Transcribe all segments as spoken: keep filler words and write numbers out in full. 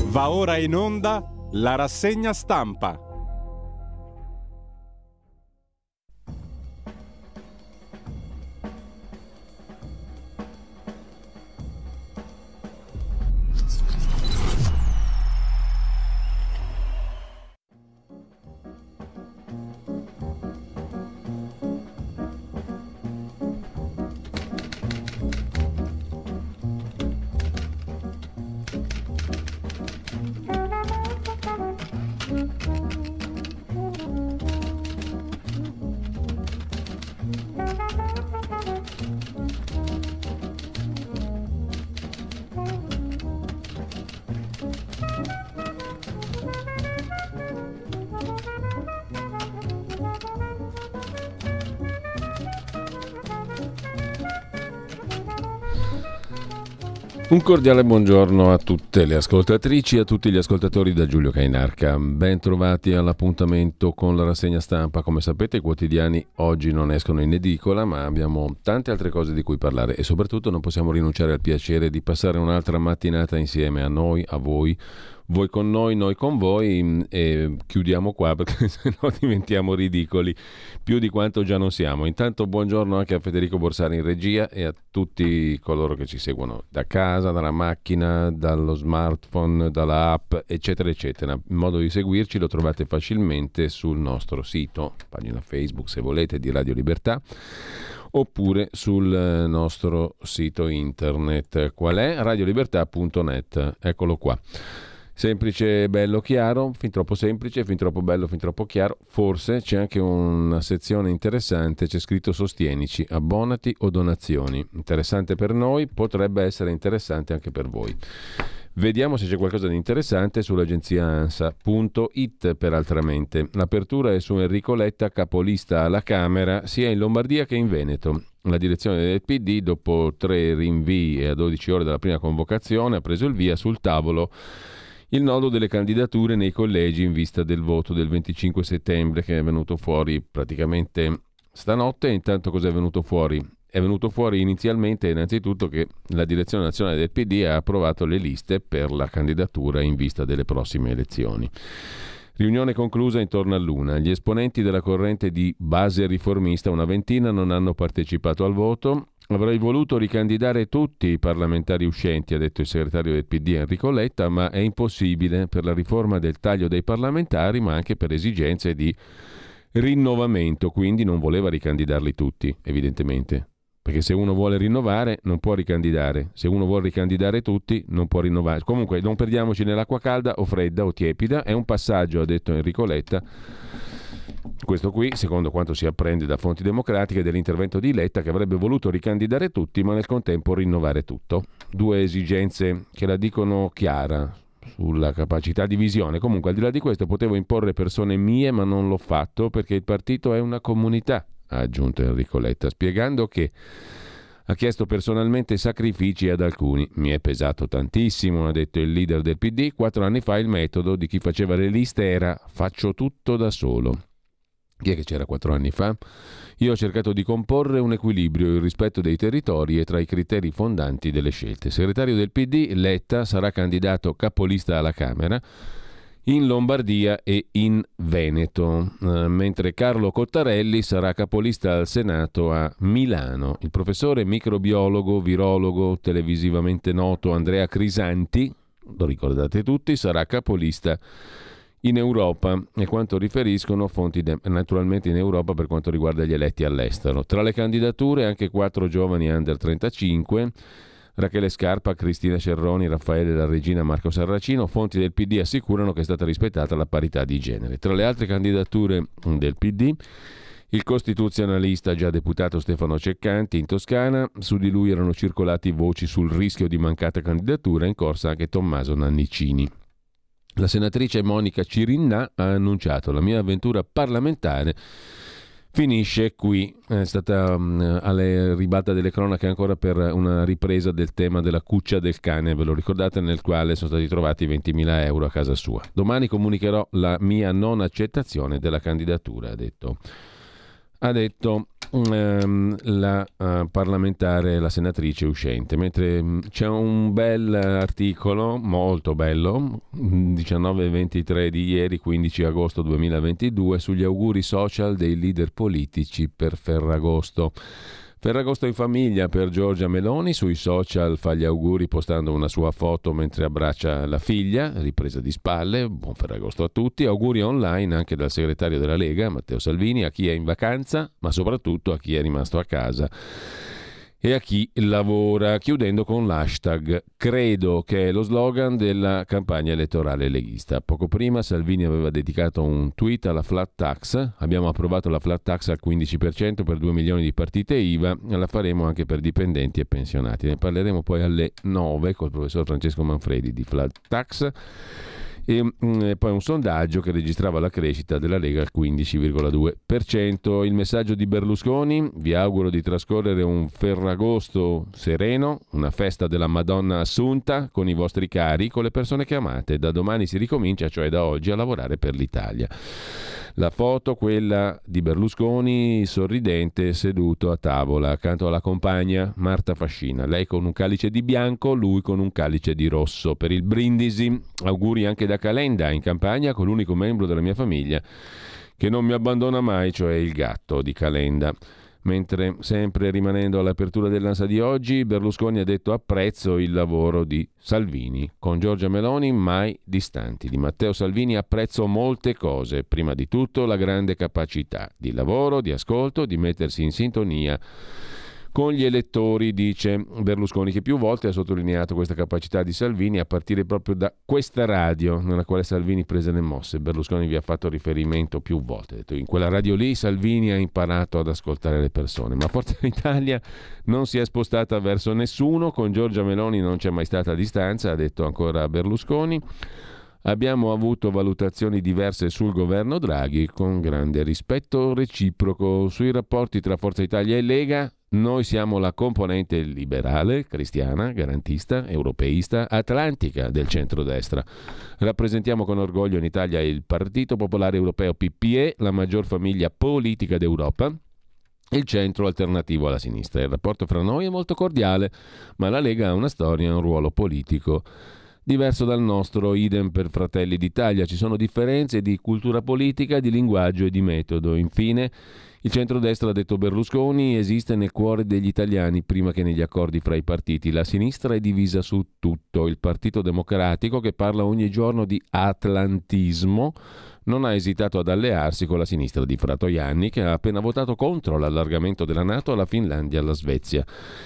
Va ora in onda la rassegna stampa. Un cordiale buongiorno a tutte le ascoltatrici e a tutti gli ascoltatori da Giulio Cainarca. Ben trovati all'appuntamento con la rassegna stampa. Come sapete, i quotidiani oggi non escono in edicola, ma abbiamo tante altre cose di cui parlare e soprattutto non possiamo rinunciare al piacere di passare un'altra mattinata insieme a noi, a voi, voi con noi, noi con voi, e chiudiamo qua perché sennò diventiamo ridicoli più di quanto già non siamo. Intanto buongiorno anche a Federico Borsari in regia e a tutti coloro che ci seguono da casa, dalla macchina, dallo smartphone, dalla app, eccetera eccetera. Il modo di seguirci lo trovate facilmente sul nostro sito, pagina Facebook se volete di Radio Libertà, oppure sul nostro sito internet. Qual è? radiolibertà punto net. Eccolo qua. Semplice, bello, chiaro, fin troppo semplice, fin troppo bello, fin troppo chiaro. Forse c'è anche una sezione interessante, c'è scritto sostienici, abbonati o donazioni. Interessante per noi, potrebbe essere interessante anche per voi. Vediamo se c'è qualcosa di interessante sull'agenzia ANSA punto it per altramente. L'apertura è su Enrico Letta, capolista alla Camera, sia in Lombardia che in Veneto. La direzione del P D, dopo tre rinvii e a dodici ore dalla prima convocazione, ha preso il via sul tavolo il nodo delle candidature nei collegi in vista del voto del venticinque settembre che è venuto fuori praticamente stanotte. Intanto cos'è venuto fuori? È venuto fuori inizialmente innanzitutto che la direzione nazionale del P D ha approvato le liste per la candidatura in vista delle prossime elezioni. Riunione conclusa intorno all'una. Gli esponenti della corrente di base riformista, una ventina, non hanno partecipato al voto. Avrei voluto ricandidare tutti i parlamentari uscenti, ha detto il segretario del P D Enrico Letta, ma è impossibile per la riforma del taglio dei parlamentari, ma anche per esigenze di rinnovamento, quindi non voleva ricandidarli tutti, evidentemente. Perché se uno vuole rinnovare non può ricandidare, se uno vuole ricandidare tutti non può rinnovare. Comunque non perdiamoci nell'acqua calda o fredda o tiepida, è un passaggio, ha detto Enrico Letta. Questo qui, secondo quanto si apprende da fonti democratiche, dell'intervento di Letta, che avrebbe voluto ricandidare tutti ma nel contempo rinnovare tutto. Due esigenze che la dicono chiara sulla capacità di visione. Comunque, al di là di questo, potevo imporre persone mie ma non l'ho fatto perché il partito è una comunità, ha aggiunto Enrico Letta, spiegando che ha chiesto personalmente sacrifici ad alcuni. Mi è pesato tantissimo, ha detto il leader del P D. Quattro anni fa il metodo di chi faceva le liste era faccio tutto da solo. Chi è che c'era quattro anni fa? Io ho cercato di comporre un equilibrio, il rispetto dei territori e tra i criteri fondanti delle scelte. Segretario del P D, Letta sarà candidato capolista alla Camera in Lombardia e in Veneto, eh, mentre Carlo Cottarelli sarà capolista al Senato a Milano. Il professore microbiologo, virologo, televisivamente noto Andrea Crisanti, lo ricordate tutti, sarà capolista in Europa, e quanto riferiscono fonti de- naturalmente in Europa per quanto riguarda gli eletti all'estero. Tra le candidature anche quattro giovani under trentacinque, Rachele Scarpa, Cristina Cerroni, Raffaele La Regina, Marco Sarracino. Fonti del P D assicurano che è stata rispettata la parità di genere. Tra le altre candidature del P D, il costituzionalista già deputato Stefano Ceccanti in Toscana. Su di lui erano circolati voci sul rischio di mancata candidatura, in corsa anche Tommaso Nannicini. La senatrice Monica Cirinnà ha annunciato: la mia avventura parlamentare finisce qui. È stata um, alle ribalta delle cronache ancora per una ripresa del tema della cuccia del cane, ve lo ricordate, nel quale sono stati trovati ventimila euro a casa sua. Domani comunicherò la mia non accettazione della candidatura, ha detto ha detto um, la uh, parlamentare, la senatrice uscente, mentre um, c'è un bel articolo, molto bello, diciannove ventitré di ieri, quindici agosto duemilaventidue, sugli auguri social dei leader politici per Ferragosto. Ferragosto in famiglia per Giorgia Meloni, sui social fa gli auguri postando una sua foto mentre abbraccia la figlia, ripresa di spalle, buon Ferragosto a tutti, auguri online anche dal segretario della Lega, Matteo Salvini, a chi è in vacanza, ma soprattutto a chi è rimasto a casa e a chi lavora, chiudendo con l'hashtag credo, che è lo slogan della campagna elettorale leghista. Poco prima Salvini aveva dedicato un tweet alla flat tax: abbiamo approvato la flat tax al quindici per cento per due milioni di partite I V A, la faremo anche per dipendenti e pensionati. Ne parleremo poi alle nove col professor Francesco Manfredi di flat tax. E, e poi un sondaggio che registrava la crescita della Lega al quindici virgola due per cento. Il messaggio di Berlusconi: vi auguro di trascorrere un Ferragosto sereno, una festa della Madonna Assunta con i vostri cari, con le persone che amate. Da domani si ricomincia, cioè da oggi, a lavorare per l'Italia. La foto, quella di Berlusconi sorridente seduto a tavola accanto alla compagna Marta Fascina, lei con un calice di bianco, lui con un calice di rosso per il brindisi. Auguri anche da Calenda, in campagna con l'unico membro della mia famiglia che non mi abbandona mai, cioè il gatto di Calenda. Mentre, sempre rimanendo all'apertura dell'Ansa di oggi, Berlusconi ha detto: apprezzo il lavoro di Salvini. Con Giorgia Meloni mai distanti. Di Matteo Salvini apprezzo molte cose, prima di tutto la grande capacità di lavoro, di ascolto, di mettersi in sintonia con gli elettori, dice Berlusconi, che più volte ha sottolineato questa capacità di Salvini a partire proprio da questa radio nella quale Salvini prese le mosse. Berlusconi vi ha fatto riferimento più volte, ha detto: in quella radio lì Salvini ha imparato ad ascoltare le persone. Ma Forza Italia non si è spostata verso nessuno, con Giorgia Meloni non c'è mai stata distanza, ha detto ancora Berlusconi. Abbiamo avuto valutazioni diverse sul governo Draghi, con grande rispetto reciproco. Sui rapporti tra Forza Italia e Lega, noi siamo la componente liberale, cristiana, garantista, europeista, atlantica del centrodestra. Rappresentiamo con orgoglio in Italia il Partito Popolare Europeo P P E, la maggior famiglia politica d'Europa, il centro alternativo alla sinistra. Il rapporto fra noi è molto cordiale, ma la Lega ha una storia e un ruolo politico diverso dal nostro, idem per Fratelli d'Italia. Ci sono differenze di cultura politica, di linguaggio e di metodo. Infine, il centrodestra, ha detto Berlusconi, esiste nel cuore degli italiani prima che negli accordi fra i partiti. La sinistra è divisa su tutto. Il Partito Democratico, che parla ogni giorno di atlantismo, non ha esitato ad allearsi con la sinistra di Fratoianni, che ha appena votato contro l'allargamento della NATO alla Finlandia e alla Svezia.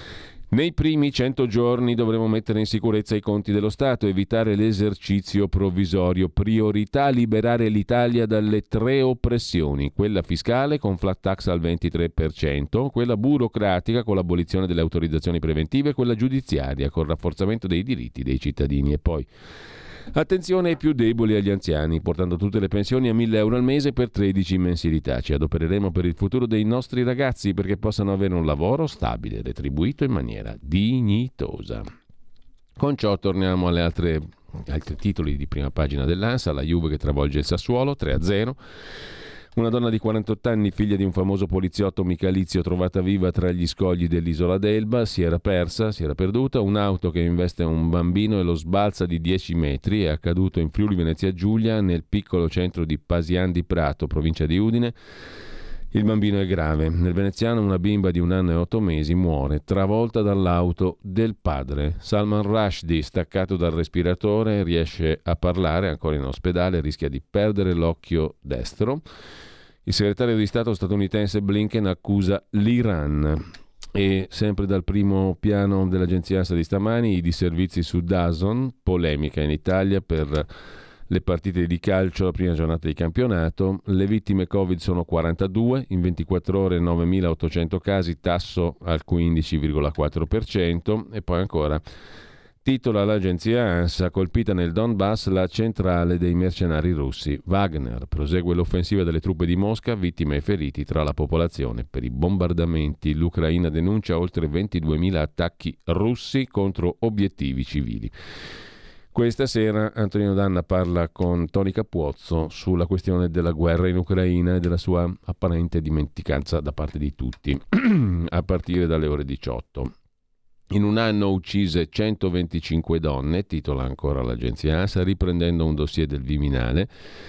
Nei primi cento giorni dovremo mettere in sicurezza i conti dello Stato, evitare l'esercizio provvisorio. Priorità: liberare l'Italia dalle tre oppressioni: quella fiscale con flat tax al ventitré per cento, quella burocratica con l'abolizione delle autorizzazioni preventive, e quella giudiziaria con il rafforzamento dei diritti dei cittadini. E poi attenzione ai più deboli e agli anziani, portando tutte le pensioni a mille euro al mese per tredici mensilità. Ci adopereremo per il futuro dei nostri ragazzi perché possano avere un lavoro stabile, retribuito in maniera dignitosa. Con ciò torniamo alle altre altri titoli di prima pagina dell'Ansa. La Juve che travolge il Sassuolo tre a zero. Una donna di quarantotto anni, figlia di un famoso poliziotto Michalizio, trovata viva tra gli scogli dell'isola d'Elba, si era persa, si era perduta. Un'auto che investe un bambino e lo sbalza di dieci metri, è accaduto in Friuli Venezia Giulia, nel piccolo centro di Pasian di Prato, provincia di Udine. Il bambino è grave. Nel veneziano una bimba di un anno e otto mesi muore travolta dall'auto del padre. Salman Rushdie, staccato dal respiratore, riesce a parlare, ancora in ospedale, rischia di perdere l'occhio destro. Il segretario di Stato statunitense Blinken accusa l'Iran. E sempre dal primo piano dell'agenzia ANSA di stamani, i disservizi su DAZN, polemica in Italia per le partite di calcio, la prima giornata di campionato. Le vittime Covid sono quarantadue, in ventiquattro ore novemilaottocento casi, tasso al quindici virgola quattro per cento. E poi ancora, titola l'agenzia ANSA, colpita nel Donbass la centrale dei mercenari russi. Wagner, prosegue l'offensiva delle truppe di Mosca, vittime e feriti tra la popolazione per i bombardamenti. L'Ucraina denuncia oltre ventiduemila attacchi russi contro obiettivi civili. Questa sera Antonino Danna parla con Toni Cappuozzo sulla questione della guerra in Ucraina e della sua apparente dimenticanza da parte di tutti, a partire dalle ore diciotto. In un anno uccise centoventicinque donne, titola ancora l'agenzia ANSA, riprendendo un dossier del Viminale,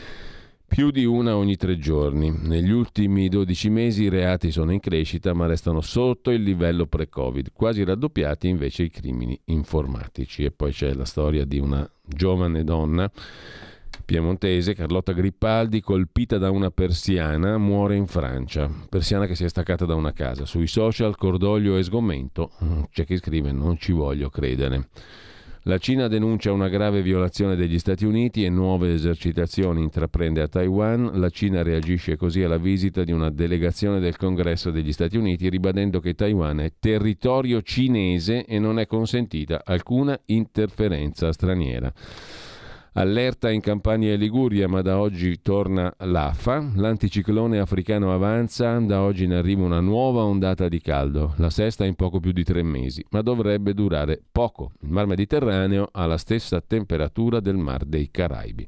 più di una ogni tre giorni. Negli ultimi dodici mesi i reati sono in crescita ma restano sotto il livello pre-Covid, quasi raddoppiati invece i crimini informatici. E poi c'è la storia di una giovane donna piemontese, Carlotta Grippaldi, colpita da una persiana, muore in Francia. Persiana che si è staccata da una casa. Sui social cordoglio e sgomento. C'è chi scrive: non ci voglio credere. La Cina denuncia una grave violazione degli Stati Uniti e nuove esercitazioni intraprende a Taiwan. La Cina reagisce così alla visita di una delegazione del Congresso degli Stati Uniti, ribadendo che Taiwan è territorio cinese e non è consentita alcuna interferenza straniera. Allerta in Campania e Liguria, ma da oggi torna l'A F A. L'anticiclone africano avanza, da oggi in arrivo una nuova ondata di caldo, la sesta in poco più di tre mesi, ma dovrebbe durare poco. Il Mar Mediterraneo ha la stessa temperatura del Mar dei Caraibi.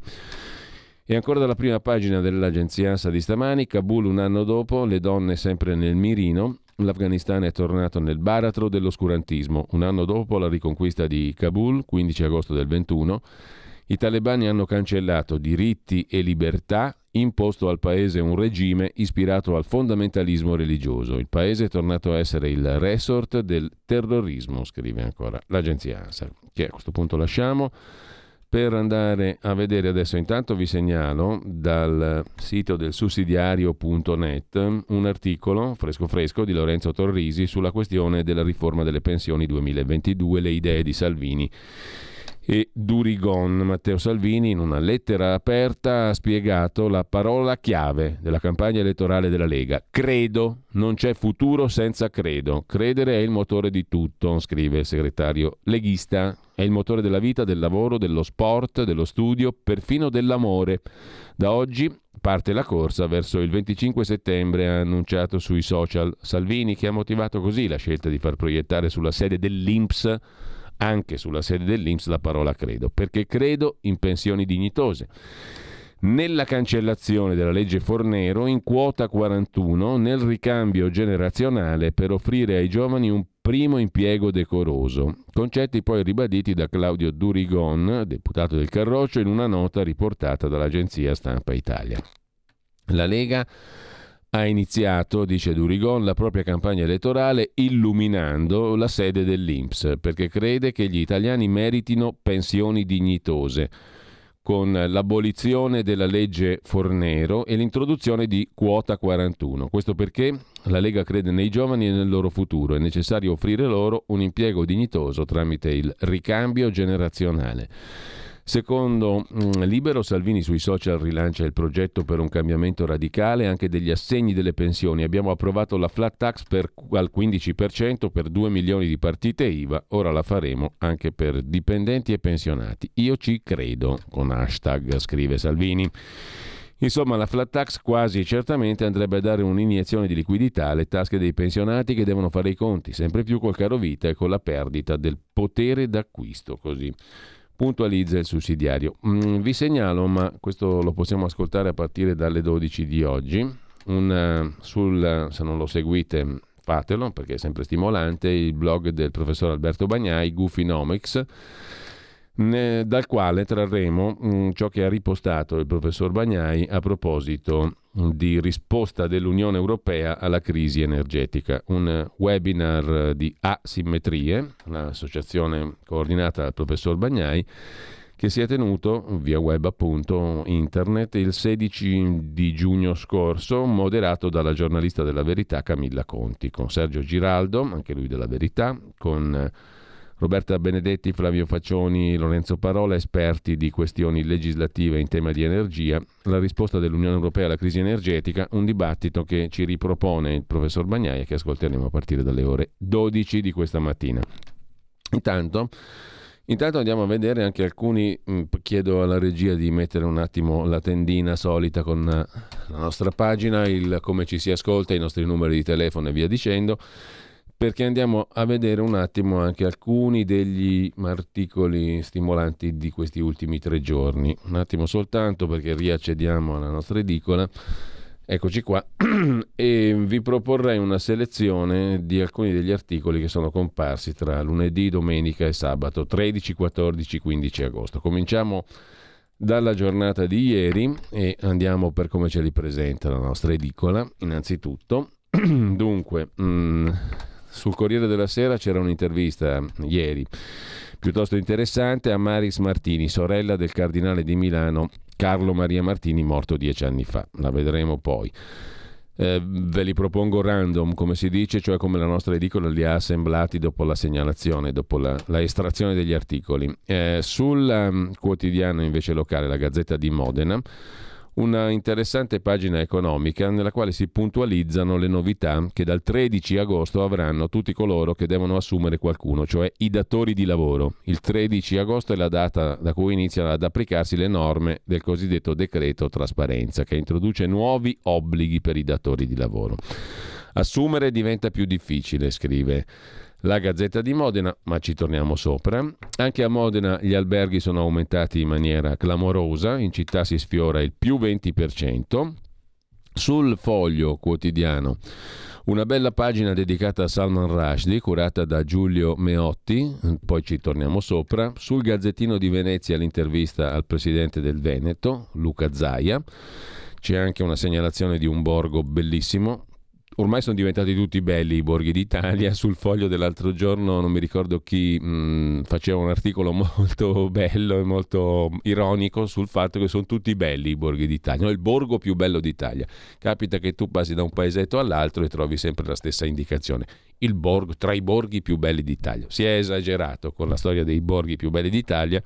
E ancora dalla prima pagina dell'agenzia ANSA di stamani, Kabul un anno dopo, le donne sempre nel mirino. L'Afghanistan è tornato nel baratro dell'oscurantismo. Un anno dopo la riconquista di Kabul, quindici agosto del ventuno, i talebani hanno cancellato diritti e libertà, imposto al paese un regime ispirato al fondamentalismo religioso. Il paese è tornato a essere il resort del terrorismo, scrive ancora l'agenzia ANSA, che a questo punto lasciamo per andare a vedere adesso. Intanto vi segnalo dal sito del sussidiario punto net un articolo fresco fresco di Lorenzo Torrisi sulla questione della riforma delle pensioni duemilaventidue, le idee di Salvini e Durigon. Matteo Salvini, in una lettera aperta, ha spiegato la parola chiave della campagna elettorale della Lega: credo. Non c'è futuro senza credo. Credere è il motore di tutto, scrive il segretario leghista. È il motore della vita, del lavoro, dello sport, dello studio, perfino dell'amore. Da oggi parte la corsa verso il venticinque settembre, ha annunciato sui social Salvini, che ha motivato così la scelta di far proiettare sulla sede dell'I N P S, anche sulla sede dell'I N P S, la parola credo, perché credo in pensioni dignitose, nella cancellazione della legge Fornero, in quota quarantuno, nel ricambio generazionale per offrire ai giovani un primo impiego decoroso. Concetti poi ribaditi da Claudio Durigon, deputato del Carroccio, in una nota riportata dall'agenzia Stampa Italia. La Lega ha iniziato, dice Durigon, la propria campagna elettorale illuminando la sede dell'I N P S, perché crede che gli italiani meritino pensioni dignitose, con l'abolizione della legge Fornero e l'introduzione di quota quarantuno. Questo perché la Lega crede nei giovani e nel loro futuro. È necessario offrire loro un impiego dignitoso tramite il ricambio generazionale. Secondo mh, Libero, Salvini sui social rilancia il progetto per un cambiamento radicale anche degli assegni delle pensioni. Abbiamo approvato la flat tax per, al quindici per cento per due milioni di partite I V A, ora la faremo anche per dipendenti e pensionati. Io ci credo, con hashtag, scrive Salvini. Insomma, la flat tax quasi certamente andrebbe a dare un'iniezione di liquidità alle tasche dei pensionati, che devono fare i conti sempre più col caro vita e con la perdita del potere d'acquisto, così puntualizza il sussidiario. Mm, vi segnalo, ma questo lo possiamo ascoltare a partire dalle dodici di oggi, un, sul, se non lo seguite fatelo perché è sempre stimolante, il blog del professor Alberto Bagnai, Goofinomics, ne, dal quale trarremo mh, ciò che ha ripostato il professor Bagnai a proposito di risposta dell'Unione Europea alla crisi energetica. Un webinar di Asimmetrie, un'associazione coordinata dal professor Bagnai, che si è tenuto via web, appunto, internet, il sedici di giugno scorso, moderato dalla giornalista della Verità Camilla Conti, con Sergio Giraldo, anche lui della Verità, con Roberta Benedetti, Flavio Faccioni, Lorenzo Parola, esperti di questioni legislative in tema di energia, la risposta dell'Unione Europea alla crisi energetica, un dibattito che ci ripropone il professor Bagnai e che ascolteremo a partire dalle ore dodici di questa mattina. Intanto, intanto andiamo a vedere anche alcuni, mh, chiedo alla regia di mettere un attimo la tendina solita con la nostra pagina, il come ci si ascolta, i nostri numeri di telefono e via dicendo. perché andiamo a vedere un attimo anche alcuni degli articoli stimolanti di questi ultimi tre giorni. Un attimo soltanto, perché riaccediamo alla nostra edicola. Eccoci qua e vi proporrei una selezione di alcuni degli articoli che sono comparsi tra lunedì, domenica e sabato tredici, quattordici, quindici agosto. Cominciamo dalla giornata di ieri e andiamo per come ce li presenta la nostra edicola. Innanzitutto, dunque, mh, sul Corriere della Sera c'era un'intervista ieri piuttosto interessante a Maris Martini, sorella del cardinale di Milano Carlo Maria Martini, morto dieci anni fa. La vedremo poi. Eh, ve li propongo random, come si dice, cioè come la nostra edicola li ha assemblati dopo la segnalazione, dopo la, la estrazione degli articoli. Eh, sul um, quotidiano invece locale, la Gazzetta di Modena, una interessante pagina economica nella quale si puntualizzano le novità che dal tredici agosto avranno tutti coloro che devono assumere qualcuno, cioè i datori di lavoro. Il tredici agosto è la data da cui iniziano ad applicarsi le norme del cosiddetto decreto trasparenza, che introduce nuovi obblighi per i datori di lavoro. Assumere diventa più difficile, scrive la Gazzetta di Modena, ma ci torniamo sopra. Anche a Modena gli alberghi sono aumentati in maniera clamorosa, in città si sfiora il più venti per cento. Sul Foglio Quotidiano una bella pagina dedicata a Salman Rushdie, curata da Giulio Meotti, poi ci torniamo sopra. Sul Gazzettino di Venezia l'intervista al presidente del Veneto, Luca Zaia. C'è anche una segnalazione di un borgo bellissimo. Ormai sono diventati tutti belli i borghi d'Italia. Sul Foglio dell'altro giorno non mi ricordo chi mh, faceva un articolo molto bello e molto ironico sul fatto che sono tutti belli i borghi d'Italia. No, il borgo più bello d'Italia. Capita che tu passi da un paesetto all'altro e trovi sempre la stessa indicazione. Il borgo, tra i borghi più belli d'Italia. Si è esagerato con la storia dei borghi più belli d'Italia,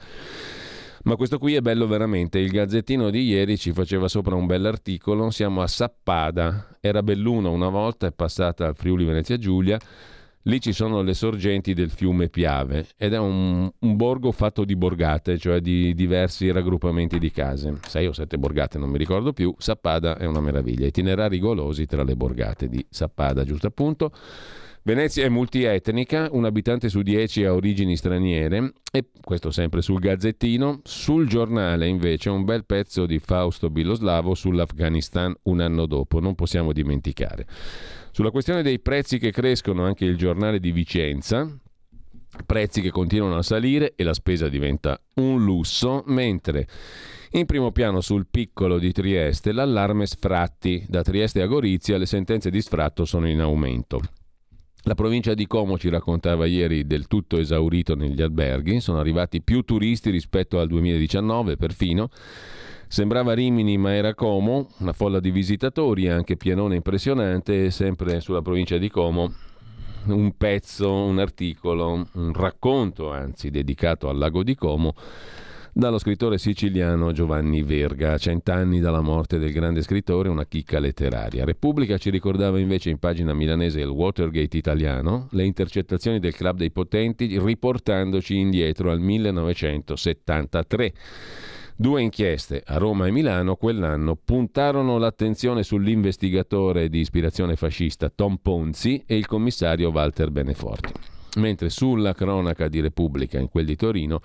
ma questo qui è bello veramente. Il Gazzettino di ieri ci faceva sopra un bell'articolo. Siamo a Sappada, era Belluno una volta, è passata al Friuli Venezia Giulia. Lì ci sono le sorgenti del fiume Piave ed è un, un borgo fatto di borgate, cioè di diversi raggruppamenti di case, sei o sette borgate, non mi ricordo più. Sappada è una meraviglia, itinerari golosi tra le borgate di Sappada, giusto appunto. Venezia è multietnica, un abitante su dieci ha origini straniere, e questo sempre sul Gazzettino. Sul Giornale invece un bel pezzo di Fausto Biloslavo sull'Afghanistan un anno dopo, non possiamo dimenticare. Sulla questione dei prezzi che crescono anche il Giornale di Vicenza, prezzi che continuano a salire e la spesa diventa un lusso, mentre in primo piano sul Piccolo di Trieste l'allarme sfratti. Da Trieste a Gorizia le sentenze di sfratto sono in aumento. La provincia di Como ci raccontava ieri del tutto esaurito negli alberghi, sono arrivati più turisti rispetto al duemiladiciannove perfino. Sembrava Rimini ma era Como, una folla di visitatori, anche pienone impressionante. Sempre sulla provincia di Como un pezzo, un articolo, un racconto anzi dedicato al lago di Como dallo scrittore siciliano Giovanni Verga. Cent'anni dalla morte del grande scrittore, una chicca letteraria. Repubblica ci ricordava invece in pagina milanese il Watergate italiano, le intercettazioni del Club dei Potenti, riportandoci indietro al millenovecentosettantatré. Due inchieste a Roma e Milano quell'anno puntarono l'attenzione sull'investigatore di ispirazione fascista Tom Ponzi e il commissario Walter Beneforti. Mentre sulla cronaca di Repubblica, in quel di Torino,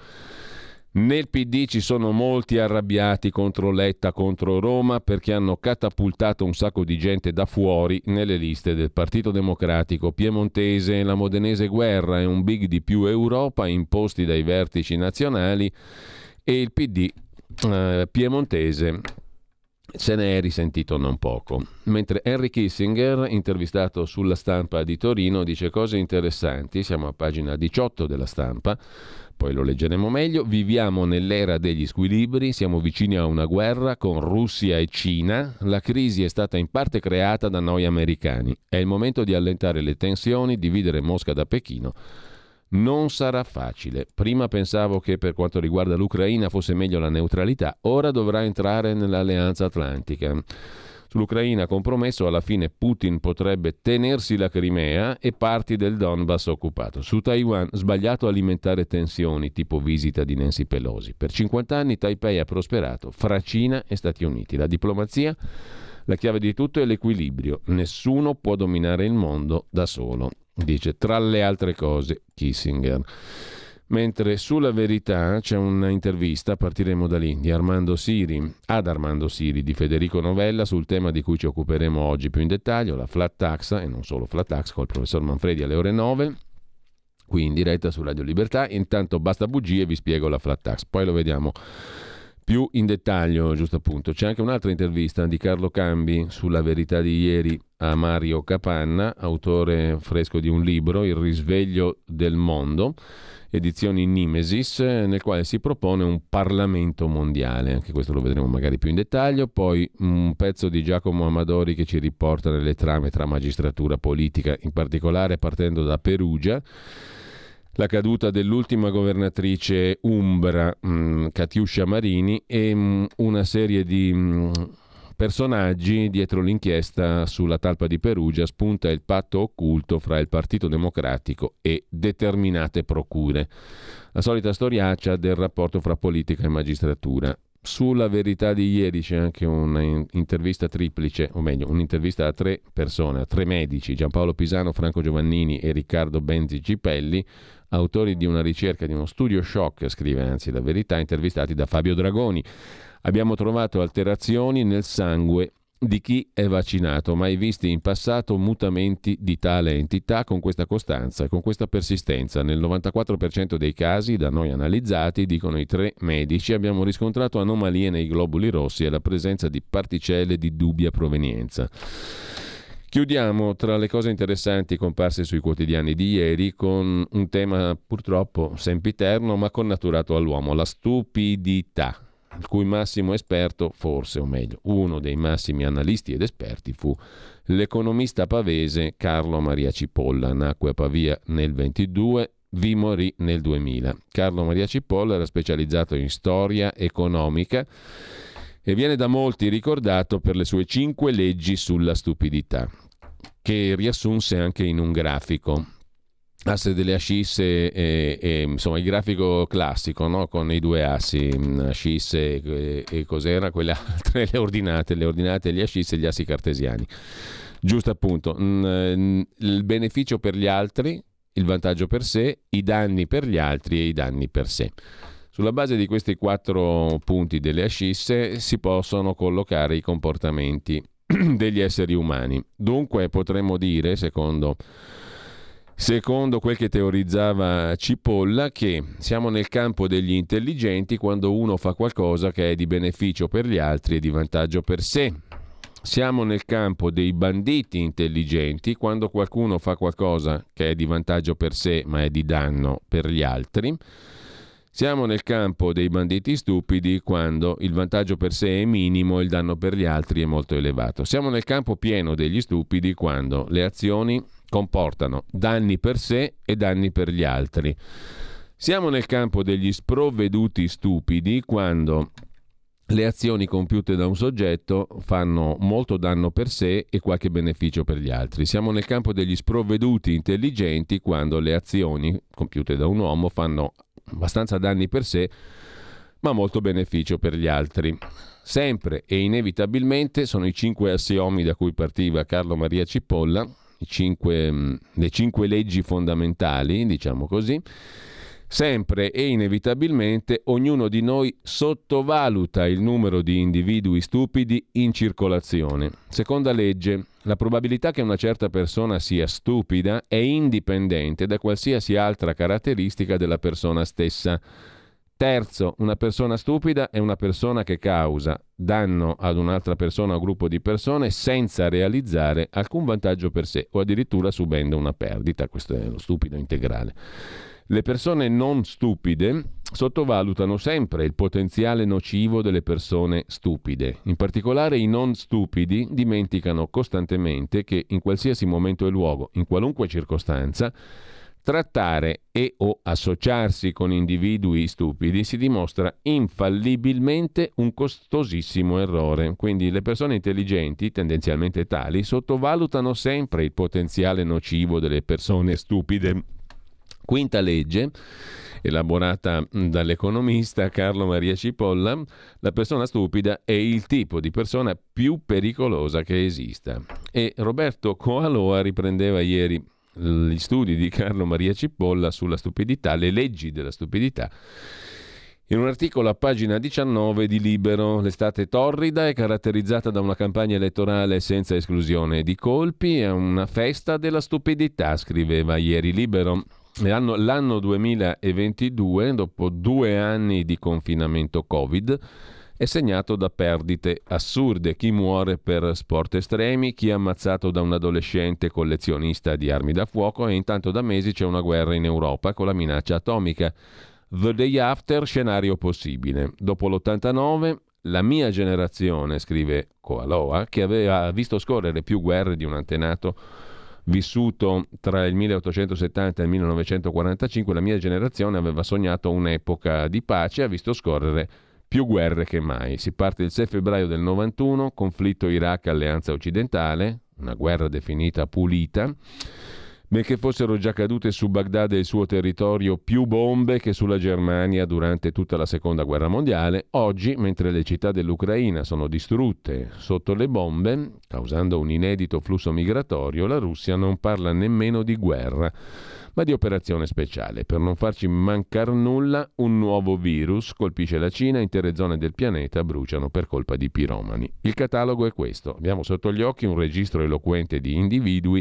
nel P D ci sono molti arrabbiati contro Letta, contro Roma, perché hanno catapultato un sacco di gente da fuori nelle liste del Partito Democratico piemontese. La modenese guerra e un big di più Europa imposti dai vertici nazionali, e il P D eh, piemontese se ne è risentito non poco. Mentre Henry Kissinger, intervistato sulla Stampa di Torino, dice cose interessanti. Siamo a pagina diciotto della Stampa, poi lo leggeremo meglio. Viviamo nell'era degli squilibri, siamo vicini a una guerra con Russia e Cina. La crisi è stata in parte creata da noi americani. È il momento di allentare le tensioni, dividere Mosca da Pechino. Non sarà facile. Prima pensavo che per quanto riguarda l'Ucraina fosse meglio la neutralità, ora dovrà entrare nell'Alleanza Atlantica. Sull'Ucraina compromesso, alla fine Putin potrebbe tenersi la Crimea e parti del Donbass occupato. Su Taiwan, sbagliato alimentare tensioni, tipo visita di Nancy Pelosi. Per cinquanta anni Taipei ha prosperato fra Cina e Stati Uniti. La diplomazia, la chiave di tutto è l'equilibrio. Nessuno può dominare il mondo da solo. dice tra le altre cose Kissinger. Mentre sulla Verità c'è un'intervista, partiremo da lì, di Armando Siri, ad Armando Siri di Federico Novella sul tema di cui ci occuperemo oggi più in dettaglio, la flat tax, e non solo flat tax, col professor Manfredi alle ore nove, qui in diretta su Radio Libertà. Intanto basta bugie, vi spiego la flat tax, poi lo vediamo più in dettaglio, giusto appunto. C'è anche un'altra intervista di Carlo Cambi sulla Verità di ieri a Mario Capanna, autore fresco di un libro, Il risveglio del mondo, edizioni Nimesis, nel quale si propone un Parlamento mondiale, anche questo lo vedremo magari più in dettaglio. Poi un pezzo di Giacomo Amadori che ci riporta nelle trame tra magistratura politica, in particolare partendo da Perugia, la caduta dell'ultima governatrice umbra, mh, Catiuscia Marini, e mh, una serie di mh, personaggi dietro l'inchiesta sulla talpa di Perugia. Spunta il patto occulto fra il Partito Democratico e determinate procure. La solita storiaccia del rapporto fra politica e magistratura. Sulla Verità di ieri c'è anche un'intervista triplice, o meglio, un'intervista a tre persone, a tre medici, Giampaolo Pisano, Franco Giovannini e Riccardo Benzi Cipelli, autori di una ricerca, di uno studio shock, scrive anzi La Verità, intervistati da Fabio Dragoni. Abbiamo trovato alterazioni nel sangue di chi è vaccinato, mai visti in passato mutamenti di tale entità con questa costanza e con questa persistenza. Nel novantaquattro per cento dei casi da noi analizzati, dicono i tre medici, abbiamo riscontrato anomalie nei globuli rossi e la presenza di particelle di dubbia provenienza. Chiudiamo tra le cose interessanti comparse sui quotidiani di ieri con un tema purtroppo sempiterno ma connaturato all'uomo, la stupidità, il cui massimo esperto, forse o meglio, uno dei massimi analisti ed esperti fu l'economista pavese Carlo Maria Cipolla. Nacque a Pavia nel ventidue, vi morì nel duemila. Carlo Maria Cipolla era specializzato in storia economica e viene da molti ricordato per le sue cinque leggi sulla stupidità, che riassunse anche in un grafico. Asse delle ascisse e, e insomma il grafico classico, no? Con i due assi, ascisse e, e cos'era quelle altre, le ordinate, le ordinate, gli ascisse e gli assi cartesiani. Giusto appunto, il beneficio per gli altri, il vantaggio per sé, i danni per gli altri e i danni per sé. Sulla base di questi quattro punti delle ascisse si possono collocare i comportamenti degli esseri umani. Dunque potremmo dire, secondo Secondo quel che teorizzava Cipolla, che siamo nel campo degli intelligenti quando uno fa qualcosa che è di beneficio per gli altri e di vantaggio per sé. Siamo nel campo dei banditi intelligenti quando qualcuno fa qualcosa che è di vantaggio per sé ma è di danno per gli altri. Siamo nel campo dei banditi stupidi quando il vantaggio per sé è minimo e il danno per gli altri è molto elevato. Siamo nel campo pieno degli stupidi quando le azioni comportano danni per sé e danni per gli altri. Siamo nel campo degli sprovveduti stupidi quando le azioni compiute da un soggetto fanno molto danno per sé e qualche beneficio per gli altri. Siamo nel campo degli sprovveduti intelligenti quando le azioni compiute da un uomo fanno abbastanza danni per sé ma molto beneficio per gli altri. Sempre e inevitabilmente sono i cinque assiomi da cui partiva Carlo Maria Cipolla, i cinque, le cinque leggi fondamentali, diciamo così. Sempre e inevitabilmente ognuno di noi sottovaluta il numero di individui stupidi in circolazione. Seconda legge: la probabilità che una certa persona sia stupida è indipendente da qualsiasi altra caratteristica della persona stessa. Terzo, una persona stupida è una persona che causa danno ad un'altra persona o gruppo di persone senza realizzare alcun vantaggio per sé o addirittura subendo una perdita. Questo è lo stupido integrale. Le persone non stupide sottovalutano sempre il potenziale nocivo delle persone stupide. In particolare i non stupidi dimenticano costantemente che in qualsiasi momento e luogo, in qualunque circostanza, trattare e o associarsi con individui stupidi si dimostra infallibilmente un costosissimo errore. Quindi le persone intelligenti, tendenzialmente tali, sottovalutano sempre il potenziale nocivo delle persone stupide. Quinta legge, elaborata dall'economista Carlo Maria Cipolla: la persona stupida è il tipo di persona più pericolosa che esista. E Roberto Coaloa riprendeva ieri gli studi di Carlo Maria Cipolla sulla stupidità, le leggi della stupidità, in un articolo a pagina diciannove di Libero. L'estate torrida è caratterizzata da una campagna elettorale senza esclusione di colpi e una festa della stupidità, scriveva ieri Libero. L'anno, l'anno duemilaventidue, dopo due anni di confinamento Covid, è segnato da perdite assurde. Chi muore per sport estremi, chi è ammazzato da un adolescente collezionista di armi da fuoco, e intanto da mesi c'è una guerra in Europa con la minaccia atomica. The day after, scenario possibile. Dopo l'ottantanove, la mia generazione, scrive Koaloa, che aveva visto scorrere più guerre di un antenato vissuto tra il milleottocentosettanta e il millenovecentoquarantacinque, la mia generazione aveva sognato un'epoca di pace e ha visto scorrere più guerre che mai. Si parte il sei febbraio del novantuno, conflitto Iraq-Alleanza Occidentale, una guerra definita pulita, benché fossero già cadute su Baghdad e il suo territorio più bombe che sulla Germania durante tutta la seconda guerra mondiale. Oggi, mentre le città dell'Ucraina sono distrutte sotto le bombe, causando un inedito flusso migratorio, la Russia non parla nemmeno di guerra, ma di operazione speciale. Per non farci mancar nulla, un nuovo virus colpisce la Cina, intere zone del pianeta bruciano per colpa di piromani. Il catalogo è questo. Abbiamo sotto gli occhi un registro eloquente di individui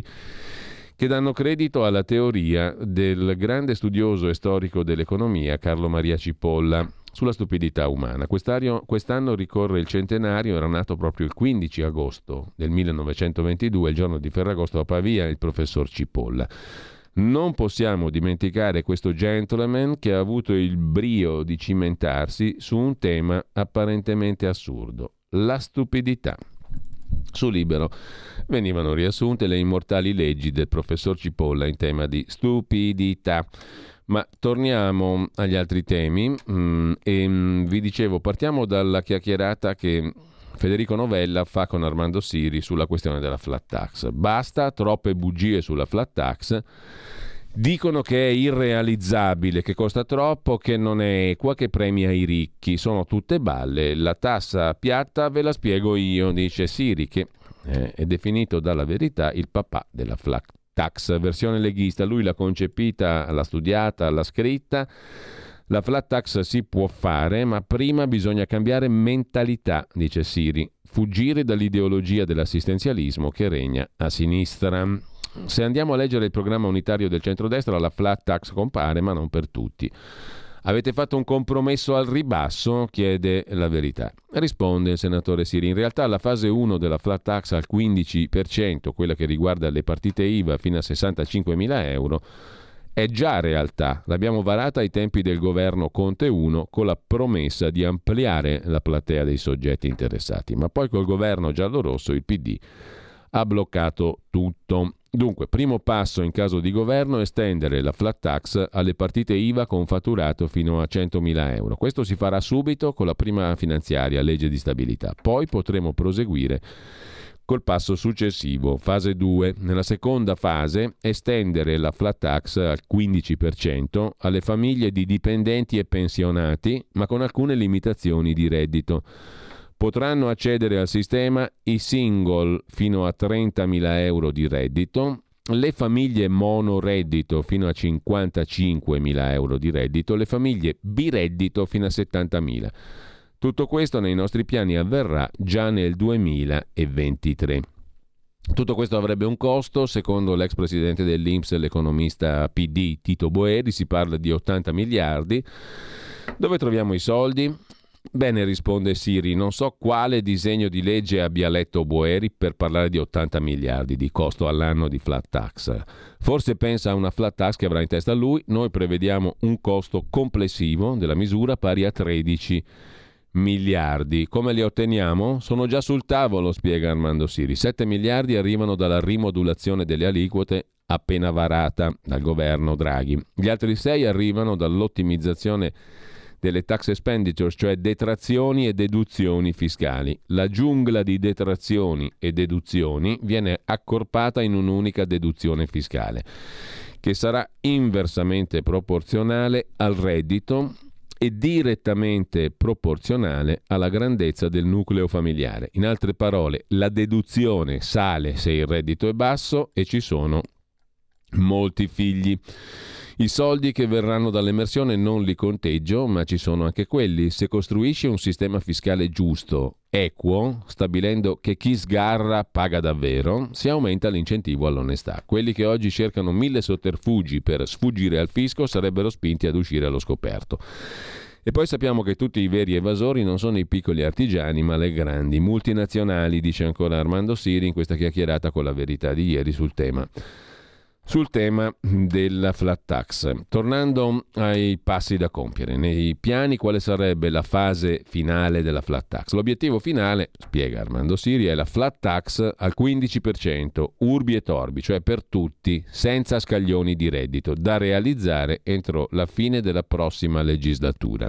che danno credito alla teoria del grande studioso e storico dell'economia Carlo Maria Cipolla sulla stupidità umana. Quest'anno ricorre il centenario, era nato proprio il quindici agosto del millenovecentoventidue, il giorno di Ferragosto a Pavia, il professor Cipolla. Non possiamo dimenticare questo gentleman che ha avuto il brio di cimentarsi su un tema apparentemente assurdo, la stupidità. Su Libero venivano riassunte le immortali leggi del professor Cipolla in tema di stupidità. Ma torniamo agli altri temi mm, e mm, vi dicevo, partiamo dalla chiacchierata che Federico Novella fa con Armando Siri sulla questione della flat tax. Basta, troppe bugie sulla flat tax. Dicono che è irrealizzabile, che costa troppo, che non è equa, che premia i ricchi. Sono tutte balle. La tassa piatta ve la spiego io, dice Siri, che eh, è definito dalla Verità il papà della flat tax, versione leghista. Lui l'ha concepita, l'ha studiata, l'ha scritta. La flat tax si può fare, ma prima bisogna cambiare mentalità, dice Siri. Fuggire dall'ideologia dell'assistenzialismo che regna a sinistra. Se andiamo a leggere il programma unitario del centrodestra, la flat tax compare, ma non per tutti. Avete fatto un compromesso al ribasso? Chiede la Verità. Risponde il senatore Siri. In realtà la fase uno della flat tax al quindici per cento, quella che riguarda le partite I V A fino a sessantacinquemila euro, è già realtà. L'abbiamo varata ai tempi del governo Conte uno con la promessa di ampliare la platea dei soggetti interessati. Ma poi col governo giallorosso il P D ha bloccato tutto. Dunque, primo passo in caso di governo, estendere la flat tax alle partite I V A con fatturato fino a centomila euro. Questo si farà subito con la prima finanziaria, legge di stabilità. Poi potremo proseguire col passo successivo, fase due. Nella seconda fase, estendere la flat tax al quindici per cento alle famiglie di dipendenti e pensionati, ma con alcune limitazioni di reddito. Potranno accedere al sistema i single fino a trentamila euro di reddito, le famiglie monoreddito fino a cinquantacinquemila euro di reddito, le famiglie bireddito fino a settantamila. Tutto questo nei nostri piani avverrà già nel duemilaventitré. Tutto questo avrebbe un costo, secondo l'ex presidente dell'I N P S, l'economista P D Tito Boeri, si parla di ottanta miliardi. Dove troviamo i soldi? Bene, risponde Siri, non so quale disegno di legge abbia letto Boeri per parlare di ottanta miliardi di costo all'anno di flat tax. Forse pensa a una flat tax che avrà in testa lui. Noi prevediamo un costo complessivo della misura pari a tredici miliardi. Come li otteniamo? Sono già sul tavolo, spiega Armando Siri. sette miliardi arrivano dalla rimodulazione delle aliquote appena varata dal governo Draghi. Gli altri sei arrivano dall'ottimizzazione delle tax expenditures, cioè detrazioni e deduzioni fiscali. La giungla di detrazioni e deduzioni viene accorpata in un'unica deduzione fiscale, che sarà inversamente proporzionale al reddito e direttamente proporzionale alla grandezza del nucleo familiare. In altre parole, la deduzione sale se il reddito è basso e ci sono molti figli. I soldi che verranno dall'emersione non li conteggio, ma ci sono anche quelli. Se costruisci un sistema fiscale giusto, equo, stabilendo che chi sgarra paga davvero, si aumenta l'incentivo all'onestà. Quelli che oggi cercano mille sotterfugi per sfuggire al fisco sarebbero spinti ad uscire allo scoperto. E poi sappiamo che tutti i veri evasori non sono i piccoli artigiani, ma le grandi multinazionali, dice ancora Armando Siri in questa chiacchierata con La Verità di ieri sul tema. Sul tema della flat tax, tornando ai passi da compiere, nei piani quale sarebbe la fase finale della flat tax? L'obiettivo finale, spiega Armando Siri, è la flat tax al quindici per cento, urbi e torbi, cioè per tutti, senza scaglioni di reddito, da realizzare entro la fine della prossima legislatura.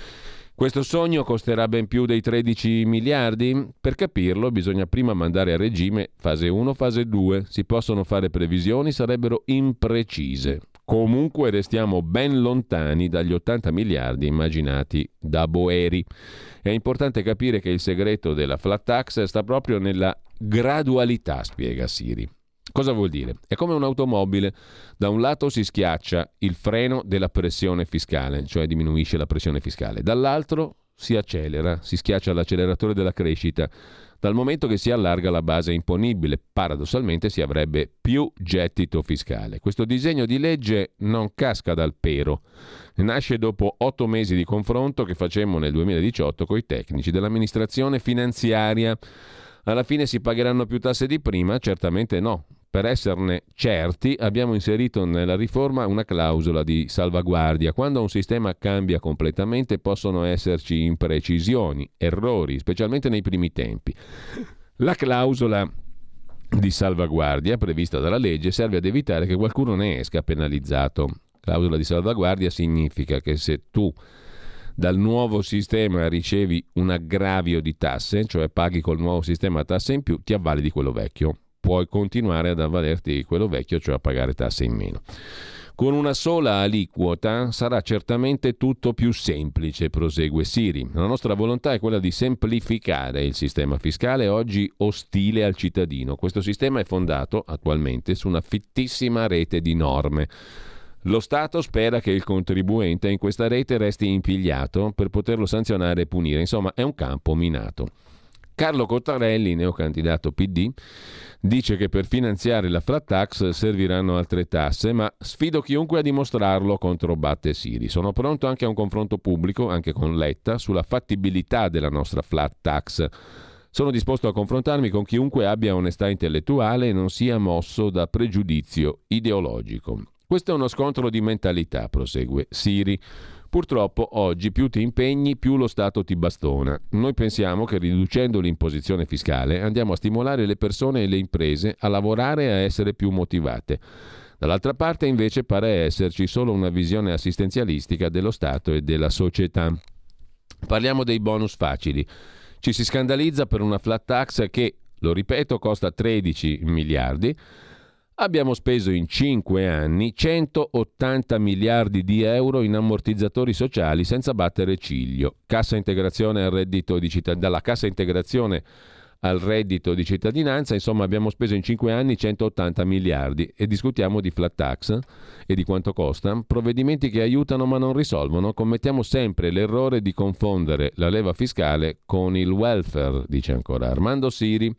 Questo sogno costerà ben più dei tredici miliardi? Per capirlo bisogna prima mandare a regime fase uno, fase due. Si possono fare previsioni, sarebbero imprecise. Comunque restiamo ben lontani dagli ottanta miliardi immaginati da Boeri. È importante capire che il segreto della flat tax sta proprio nella gradualità, spiega Siri. Cosa vuol dire? È come un'automobile. Da un lato si schiaccia il freno della pressione fiscale, cioè diminuisce la pressione fiscale. Dall'altro si accelera, si schiaccia l'acceleratore della crescita. Dal momento che si allarga la base imponibile, paradossalmente si avrebbe più gettito fiscale. Questo disegno di legge non casca dal pero. Nasce dopo otto mesi di confronto che facemmo nel duemiladiciotto con i tecnici dell'amministrazione finanziaria. Alla fine si pagheranno più tasse di prima? Certamente no. Per esserne certi abbiamo inserito nella riforma una clausola di salvaguardia. Quando un sistema cambia completamente possono esserci imprecisioni, errori, specialmente nei primi tempi. La clausola di salvaguardia prevista dalla legge serve ad evitare che qualcuno ne esca penalizzato. Clausola di salvaguardia significa che se tu dal nuovo sistema ricevi un aggravio di tasse, cioè paghi col nuovo sistema tasse in più, ti avvali di quello vecchio. Puoi continuare ad avvalerti quello vecchio, cioè a pagare tasse in meno. Con una sola aliquota sarà certamente tutto più semplice, prosegue Siri. La nostra volontà è quella di semplificare il sistema fiscale oggi ostile al cittadino. Questo sistema è fondato attualmente su una fittissima rete di norme. Lo Stato spera che il contribuente in questa rete resti impigliato per poterlo sanzionare e punire. Insomma, è un campo minato. Carlo Cottarelli, neocandidato P D, dice che per finanziare la flat tax serviranno altre tasse, ma sfido chiunque a dimostrarlo, controbatte Siri. Sono pronto anche a un confronto pubblico, anche con Letta, sulla fattibilità della nostra flat tax. Sono disposto a confrontarmi con chiunque abbia onestà intellettuale e non sia mosso da pregiudizio ideologico. Questo è uno scontro di mentalità, prosegue Siri. Purtroppo oggi più ti impegni, più lo Stato ti bastona. Noi pensiamo che riducendo l'imposizione fiscale andiamo a stimolare le persone e le imprese a lavorare e a essere più motivate. Dall'altra parte invece pare esserci solo una visione assistenzialistica dello Stato e della società. Parliamo dei bonus facili. Ci si scandalizza per una flat tax che, lo ripeto, costa tredici miliardi. Abbiamo speso in cinque anni centottanta miliardi di euro in ammortizzatori sociali senza battere ciglio. Cassa integrazione al reddito di cittad- dalla cassa integrazione al reddito di cittadinanza, insomma abbiamo speso in cinque anni centottanta miliardi e discutiamo di flat tax e di quanto costa, provvedimenti che aiutano ma non risolvono. Commettiamo sempre l'errore di confondere la leva fiscale con il welfare, dice ancora Armando Siri,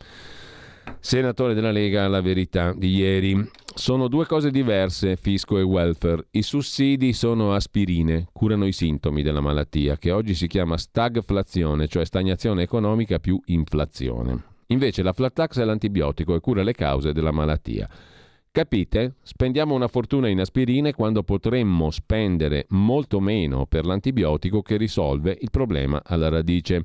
senatore della Lega. La Verità di ieri. Sono due cose diverse, fisco e welfare. I sussidi sono aspirine, curano i sintomi della malattia, che oggi si chiama stagflazione, cioè stagnazione economica più inflazione. Invece la flat tax è l'antibiotico e cura le cause della malattia. Capite? Spendiamo una fortuna in aspirine quando potremmo spendere molto meno per l'antibiotico che risolve il problema alla radice.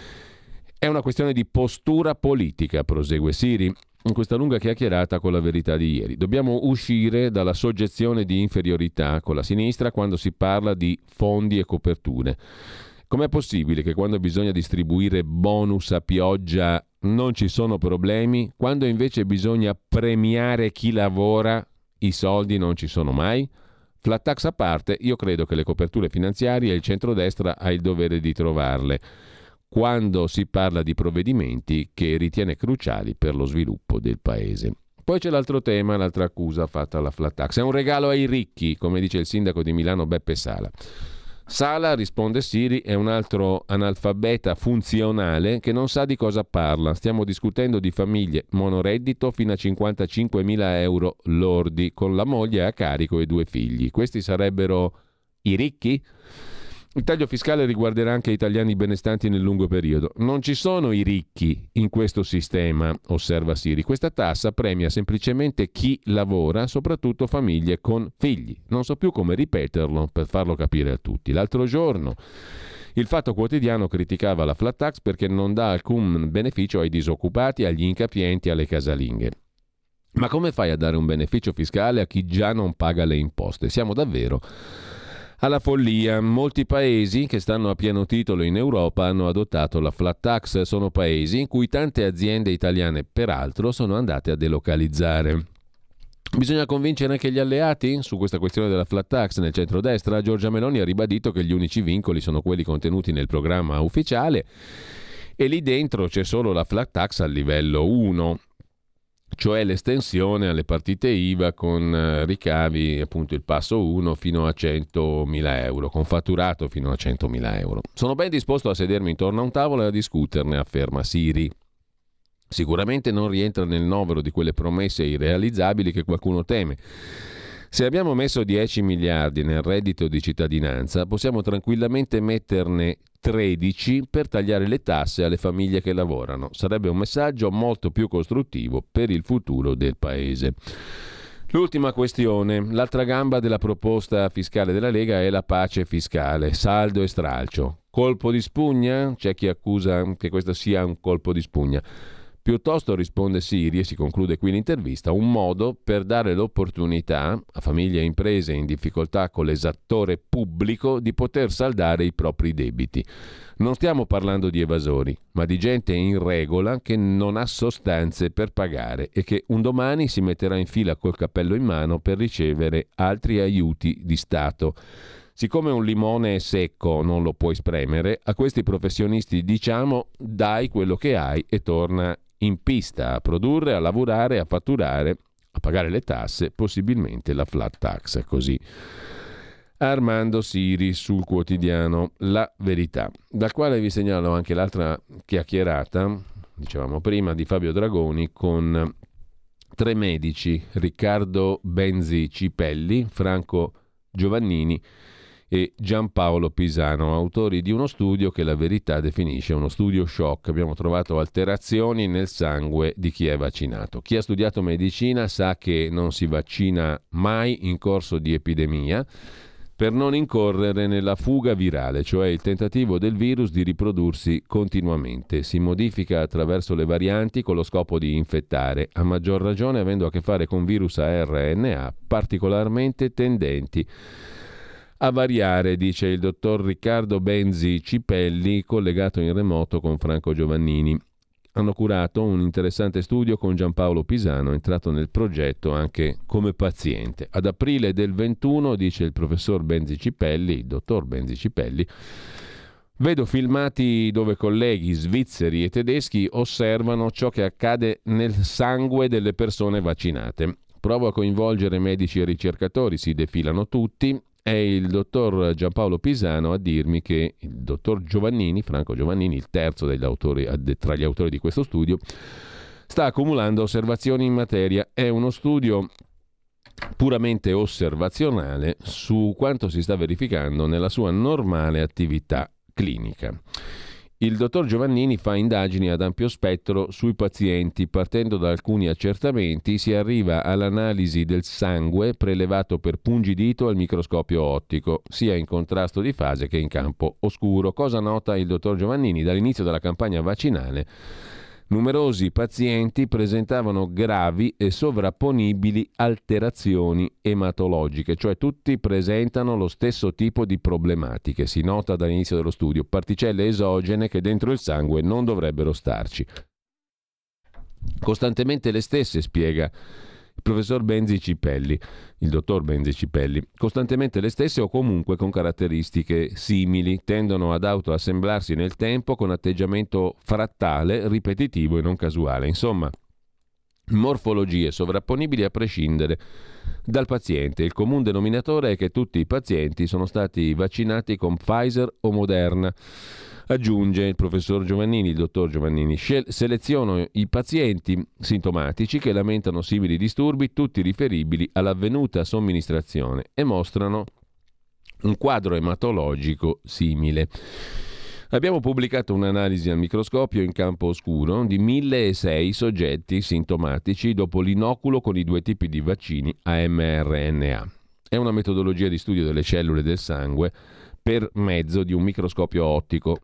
È una questione di postura politica, prosegue Siri in questa lunga chiacchierata con La Verità di ieri. Dobbiamo uscire dalla soggezione di inferiorità con la sinistra quando si parla di fondi e coperture. Com'è possibile che quando bisogna distribuire bonus a pioggia non ci sono problemi, quando invece bisogna premiare chi lavora i soldi non ci sono mai? Flat tax a parte, io credo che le coperture finanziarie il centrodestra ha il dovere di trovarle quando si parla di provvedimenti che ritiene cruciali per lo sviluppo del paese. Poi c'è l'altro tema, l'altra accusa fatta alla flat tax. È un regalo ai ricchi, come dice il sindaco di Milano Beppe Sala. Sala, risponde Siri, è un altro analfabeta funzionale che non sa di cosa parla. Stiamo discutendo di famiglie monoreddito fino a cinquantacinquemila euro lordi, con la moglie a carico e due figli. Questi sarebbero i ricchi? Il taglio fiscale riguarderà anche italiani benestanti nel lungo periodo. Non ci sono i ricchi in questo sistema, osserva Siri. Questa tassa premia semplicemente chi lavora, soprattutto famiglie con figli. Non so più come ripeterlo per farlo capire a tutti. L'altro giorno il Fatto Quotidiano criticava la flat tax perché non dà alcun beneficio ai disoccupati, agli incapienti, alle casalinghe. Ma come fai a dare un beneficio fiscale a chi già non paga le imposte? Siamo davvero alla follia. Molti paesi che stanno a pieno titolo in Europa hanno adottato la flat tax. Sono paesi in cui tante aziende italiane, peraltro, sono andate a delocalizzare. Bisogna convincere anche gli alleati su questa questione della flat tax nel centrodestra. Giorgia Meloni ha ribadito che gli unici vincoli sono quelli contenuti nel programma ufficiale e lì dentro c'è solo la flat tax al livello uno. Cioè l'estensione alle partite I V A con eh, ricavi, appunto il passo uno, fino a centomila euro, con fatturato fino a centomila euro. Sono ben disposto a sedermi intorno a un tavolo e a discuterne, afferma Siri. Sicuramente non rientra nel novero di quelle promesse irrealizzabili che qualcuno teme. Se abbiamo messo dieci miliardi nel reddito di cittadinanza, possiamo tranquillamente metterne tredici per tagliare le tasse alle famiglie che lavorano. Sarebbe un messaggio molto più costruttivo per il futuro del Paese. L'ultima questione, l'altra gamba della proposta fiscale della Lega è la pace fiscale, saldo e stralcio. Colpo di spugna? C'è chi accusa che questo sia un colpo di spugna. Piuttosto, risponde Siri, e si conclude qui l'intervista, un modo per dare l'opportunità a famiglie e imprese in difficoltà con l'esattore pubblico di poter saldare i propri debiti. Non stiamo parlando di evasori, ma di gente in regola che non ha sostanze per pagare e che un domani si metterà in fila col cappello in mano per ricevere altri aiuti di Stato. Siccome un limone secco non lo puoi spremere, a questi professionisti diciamo dai quello che hai e torna in pista a produrre, a lavorare, a fatturare, a pagare le tasse, possibilmente la flat tax. Così Armando Siri sul quotidiano La Verità, dal quale vi segnalo anche l'altra chiacchierata, dicevamo prima, di Fabio Dragoni con tre medici, Riccardo Benzi Cipelli, Franco Giovannini e Giampaolo Pisano, autori di uno studio che La Verità definisce uno studio shock. Abbiamo trovato alterazioni nel sangue di chi è vaccinato. Chi ha studiato medicina sa che non si vaccina mai in corso di epidemia per non incorrere nella fuga virale, cioè il tentativo del virus di riprodursi continuamente. Si modifica attraverso le varianti con lo scopo di infettare, a maggior ragione avendo a che fare con virus a R N A particolarmente tendenti a variare, dice il dottor Riccardo Benzi Cipelli, collegato in remoto con Franco Giovannini. Hanno curato un interessante studio con Giampaolo Pisano, entrato nel progetto anche come paziente. Ad aprile del ventuno, dice il professor Benzi Cipelli, il dottor Benzi Cipelli, vedo filmati dove colleghi svizzeri e tedeschi osservano ciò che accade nel sangue delle persone vaccinate. Provo a coinvolgere medici e ricercatori, si defilano tutti. È il dottor Giampaolo Pisano a dirmi che il dottor Giovannini, Franco Giovannini, il terzo degli autori, tra gli autori di questo studio, sta accumulando osservazioni in materia. È uno studio puramente osservazionale su quanto si sta verificando nella sua normale attività clinica. Il dottor Giovannini fa indagini ad ampio spettro sui pazienti. Partendo da alcuni accertamenti si arriva all'analisi del sangue prelevato per pungidito al microscopio ottico, sia in contrasto di fase che in campo oscuro. Cosa nota il dottor Giovannini? Dall'inizio della campagna vaccinale numerosi pazienti presentavano gravi e sovrapponibili alterazioni ematologiche, cioè tutti presentano lo stesso tipo di problematiche. Si nota dall'inizio dello studio particelle esogene che dentro il sangue non dovrebbero starci. Costantemente le stesse, spiega il professor Benzi Cipelli, il dottor Benzi Cipelli, costantemente le stesse o comunque con caratteristiche simili, tendono ad autoassemblarsi nel tempo con atteggiamento frattale, ripetitivo e non casuale. Insomma, morfologie sovrapponibili a prescindere dal paziente. Il comune denominatore è che tutti i pazienti sono stati vaccinati con Pfizer o Moderna. Aggiunge il professor Giovannini, il dottor Giovannini. Scel- seleziono i pazienti sintomatici che lamentano simili disturbi, tutti riferibili all'avvenuta somministrazione, e mostrano un quadro ematologico simile. Abbiamo pubblicato un'analisi al microscopio in campo oscuro di mille sei soggetti sintomatici dopo l'inoculo con i due tipi di vaccini a mRNA. È una metodologia di studio delle cellule del sangue per mezzo di un microscopio ottico,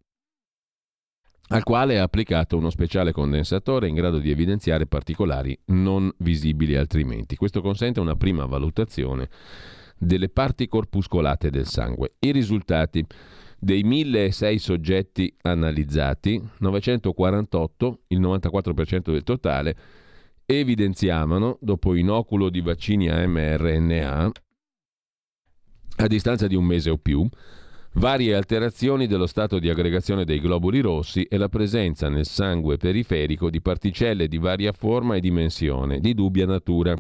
al quale è applicato uno speciale condensatore in grado di evidenziare particolari non visibili altrimenti. Questo consente una prima valutazione delle parti corpuscolate del sangue. I risultati: dei mille sei soggetti analizzati, novecentoquarantotto, il novantaquattro per cento del totale, evidenziavano, dopo inoculo di vaccini a mRNA, a distanza di un mese o più, varie alterazioni dello stato di aggregazione dei globuli rossi e la presenza nel sangue periferico di particelle di varia forma e dimensione, di dubbia natura.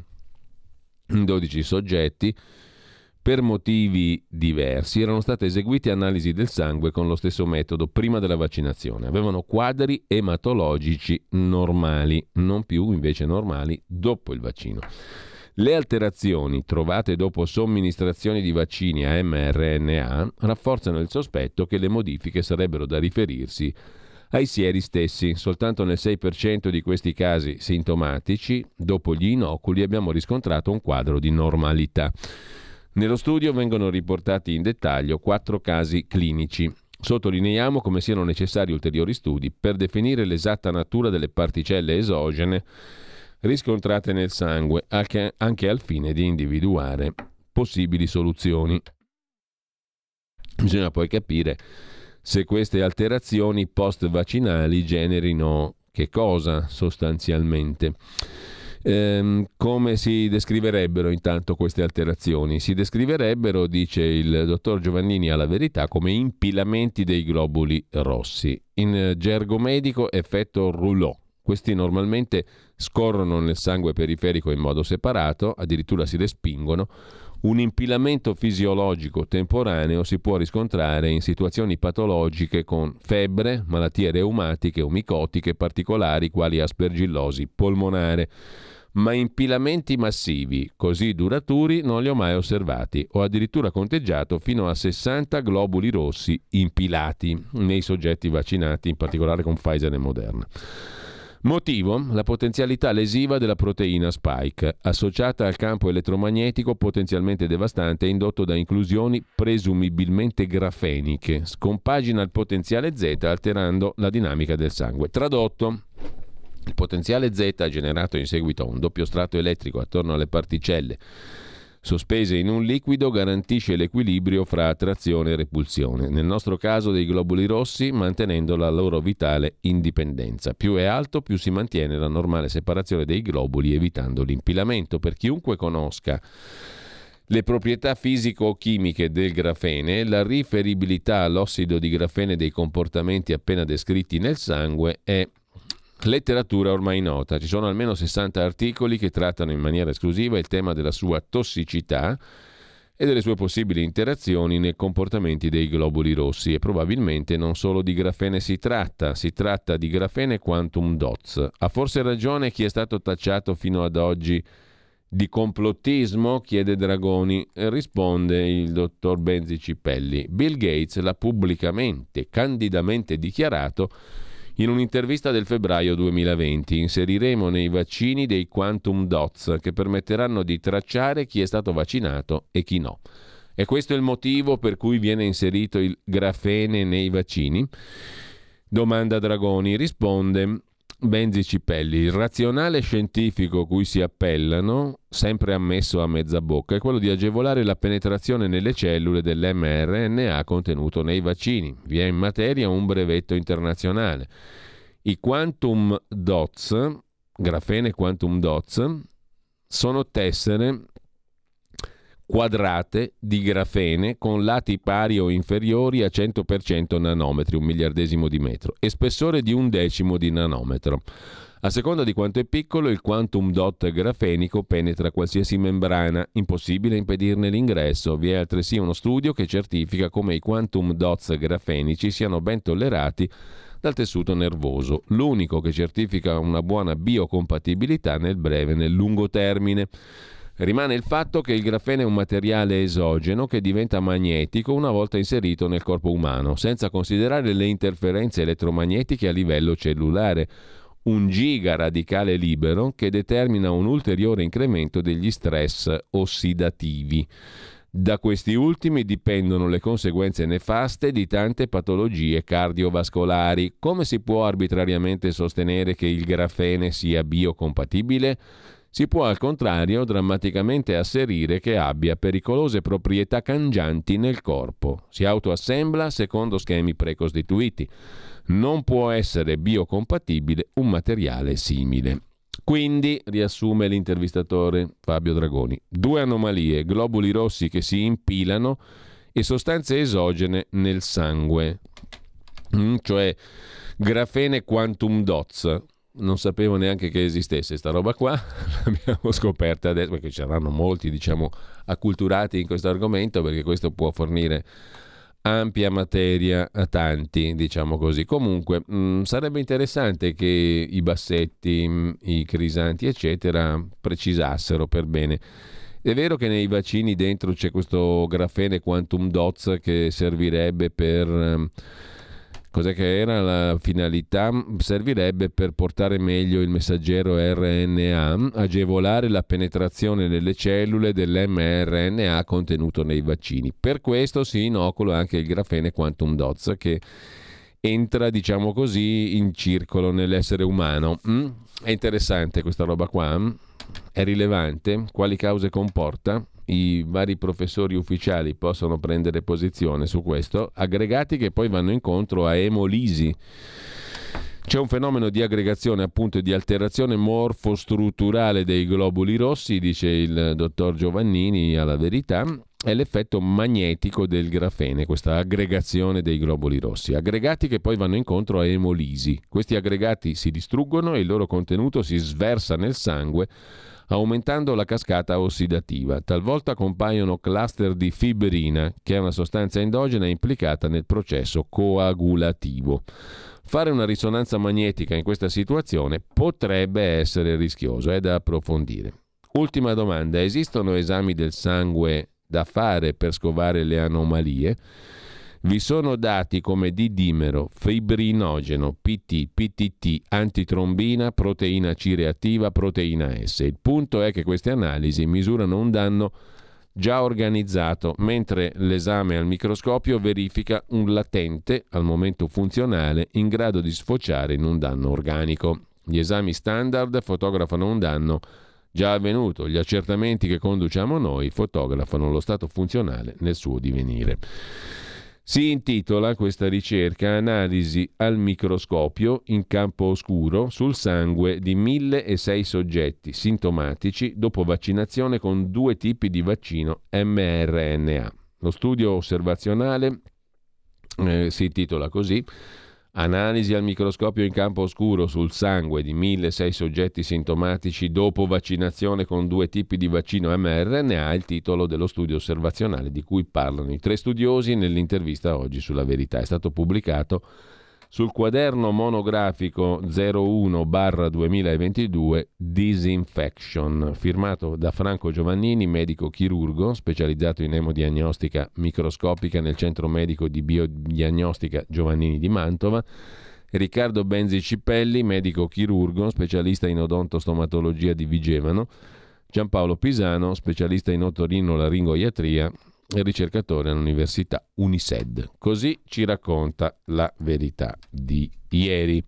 In dodici soggetti, per motivi diversi, erano state eseguite analisi del sangue con lo stesso metodo prima della vaccinazione. Avevano quadri ematologici normali, non più invece normali dopo il vaccino. Le alterazioni trovate dopo somministrazioni di vaccini a mRNA rafforzano il sospetto che le modifiche sarebbero da riferirsi ai sieri stessi. Soltanto nel sei per cento di questi casi sintomatici, dopo gli inoculi, abbiamo riscontrato un quadro di normalità. Nello studio vengono riportati in dettaglio quattro casi clinici. Sottolineiamo come siano necessari ulteriori studi per definire l'esatta natura delle particelle esogene riscontrate nel sangue, anche, anche al fine di individuare possibili soluzioni. Bisogna poi capire se queste alterazioni post-vaccinali generino che cosa sostanzialmente. Ehm, come si descriverebbero intanto queste alterazioni? Si descriverebbero, dice il dottor Giovannini alla Verità, come impilamenti dei globuli rossi. In gergo medico, effetto rouleau. Questi normalmente scorrono nel sangue periferico in modo separato, addirittura si respingono. Un impilamento fisiologico temporaneo si può riscontrare in situazioni patologiche con febbre, malattie reumatiche o micotiche particolari quali aspergillosi polmonare, ma impilamenti massivi così duraturi non li ho mai osservati. Ho addirittura conteggiato fino a sessanta globuli rossi impilati nei soggetti vaccinati, in particolare con Pfizer e Moderna. Motivo? La potenzialità lesiva della proteina spike, associata al campo elettromagnetico potenzialmente devastante indotto da inclusioni presumibilmente grafeniche. Scompagina il potenziale Z alterando la dinamica del sangue. Tradotto: il potenziale Z generato in seguito a un doppio strato elettrico attorno alle particelle sospese in un liquido garantisce l'equilibrio fra attrazione e repulsione, nel nostro caso dei globuli rossi, mantenendo la loro vitale indipendenza. Più è alto, più si mantiene la normale separazione dei globuli, evitando l'impilamento. Per chiunque conosca le proprietà fisico-chimiche del grafene, la riferibilità all'ossido di grafene dei comportamenti appena descritti nel sangue è letteratura ormai nota. Ci sono almeno sessanta articoli che trattano in maniera esclusiva il tema della sua tossicità e delle sue possibili interazioni nei comportamenti dei globuli rossi, e probabilmente non solo di grafene si tratta, si tratta di grafene quantum dots. Ha forse ragione chi è stato tacciato fino ad oggi di complottismo? Chiede Dragoni. Risponde il dottor Benzi Cipelli. Bill Gates l'ha pubblicamente, candidamente dichiarato in un'intervista del febbraio duemilaventi. Inseriremo nei vaccini dei quantum dots che permetteranno di tracciare chi è stato vaccinato e chi no. E questo è il motivo per cui viene inserito il grafene nei vaccini? Domanda Dragoni. Risponde Benzi Cipelli. Il razionale scientifico cui si appellano, sempre ammesso a mezza bocca, è quello di agevolare la penetrazione nelle cellule dell'mRNA contenuto nei vaccini. Vi è in materia un brevetto internazionale. I quantum dots, grafene quantum dots, sono tessere quadrate di grafene con lati pari o inferiori a cento per cento nanometri, un miliardesimo di metro, e spessore di un decimo di nanometro. A seconda di quanto è piccolo, il quantum dot grafenico penetra qualsiasi membrana, impossibile impedirne l'ingresso. Vi è altresì uno studio che certifica come i quantum dots grafenici siano ben tollerati dal tessuto nervoso, l'unico che certifica una buona biocompatibilità nel breve e nel lungo termine. Rimane il fatto che il grafene è un materiale esogeno che diventa magnetico una volta inserito nel corpo umano, senza considerare le interferenze elettromagnetiche a livello cellulare. Un giga radicale libero che determina un ulteriore incremento degli stress ossidativi. Da questi ultimi dipendono le conseguenze nefaste di tante patologie cardiovascolari. Come si può arbitrariamente sostenere che il grafene sia biocompatibile? Si può al contrario drammaticamente asserire che abbia pericolose proprietà cangianti nel corpo. Si autoassembla secondo schemi precostituiti. Non può essere biocompatibile un materiale simile. Quindi, riassume l'intervistatore Fabio Dragoni, due anomalie, globuli rossi che si impilano e sostanze esogene nel sangue, mm, cioè grafene quantum dots. Non sapevo neanche che esistesse sta roba qua, l'abbiamo scoperta adesso, perché ci saranno molti, diciamo, acculturati in questo argomento, perché questo può fornire ampia materia a tanti, diciamo così. Comunque mh, sarebbe interessante che i Bassetti, mh, i Crisanti eccetera precisassero per bene. È vero che nei vaccini dentro c'è questo grafene quantum dots che servirebbe per mh, cos'è che era la finalità? Servirebbe per portare meglio il messaggero R N A, agevolare la penetrazione nelle cellule dell'mRNA contenuto nei vaccini. Per questo si inocula anche il grafene quantum dots che entra, diciamo così, in circolo nell'essere umano. Mm? È interessante questa roba qua? È rilevante? Quali cause comporta? I vari professori ufficiali possono prendere posizione su questo, aggregati che poi vanno incontro a emolisi. C'è un fenomeno di aggregazione, appunto, e di alterazione morfostrutturale dei globuli rossi, dice il dottor Giovannini alla Verità, è l'effetto magnetico del grafene, questa aggregazione dei globuli rossi, aggregati che poi vanno incontro a emolisi. Questi aggregati si distruggono e il loro contenuto si sversa nel sangue, aumentando la cascata ossidativa. Talvolta compaiono cluster di fibrina, che è una sostanza endogena implicata nel processo coagulativo. Fare una risonanza magnetica in questa situazione potrebbe essere rischioso, è da approfondire. Ultima domanda: esistono esami del sangue da fare per scovare le anomalie? Vi sono dati come D-dimero, fibrinogeno, P T, P T T, antitrombina, proteina C reattiva, proteina S. Il punto è che queste analisi misurano un danno già organizzato, mentre l'esame al microscopio verifica un latente, al momento funzionale, in grado di sfociare in un danno organico. Gli esami standard fotografano un danno già avvenuto, gli accertamenti che conduciamo noi fotografano lo stato funzionale nel suo divenire. Si intitola questa ricerca Analisi al microscopio in campo oscuro sul sangue di mille sei soggetti sintomatici dopo vaccinazione con due tipi di vaccino mRNA. Lo studio osservazionale eh, si intitola così: Analisi al microscopio in campo oscuro sul sangue di mille sei soggetti sintomatici dopo vaccinazione con due tipi di vaccino mRNA, il titolo dello studio osservazionale di cui parlano i tre studiosi nell'intervista oggi sulla Verità. È stato pubblicato sul quaderno monografico zero uno barra duemilaventidue Disinfection, firmato da Franco Giovannini, medico chirurgo specializzato in emodiagnostica microscopica nel centro medico di biodiagnostica Giovannini di Mantova, Riccardo Benzi Cipelli, medico chirurgo specialista in odontostomatologia di Vigevano, Giampaolo Pisano, specialista in otorinolaringoiatria e ricercatore all'Università Unised. Così ci racconta la Verità di ieri.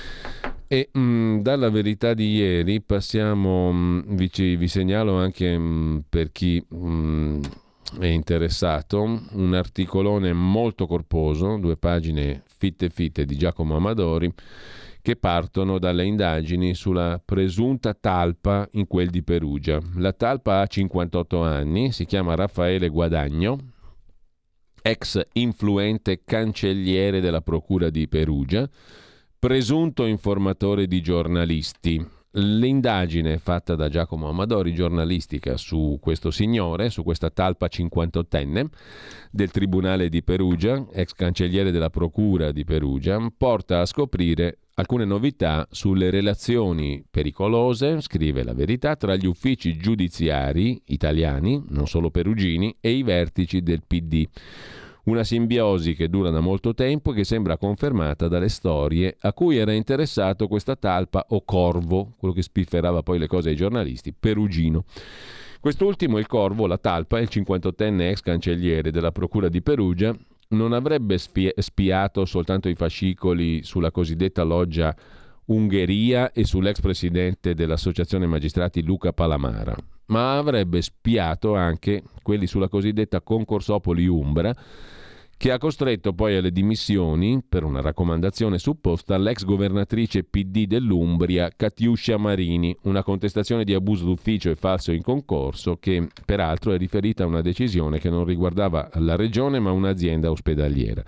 E mh, dalla Verità di ieri passiamo, mh, vi, ci, vi segnalo anche mh, per chi mh, è interessato un articolone molto corposo, due pagine fitte fitte di Giacomo Amadori, che partono dalle indagini sulla presunta talpa in quel di Perugia. La talpa ha cinquantotto anni, si chiama Raffaele Guadagno, ex influente cancelliere della Procura di Perugia, presunto informatore di giornalisti. L'indagine fatta da Giacomo Amadori, giornalistica, su questo signore, su questa talpa cinquantottenne del Tribunale di Perugia, ex cancelliere della Procura di Perugia, porta a scoprire alcune novità sulle relazioni pericolose, scrive La Verità, tra gli uffici giudiziari italiani, non solo perugini, e i vertici del P D. Una simbiosi che dura da molto tempo e che sembra confermata dalle storie a cui era interessato questa talpa o corvo, quello che spifferava poi le cose ai giornalisti, perugino. Quest'ultimo, il corvo, la talpa, il cinquantottenne ex cancelliere della Procura di Perugia, non avrebbe spie- spiato soltanto i fascicoli sulla cosiddetta loggia Ungheria e sull'ex presidente dell'Associazione Magistrati Luca Palamara, ma avrebbe spiato anche quelli sulla cosiddetta Concorsopoli Umbra, che ha costretto poi alle dimissioni, per una raccomandazione supposta, l'ex governatrice P D dell'Umbria Catiuscia Marini, una contestazione di abuso d'ufficio e falso in concorso che peraltro è riferita a una decisione che non riguardava la regione ma un'azienda ospedaliera.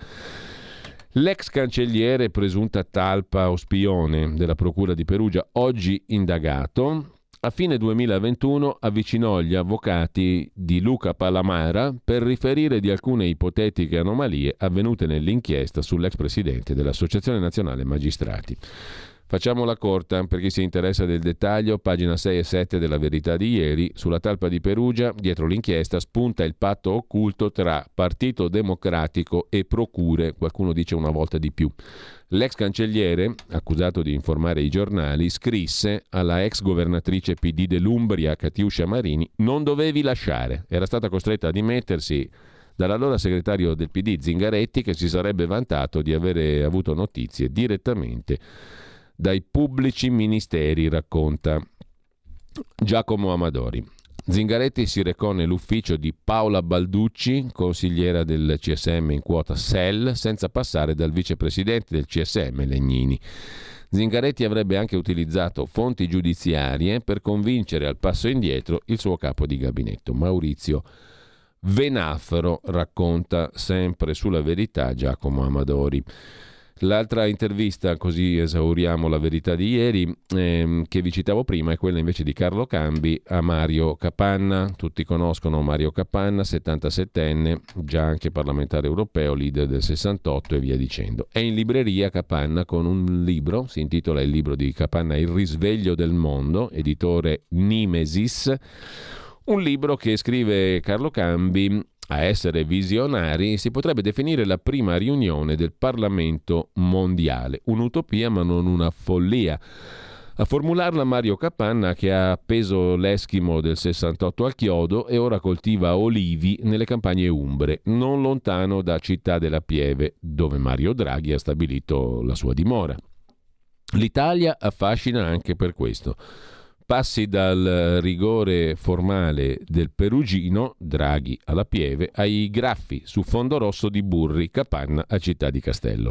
L'ex cancelliere, presunta talpa o spione della Procura di Perugia, oggi indagato, a fine duemilaventuno avvicinò gli avvocati di Luca Palamara per riferire di alcune ipotetiche anomalie avvenute nell'inchiesta sull'ex presidente dell'Associazione Nazionale Magistrati. Facciamola corta per chi si interessa del dettaglio, pagina sei e sette della Verità di ieri, sulla talpa di Perugia, dietro l'inchiesta spunta il patto occulto tra Partito Democratico e procure, qualcuno dice una volta di più. L'ex cancelliere, accusato di informare i giornali, scrisse alla ex governatrice P D dell'Umbria, Catiuscia Marini, non dovevi lasciare, era stata costretta a dimettersi dall'allora segretario del P D Zingaretti, che si sarebbe vantato di avere avuto notizie direttamente dai pubblici ministeri, racconta Giacomo Amadori. Zingaretti si recò nell'ufficio di Paola Balducci, consigliera del C S M in quota S E L, senza passare dal vicepresidente del C S M Legnini. Zingaretti avrebbe anche utilizzato fonti giudiziarie per convincere al passo indietro il suo capo di gabinetto, Maurizio Venafro, racconta sempre sulla Verità Giacomo Amadori. L'altra intervista, così esauriamo La Verità di ieri, ehm, che vi citavo prima, è quella invece di Carlo Cambi a Mario Capanna. Tutti conoscono Mario Capanna, settantasettenne, già anche parlamentare europeo, leader del sessantotto e via dicendo. È in libreria Capanna con un libro, si intitola il libro di Capanna Il risveglio del mondo, editore Nimesis, un libro che scrive Carlo Cambi. A essere visionari si potrebbe definire la prima riunione del Parlamento mondiale, un'utopia ma non una follia. A formularla Mario Capanna, che ha appeso l'Eschimo del sessantotto al chiodo e ora coltiva olivi nelle campagne umbre, non lontano da Città della Pieve, dove Mario Draghi ha stabilito la sua dimora. L'Italia affascina anche per questo. Passi dal rigore formale del perugino, Draghi alla Pieve, ai graffi su fondo rosso di Burri, Capanna a Città di Castello.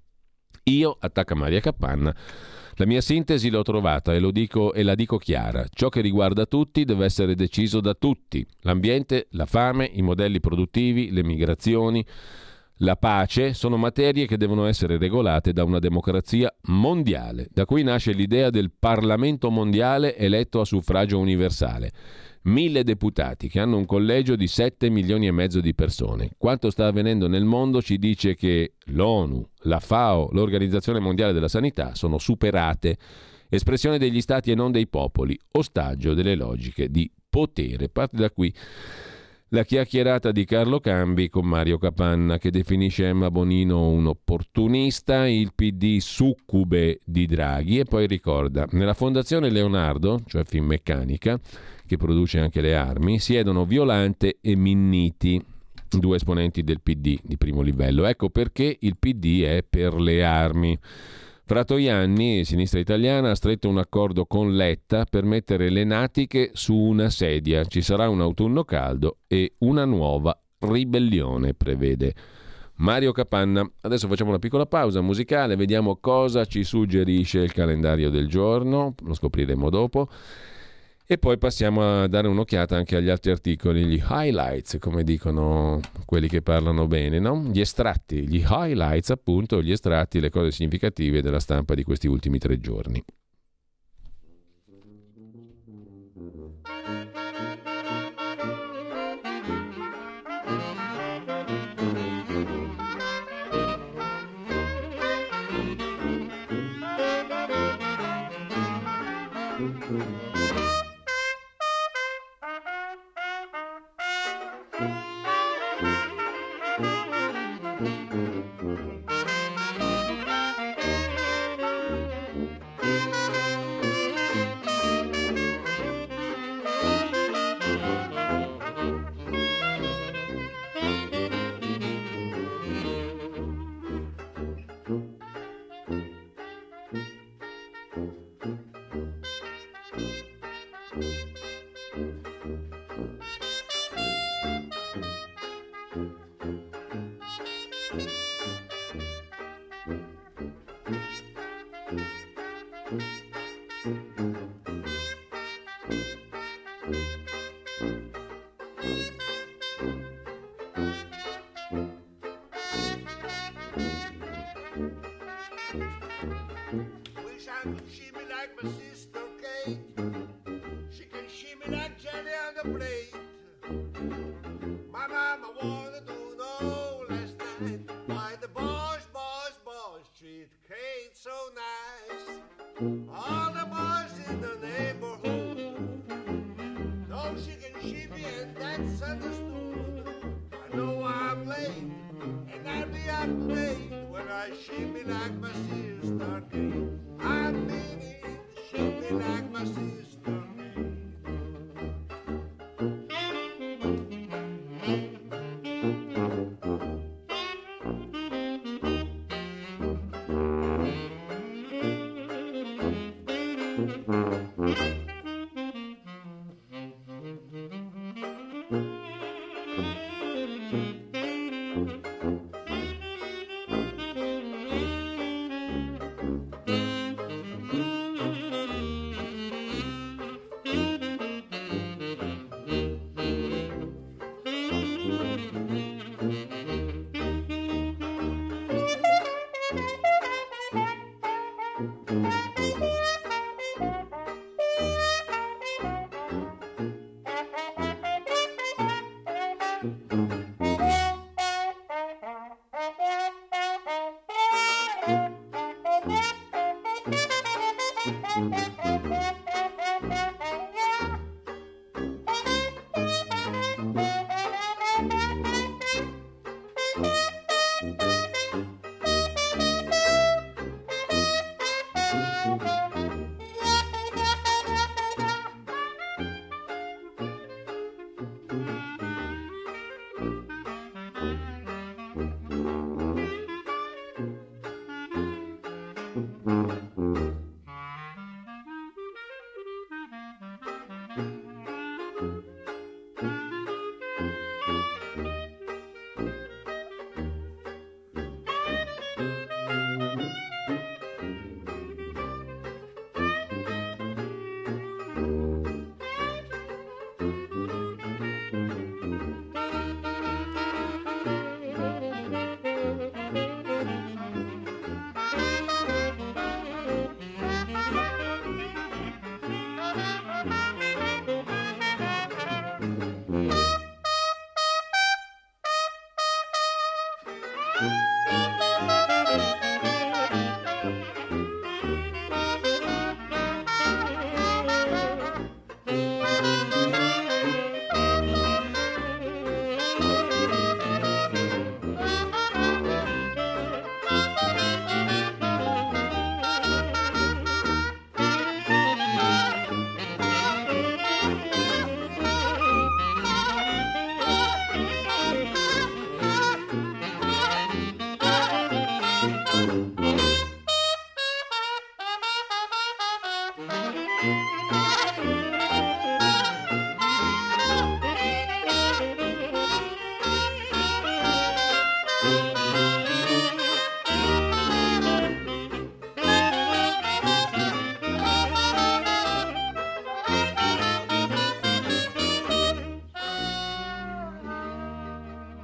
Io, attacca Maria Capanna, la mia sintesi l'ho trovata e lo dico e la dico chiara. Ciò che riguarda tutti deve essere deciso da tutti. L'ambiente, la fame, i modelli produttivi, le migrazioni, la pace sono materie che devono essere regolate da una democrazia mondiale. Da qui nasce l'idea del Parlamento mondiale eletto a suffragio universale. Mille deputati che hanno un collegio di sette milioni e mezzo di persone. Quanto sta avvenendo nel mondo ci dice che l'ONU, la FAO, l'Organizzazione Mondiale della Sanità sono superate. Espressione degli stati e non dei popoli. Ostaggio delle logiche di potere. Parte da qui la chiacchierata di Carlo Cambi con Mario Capanna, che definisce Emma Bonino un opportunista, il P D succube di Draghi, e poi ricorda: nella Fondazione Leonardo, cioè Finmeccanica, che produce anche le armi, siedono Violante e Minniti, due esponenti del P D di primo livello. Ecco perché il P D è per le armi. Fratoianni, Sinistra Italiana, ha stretto un accordo con Letta per mettere le natiche su una sedia. Ci sarà un autunno caldo e una nuova ribellione, prevede Mario Capanna. Adesso facciamo una piccola pausa musicale, vediamo cosa ci suggerisce il calendario del giorno, lo scopriremo dopo. E poi passiamo a dare un'occhiata anche agli altri articoli, gli highlights, come dicono quelli che parlano bene, no? Gli estratti, gli highlights, appunto, gli estratti, le cose significative della stampa di questi ultimi tre giorni.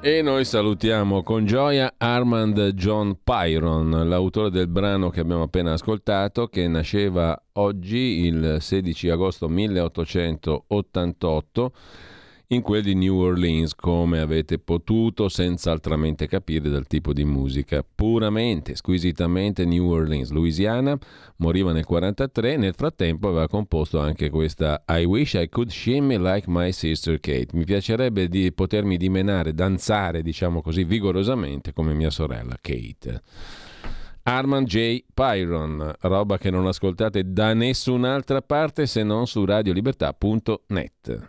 E noi salutiamo con gioia Armand John Pyron, l'autore del brano che abbiamo appena ascoltato, che nasceva oggi, il sedici agosto milleottocentottantotto, in quel di New Orleans, come avete potuto senz'altramente capire dal tipo di musica. Puramente, squisitamente New Orleans, Louisiana. Moriva nel quarantatré, nel frattempo aveva composto anche questa I Wish I Could Shimmy Like My Sister Kate. Mi piacerebbe di potermi dimenare, danzare, diciamo così, vigorosamente come mia sorella Kate. Armand J. Pyron, roba che non ascoltate da nessun'altra parte se non su radiolibertà punto net.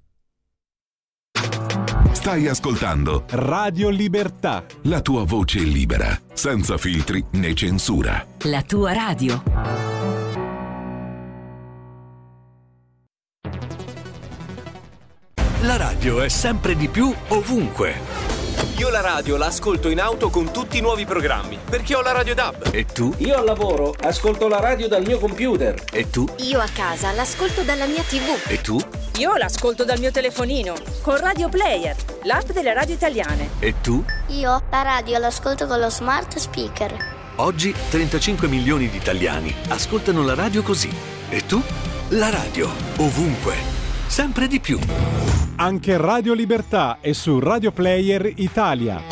Stai ascoltando Radio Libertà, la tua voce libera, senza filtri né censura. La tua radio. La radio è sempre di più ovunque. Io la radio la ascolto in auto con tutti i nuovi programmi, perché ho la Radio D A B. E tu? Io al lavoro ascolto la radio dal mio computer. E tu? Io a casa l'ascolto dalla mia tivù. E tu? Io l'ascolto dal mio telefonino, con Radio Player, l'app delle radio italiane. E tu? Io la radio l'ascolto con lo smart speaker. Oggi trentacinque milioni di italiani ascoltano la radio così. E tu? La radio, ovunque, sempre di più. Anche Radio Libertà è su Radio Player Italia.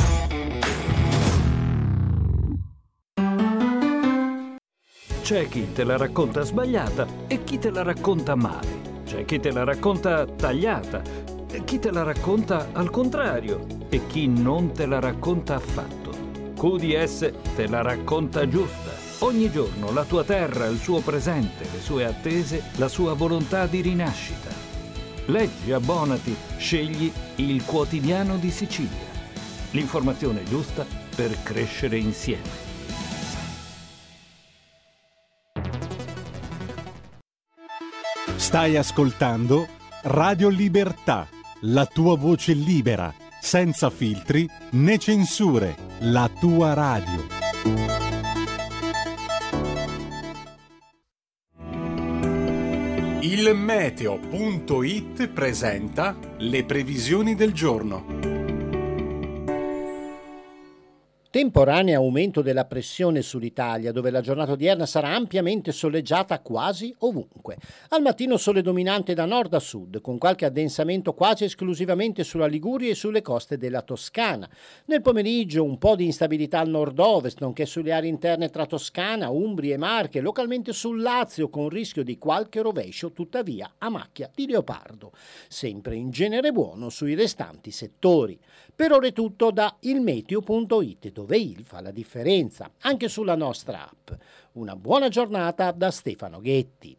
C'è chi te la racconta sbagliata e chi te la racconta male. C'è chi te la racconta tagliata e chi te la racconta al contrario e chi non te la racconta affatto. Q D S te la racconta giusta. Ogni giorno la tua terra, il suo presente, le sue attese, la sua volontà di rinascita. Leggi, abbonati, scegli il Quotidiano di Sicilia. L'informazione giusta per crescere insieme. Stai ascoltando Radio Libertà, la tua voce libera, senza filtri né censure, la tua radio. Il meteo punto it presenta le previsioni del giorno. Temporaneo aumento della pressione sull'Italia, dove la giornata odierna sarà ampiamente soleggiata quasi ovunque. Al mattino sole dominante da nord a sud, con qualche addensamento quasi esclusivamente sulla Liguria e sulle coste della Toscana. Nel pomeriggio un po' di instabilità al nord-ovest, nonché sulle aree interne tra Toscana, Umbria e Marche, localmente sul Lazio, con rischio di qualche rovescio, tuttavia a macchia di leopardo. Sempre in genere buono sui restanti settori. Per ora è tutto da il meteo punto it, dove il fa la differenza, anche sulla nostra app. Una buona giornata da Stefano Ghetti.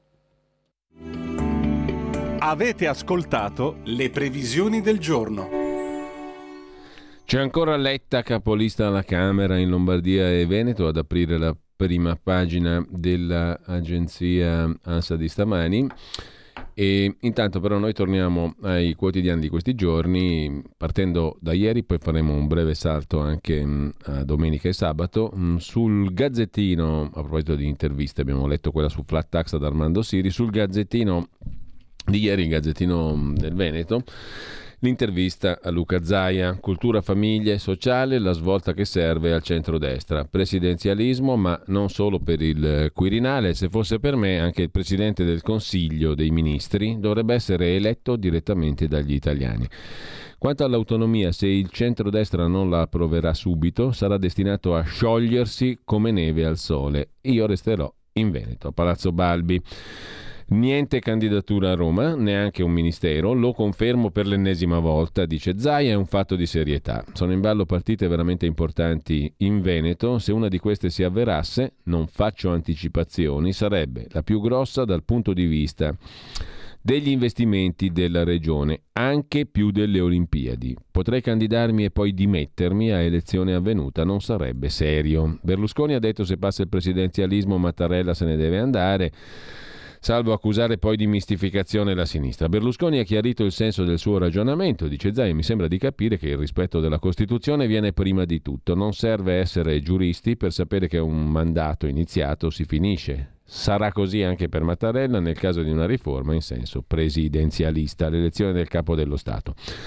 Avete ascoltato le previsioni del giorno. C'è ancora Letta, capolista alla Camera in Lombardia e Veneto, ad aprire la prima pagina dell'agenzia ANSA di stamani. E intanto però noi torniamo ai quotidiani di questi giorni, partendo da ieri, poi faremo un breve salto anche mh, a domenica e sabato. Mh, sul Gazzettino, a proposito di interviste, abbiamo letto quella su Flat Tax ad Armando Siri, sul Gazzettino di ieri, il Gazzettino del Veneto, l'intervista a Luca Zaia, cultura, famiglia e sociale, la svolta che serve al centrodestra, presidenzialismo ma non solo per il Quirinale, se fosse per me anche il Presidente del Consiglio dei Ministri dovrebbe essere eletto direttamente dagli italiani. Quanto all'autonomia, se il centrodestra non la approverà subito sarà destinato a sciogliersi come neve al sole. Io resterò in Veneto, a Palazzo Balbi. Niente candidatura a Roma, neanche un ministero, lo confermo per l'ennesima volta, dice Zaia, è un fatto di serietà. Sono in ballo partite veramente importanti in Veneto, se una di queste si avverasse, non faccio anticipazioni, sarebbe la più grossa dal punto di vista degli investimenti della regione, anche più delle Olimpiadi. Potrei candidarmi e poi dimettermi a elezione avvenuta, non sarebbe serio. Berlusconi ha detto se passa il presidenzialismo Mattarella se ne deve andare, salvo accusare poi di mistificazione la sinistra. Berlusconi ha chiarito il senso del suo ragionamento, dice Zaia, mi sembra di capire che il rispetto della Costituzione viene prima di tutto. Non serve essere giuristi per sapere che un mandato iniziato si finisce. Sarà così anche per Mattarella nel caso di una riforma in senso presidenzialista, l'elezione del capo dello Stato.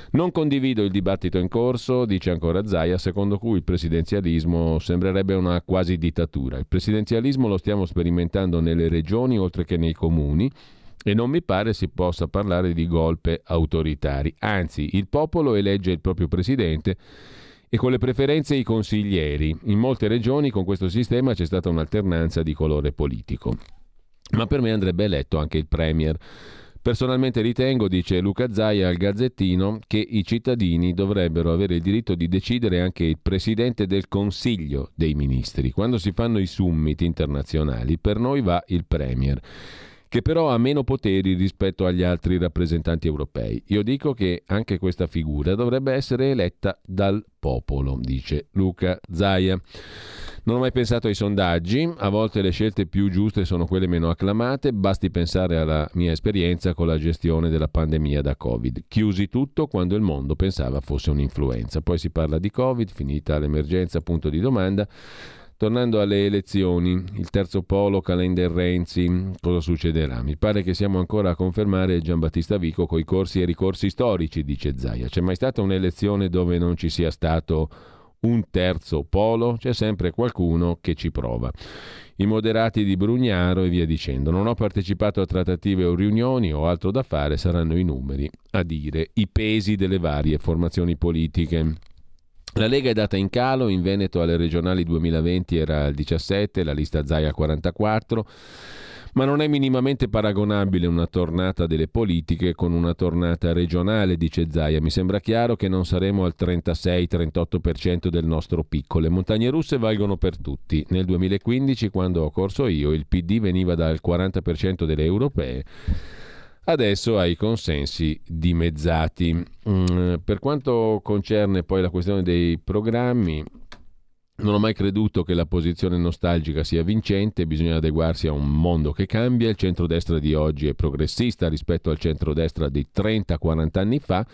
Non condivido il dibattito in corso, dice ancora Zaia, secondo cui il presidenzialismo sembrerebbe una quasi dittatura. Il presidenzialismo lo stiamo sperimentando nelle regioni oltre che nei comuni e non mi pare si possa parlare di golpe autoritari. Anzi, il popolo elegge il proprio presidente e con le preferenze i consiglieri. In molte regioni con questo sistema c'è stata un'alternanza di colore politico. Ma per me andrebbe eletto anche il premier. Personalmente ritengo, dice Luca Zaia al Gazzettino, che i cittadini dovrebbero avere il diritto di decidere anche il presidente del Consiglio dei Ministri. Quando si fanno i summit internazionali, per noi va il premier, che però ha meno poteri rispetto agli altri rappresentanti europei. Io dico che anche questa figura dovrebbe essere eletta dal popolo, dice Luca Zaia. Non ho mai pensato ai sondaggi, a volte le scelte più giuste sono quelle meno acclamate, basti pensare alla mia esperienza con la gestione della pandemia da Covid. Chiusi tutto quando il mondo pensava fosse un'influenza. Poi si parla di Covid, finita l'emergenza, punto di domanda. Tornando alle elezioni, il terzo polo, Calenda e Renzi, cosa succederà? Mi pare che siamo ancora a confermare Giambattista Vico coi corsi e ricorsi storici, dice Zaia. C'è mai stata un'elezione dove non ci sia stato un terzo polo? C'è sempre qualcuno che ci prova. I moderati di Brugnaro e via dicendo. Non ho partecipato a trattative o riunioni, ho altro da fare, saranno i numeri a dire i pesi delle varie formazioni politiche. La Lega è data in calo, in Veneto alle regionali duemilaventi era al diciassette, la lista Zaia al quarantaquattro, ma non è minimamente paragonabile una tornata delle politiche con una tornata regionale, dice Zaia. Mi sembra chiaro che non saremo al trentasei trentotto per cento del nostro picco. Le montagne russe valgono per tutti. Nel duemilaquindici, quando ho corso io, il P D veniva dal quaranta per cento delle europee. Adesso ha i consensi dimezzati. Mm, per quanto concerne poi la questione dei programmi, non ho mai creduto che la posizione nostalgica sia vincente, bisogna adeguarsi a un mondo che cambia. Il centrodestra di oggi è progressista rispetto al centrodestra di trenta quaranta anni fa,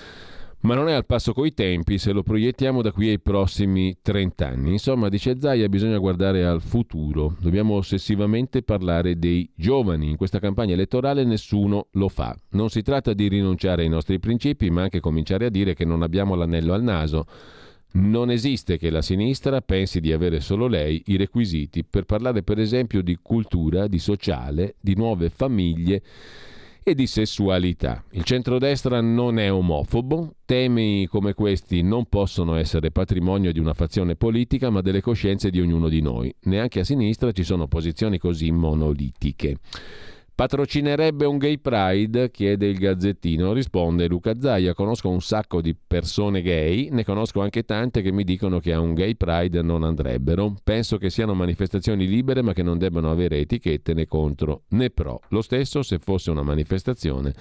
ma non è al passo coi tempi se lo proiettiamo da qui ai prossimi trenta anni. Insomma, dice Zaia, bisogna guardare al futuro. Dobbiamo ossessivamente parlare dei giovani. In questa campagna elettorale nessuno lo fa. Non si tratta di rinunciare ai nostri principi, ma anche cominciare a dire che non abbiamo l'anello al naso. Non esiste che la sinistra pensi di avere solo lei i requisiti per parlare, per esempio, di cultura, di sociale, di nuove famiglie e di sessualità. Il centrodestra non è omofobo, temi come questi non possono essere patrimonio di una fazione politica, ma delle coscienze di ognuno di noi. Neanche a sinistra ci sono posizioni così monolitiche. Patrocinerebbe un gay pride? Chiede il Gazzettino. Risponde Luca Zaia: conosco un sacco di persone gay, ne conosco anche tante che mi dicono che a un gay pride non andrebbero. Penso che siano manifestazioni libere, ma che non debbano avere etichette né contro né pro. Lo stesso se fosse una manifestazione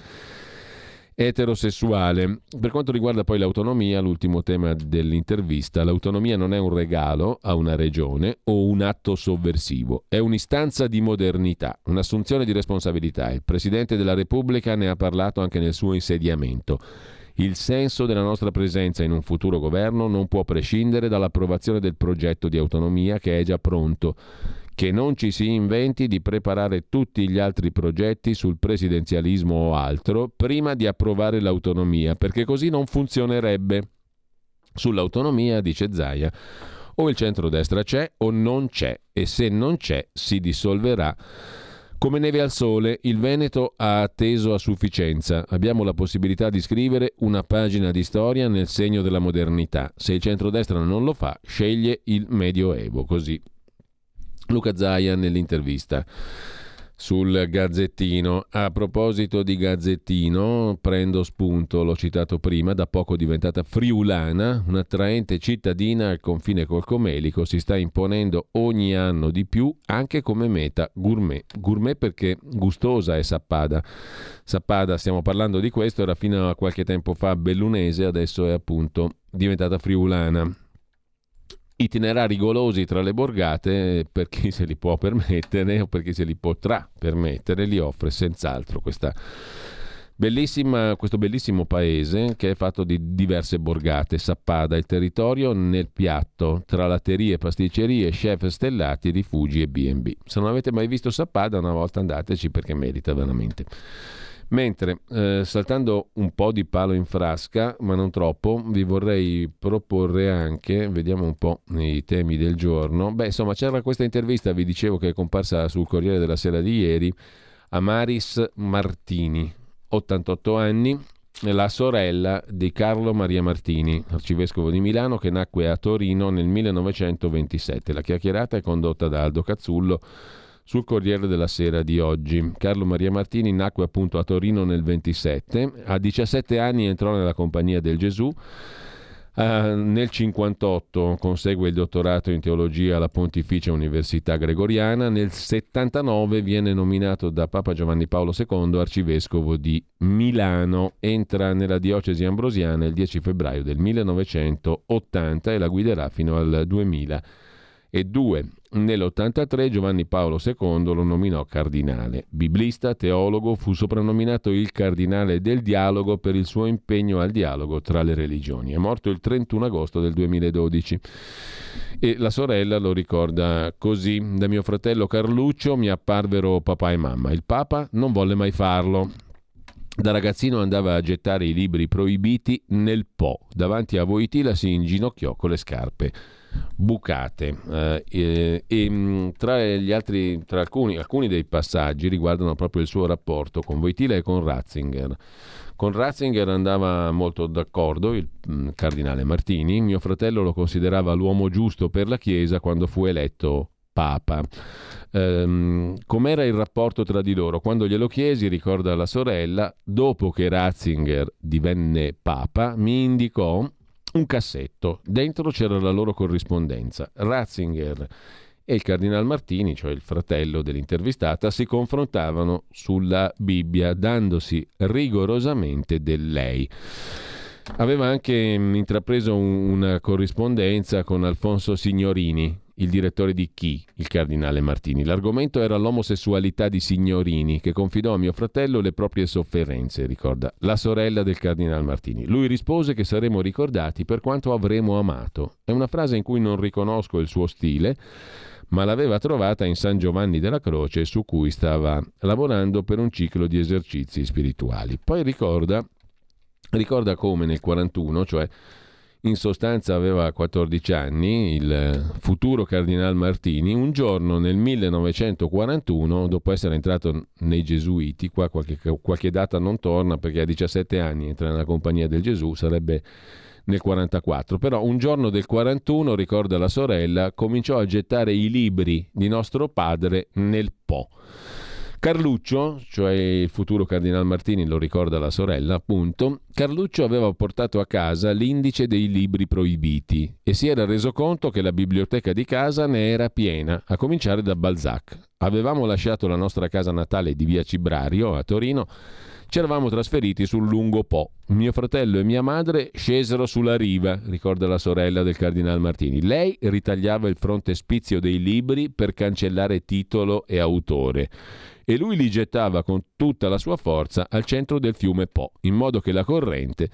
eterosessuale. Per quanto riguarda poi l'autonomia, l'ultimo tema dell'intervista, l'autonomia non è un regalo a una regione o un atto sovversivo, è un'istanza di modernità, un'assunzione di responsabilità. Il Presidente della Repubblica ne ha parlato anche nel suo insediamento. Il senso della nostra presenza in un futuro governo non può prescindere dall'approvazione del progetto di autonomia che è già pronto. Che non ci si inventi di preparare tutti gli altri progetti sul presidenzialismo o altro prima di approvare l'autonomia, perché così non funzionerebbe. Sull'autonomia, dice Zaia, o il centrodestra c'è o non c'è, e se non c'è si dissolverà come neve al sole. Il Veneto ha atteso a sufficienza. Abbiamo la possibilità di scrivere una pagina di storia nel segno della modernità. Se il centrodestra non lo fa, sceglie il Medioevo. Così Luca Zaia nell'intervista sul Gazzettino. A proposito di Gazzettino, prendo spunto, l'ho citato prima, da poco diventata friulana, un'attraente cittadina al confine col Comelico, si sta imponendo ogni anno di più anche come meta gourmet. Gourmet perché gustosa è Sappada. Sappada, stiamo parlando di questo, era fino a qualche tempo fa bellunese, adesso è appunto diventata friulana. Itinerari golosi tra le borgate per chi se li può permettere o per chi se li potrà permettere, li offre senz'altro questa bellissima, questo bellissimo paese che è fatto di diverse borgate. Sappada, il territorio nel piatto tra latterie, pasticcerie, chef stellati, rifugi e B and B. Se non avete mai visto Sappada, una volta andateci perché merita veramente. Mentre, eh, saltando un po' di palo in frasca, ma non troppo, vi vorrei proporre anche, vediamo un po' i temi del giorno. Beh, insomma, c'era questa intervista, vi dicevo, che è comparsa sul Corriere della Sera di ieri, a Maris Martini, ottantotto anni, la sorella di Carlo Maria Martini, arcivescovo di Milano, che nacque a Torino nel millenovecentoventisette. La chiacchierata è condotta da Aldo Cazzullo sul Corriere della Sera di oggi. Carlo Maria Martini nacque appunto a Torino nel ventisette, a diciassette anni entrò nella Compagnia del Gesù, uh, nel cinquantotto consegue il dottorato in teologia alla Pontificia Università Gregoriana, nel settantanove viene nominato da Papa Giovanni Paolo secondo arcivescovo di Milano, entra nella diocesi ambrosiana il dieci febbraio del millenovecentottanta e la guiderà fino al duemiladue. Nell'ottantatré Giovanni Paolo secondo lo nominò cardinale. Biblista, teologo, fu soprannominato il cardinale del dialogo per il suo impegno al dialogo tra le religioni. È morto il trentuno agosto del duemiladodici e la sorella lo ricorda così: da mio fratello Carluccio mi apparvero papà e mamma. Il Papa non volle mai farlo. Da ragazzino andava a gettare i libri proibiti nel Po. Davanti a Wojtyla si inginocchiò con le scarpe bucate. Eh, e, e tra gli altri, tra alcuni, alcuni dei passaggi riguardano proprio il suo rapporto con Wojtyla e con Ratzinger. Con Ratzinger andava molto d'accordo il mh, cardinale Martini. Mio fratello lo considerava l'uomo giusto per la Chiesa quando fu eletto Papa. Um, com'era il rapporto tra di loro? Quando glielo chiesi, ricorda la sorella, dopo che Ratzinger divenne Papa, mi indicò un cassetto. Dentro c'era la loro corrispondenza. Ratzinger e il cardinal Martini, cioè il fratello dell'intervistata, si confrontavano sulla Bibbia, dandosi rigorosamente del lei. Aveva anche intrapreso una corrispondenza con Alfonso Signorini, il direttore di Chi, il cardinale Martini. L'argomento era l'omosessualità di Signorini, che confidò a mio fratello le proprie sofferenze, ricorda la sorella del cardinale Martini. Lui rispose che saremo ricordati per quanto avremo amato. È una frase in cui non riconosco il suo stile, ma l'aveva trovata in San Giovanni della Croce, su cui stava lavorando per un ciclo di esercizi spirituali. Poi ricorda, ricorda come nel quarantuno, cioè in sostanza aveva quattordici anni, il futuro cardinal Martini, un giorno nel millenovecentoquarantuno, dopo essere entrato nei Gesuiti, qua qualche, qualche data non torna perché a diciassette anni entra nella Compagnia del Gesù, sarebbe nel quarantaquattro, però un giorno del quarantuno, ricorda la sorella, cominciò a gettare i libri di nostro padre nel Po. Carluccio, cioè il futuro cardinal Martini, lo ricorda la sorella, appunto, Carluccio aveva portato a casa l'indice dei libri proibiti e si era reso conto che la biblioteca di casa ne era piena, a cominciare da Balzac. Avevamo lasciato la nostra casa natale di via Cibrario a Torino, ci eravamo trasferiti sul lungo Po. Mio fratello e mia madre scesero sulla riva, ricorda la sorella del cardinal Martini. Lei ritagliava il frontespizio dei libri per cancellare titolo e autore, e lui li gettava con tutta la sua forza al centro del fiume Po, in modo che la corrente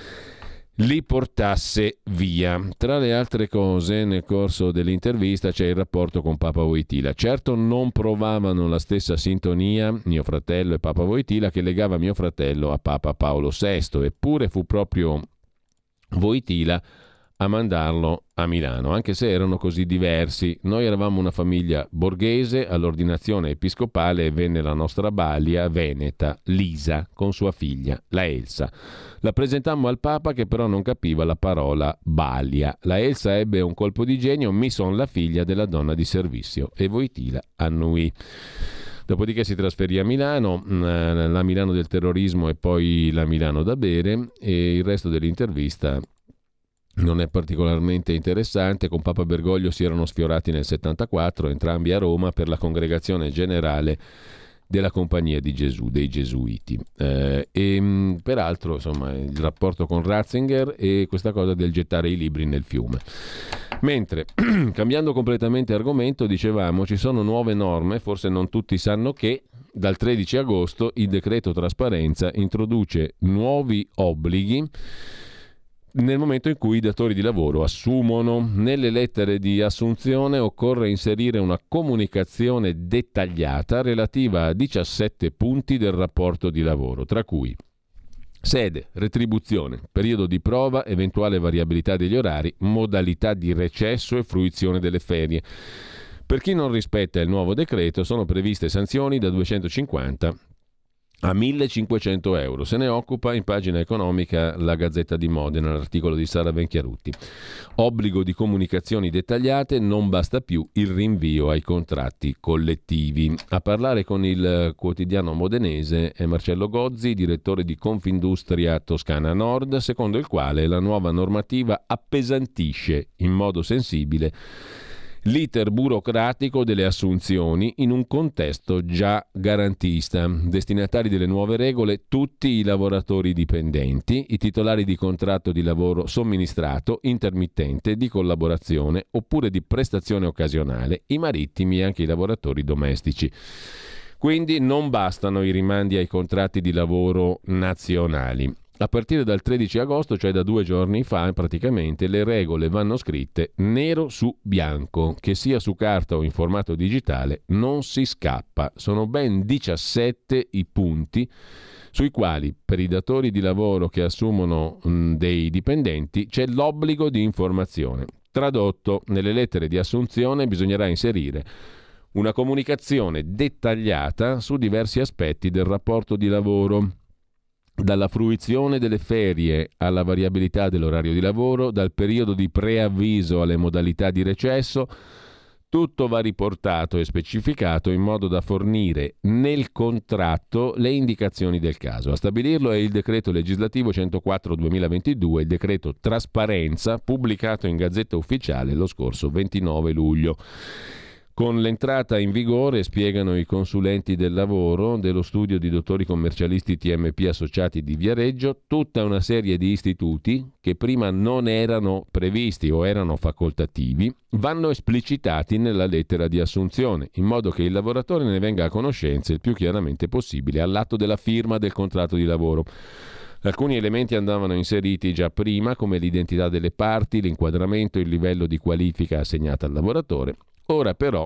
li portasse via. Tra le altre cose, nel corso dell'intervista c'è il rapporto con Papa Wojtyla. Certo non provavano la stessa sintonia mio fratello e Papa Wojtyla che legava mio fratello a Papa Paolo sesto, eppure fu proprio Wojtyla a mandarlo a Milano, anche se erano così diversi. Noi eravamo una famiglia borghese all'ordinazione episcopale e venne la nostra balia veneta, Lisa, con sua figlia, la Elsa. La presentammo al Papa che però non capiva la parola balia. La Elsa ebbe un colpo di genio, mi son la figlia della donna di servizio, e Wojtyla annuì. Dopodiché si trasferì a Milano, la Milano del terrorismo e poi la Milano da bere, e il resto dell'intervista non è particolarmente interessante. Con Papa Bergoglio si erano sfiorati nel settantaquattro, entrambi a Roma per la congregazione generale della Compagnia di Gesù, dei Gesuiti. Eh, e mh, peraltro, insomma, il rapporto con Ratzinger e questa cosa del gettare i libri nel fiume. Mentre, cambiando completamente argomento, dicevamo, ci sono nuove norme, forse non tutti sanno che dal tredici agosto il decreto trasparenza introduce nuovi obblighi nel momento in cui i datori di lavoro assumono. Nelle lettere di assunzione occorre inserire una comunicazione dettagliata relativa a diciassette punti del rapporto di lavoro, tra cui sede, retribuzione, periodo di prova, eventuale variabilità degli orari, modalità di recesso e fruizione delle ferie. Per chi non rispetta il nuovo decreto sono previste sanzioni da duecentocinquanta a millecinquecento euro. Se ne occupa in pagina economica la Gazzetta di Modena, l'articolo di Sara Venchiarutti. Obbligo di comunicazioni dettagliate, non basta più il rinvio ai contratti collettivi. A parlare con il quotidiano modenese è Marcello Gozzi, direttore di Confindustria Toscana Nord, secondo il quale la nuova normativa appesantisce in modo sensibile l'iter burocratico delle assunzioni in un contesto già garantista. Destinatari delle nuove regole tutti i lavoratori dipendenti, i titolari di contratto di lavoro somministrato, intermittente, di collaborazione oppure di prestazione occasionale, i marittimi e anche i lavoratori domestici. Quindi non bastano i rimandi ai contratti di lavoro nazionali. A partire dal tredici agosto, cioè da due giorni fa, praticamente le regole vanno scritte nero su bianco, che sia su carta o in formato digitale, non si scappa. Sono ben diciassette i punti sui quali per i datori di lavoro che assumono mh, dei dipendenti c'è l'obbligo di informazione. Tradotto, nelle lettere di assunzione bisognerà inserire una comunicazione dettagliata su diversi aspetti del rapporto di lavoro, dalla fruizione delle ferie alla variabilità dell'orario di lavoro, dal periodo di preavviso alle modalità di recesso. Tutto va riportato e specificato in modo da fornire nel contratto le indicazioni del caso. A stabilirlo è il decreto legislativo centoquattro duemilaventidue, il decreto trasparenza, pubblicato in Gazzetta Ufficiale lo scorso ventinove luglio. Con l'entrata in vigore, spiegano i consulenti del lavoro dello studio di dottori commercialisti T M P associati di Viareggio, tutta una serie di istituti che prima non erano previsti o erano facoltativi, vanno esplicitati nella lettera di assunzione, in modo che il lavoratore ne venga a conoscenza il più chiaramente possibile all'atto della firma del contratto di lavoro. Alcuni elementi andavano inseriti già prima, come l'identità delle parti, l'inquadramento, il livello di qualifica assegnato al lavoratore. Ora però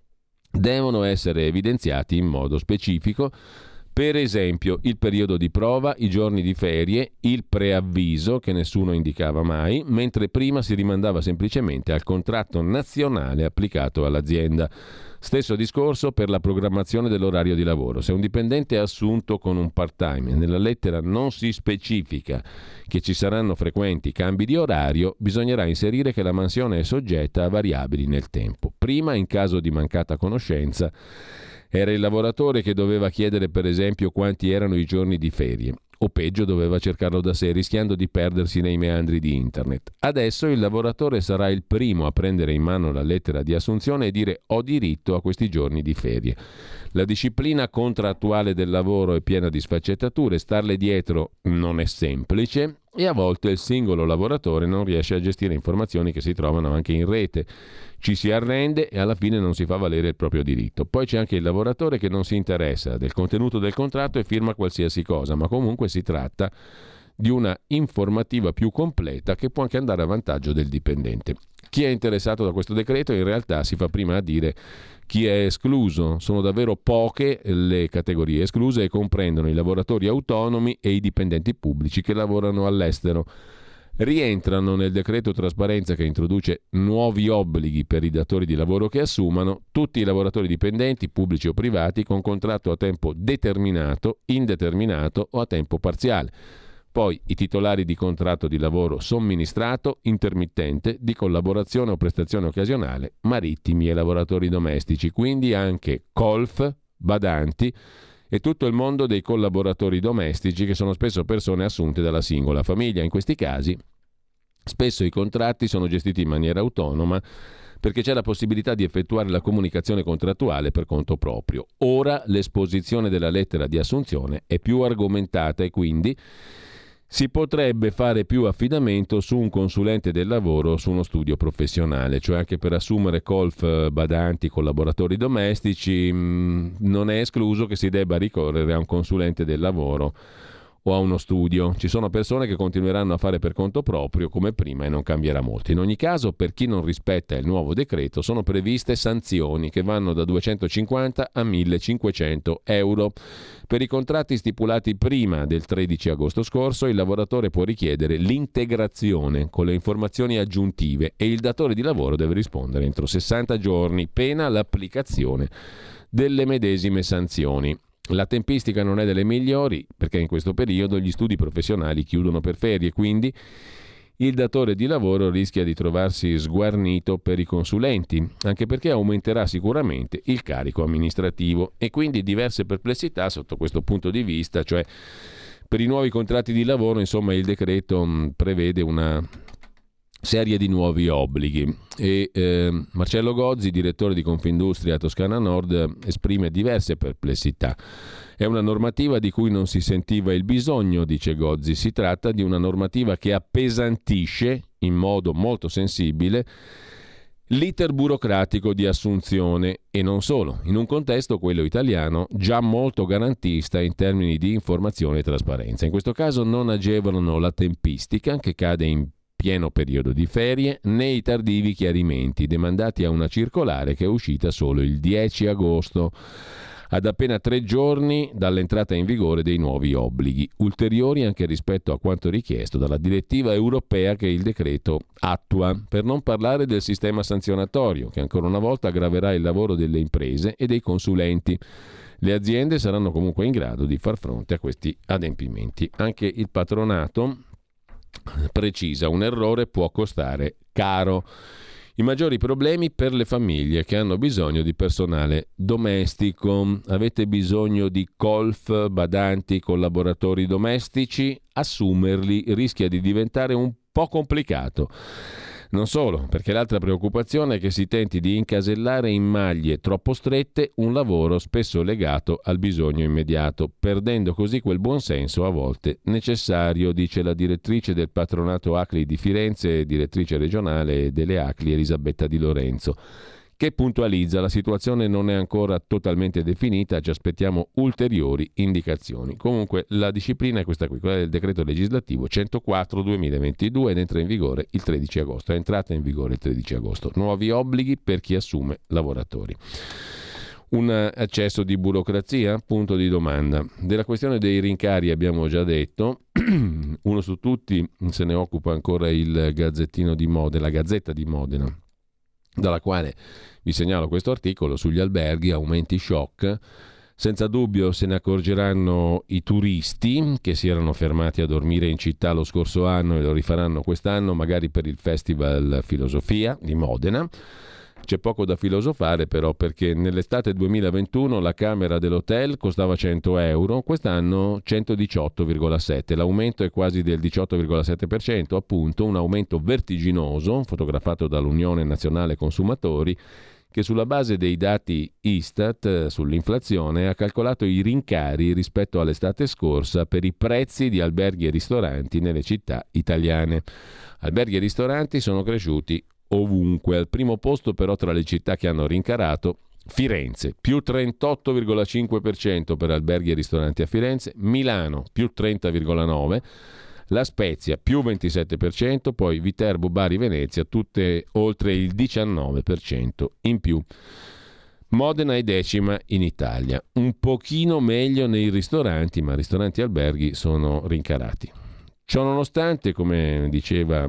devono essere evidenziati in modo specifico, per esempio, il periodo di prova, i giorni di ferie, il preavviso, che nessuno indicava mai, mentre prima si rimandava semplicemente al contratto nazionale applicato all'azienda. Stesso discorso per la programmazione dell'orario di lavoro. Se un dipendente è assunto con un part-time e nella lettera non si specifica che ci saranno frequenti cambi di orario, bisognerà inserire che la mansione è soggetta a variabili nel tempo. Prima, in caso di mancata conoscenza, era il lavoratore che doveva chiedere, per esempio, quanti erano i giorni di ferie, o peggio doveva cercarlo da sé, rischiando di perdersi nei meandri di internet. Adesso il lavoratore sarà il primo a prendere in mano la lettera di assunzione e dire: ho diritto a questi giorni di ferie. La disciplina contrattuale del lavoro è piena di sfaccettature, starle dietro non è semplice e a volte il singolo lavoratore non riesce a gestire informazioni che si trovano anche in rete. Ci si arrende e alla fine non si fa valere il proprio diritto. Poi c'è anche il lavoratore che non si interessa del contenuto del contratto e firma qualsiasi cosa, ma comunque si tratta di una informativa più completa che può anche andare a vantaggio del dipendente. Chi è interessato da questo decreto in realtà si fa prima a dire chi è escluso. Sono davvero poche le categorie escluse e comprendono i lavoratori autonomi e i dipendenti pubblici che lavorano all'estero. Rientrano nel decreto trasparenza, che introduce nuovi obblighi per i datori di lavoro che assumano, tutti i lavoratori dipendenti, pubblici o privati, con contratto a tempo determinato, indeterminato o a tempo parziale. Poi i titolari di contratto di lavoro somministrato, intermittente, di collaborazione o prestazione occasionale, marittimi e lavoratori domestici, quindi anche colf, badanti e tutto il mondo dei collaboratori domestici, che sono spesso persone assunte dalla singola famiglia. In questi casi spesso i contratti sono gestiti in maniera autonoma, perché c'è la possibilità di effettuare la comunicazione contrattuale per conto proprio. Ora l'esposizione della lettera di assunzione è più argomentata e quindi si potrebbe fare più affidamento su un consulente del lavoro o su uno studio professionale, cioè anche per assumere colf, badanti, collaboratori domestici mh, non è escluso che si debba ricorrere a un consulente del lavoro o a uno studio. Ci sono persone che continueranno a fare per conto proprio come prima e non cambierà molto. In ogni caso, per chi non rispetta il nuovo decreto sono previste sanzioni che vanno da duecentocinquanta a millecinquecento euro. Per i contratti stipulati prima del tredici agosto scorso il lavoratore può richiedere l'integrazione con le informazioni aggiuntive e il datore di lavoro deve rispondere entro sessanta giorni, pena l'applicazione delle medesime sanzioni. La tempistica non è delle migliori perché in questo periodo gli studi professionali chiudono per ferie, quindi il datore di lavoro rischia di trovarsi sguarnito per i consulenti, anche perché aumenterà sicuramente il carico amministrativo e quindi diverse perplessità sotto questo punto di vista, cioè per i nuovi contratti di lavoro, insomma, il decreto mh, prevede una serie di nuovi obblighi e eh, Marcello Gozzi, direttore di Confindustria Toscana Nord, esprime diverse perplessità. È una normativa di cui non si sentiva il bisogno, dice Gozzi. Si tratta di una normativa che appesantisce in modo molto sensibile l'iter burocratico di assunzione e non solo, in un contesto, quello italiano, già molto garantista in termini di informazione e trasparenza. In questo caso non agevolano la tempistica, che cade in pieno periodo di ferie, né i tardivi chiarimenti demandati a una circolare che è uscita solo il dieci agosto, ad appena tre giorni dall'entrata in vigore dei nuovi obblighi, ulteriori anche rispetto a quanto richiesto dalla direttiva europea che il decreto attua, per non parlare del sistema sanzionatorio che ancora una volta aggraverà il lavoro delle imprese e dei consulenti. Le aziende saranno comunque in grado di far fronte a questi adempimenti. Anche il patronato precisa: un errore può costare caro. I maggiori problemi per le famiglie che hanno bisogno di personale domestico. Avete bisogno di colf, badanti, collaboratori domestici? Assumerli rischia di diventare un po' complicato. Non solo, perché l'altra preoccupazione è che si tenti di incasellare in maglie troppo strette un lavoro spesso legato al bisogno immediato, perdendo così quel buonsenso a volte necessario, dice la direttrice del patronato A C L I di Firenze e direttrice regionale delle A C L I Elisabetta Di Lorenzo, che puntualizza: la situazione non è ancora totalmente definita, ci aspettiamo ulteriori indicazioni. Comunque la disciplina è questa qui, quella del decreto legislativo centoquattro duemilaventidue, ed entra in vigore il tredici agosto. È entrata in vigore il tredici agosto. Nuovi obblighi per chi assume lavoratori. Un eccesso di burocrazia? Punto di domanda. Della questione dei rincari abbiamo già detto. Uno su tutti se ne occupa ancora il Gazzettino di Modena, la Gazzetta di Modena, dalla quale vi segnalo questo articolo sugli alberghi, aumenti shock. Senza dubbio se ne accorgeranno i turisti che si erano fermati a dormire in città lo scorso anno e lo rifaranno quest'anno, magari per il Festival Filosofia di Modena. C'è poco da filosofare però, perché nell'estate duemilaventuno la camera dell'hotel costava cento euro, quest'anno centodiciotto virgola sette. L'aumento è quasi del diciotto virgola sette per cento, appunto un aumento vertiginoso fotografato dall'Unione Nazionale Consumatori, che sulla base dei dati Istat sull'inflazione ha calcolato i rincari rispetto all'estate scorsa per i prezzi di alberghi e ristoranti nelle città italiane. Alberghi e ristoranti sono cresciuti ovunque. Al primo posto però tra le città che hanno rincarato Firenze, più trentotto virgola cinque per cento per alberghi e ristoranti a Firenze, Milano più trenta virgola nove per cento, La Spezia più ventisette per cento, poi Viterbo, Bari, Venezia tutte oltre il diciannove per cento in più. Modena è decima in Italia, un pochino meglio nei ristoranti, ma ristoranti e alberghi sono rincarati. Ciò nonostante, come diceva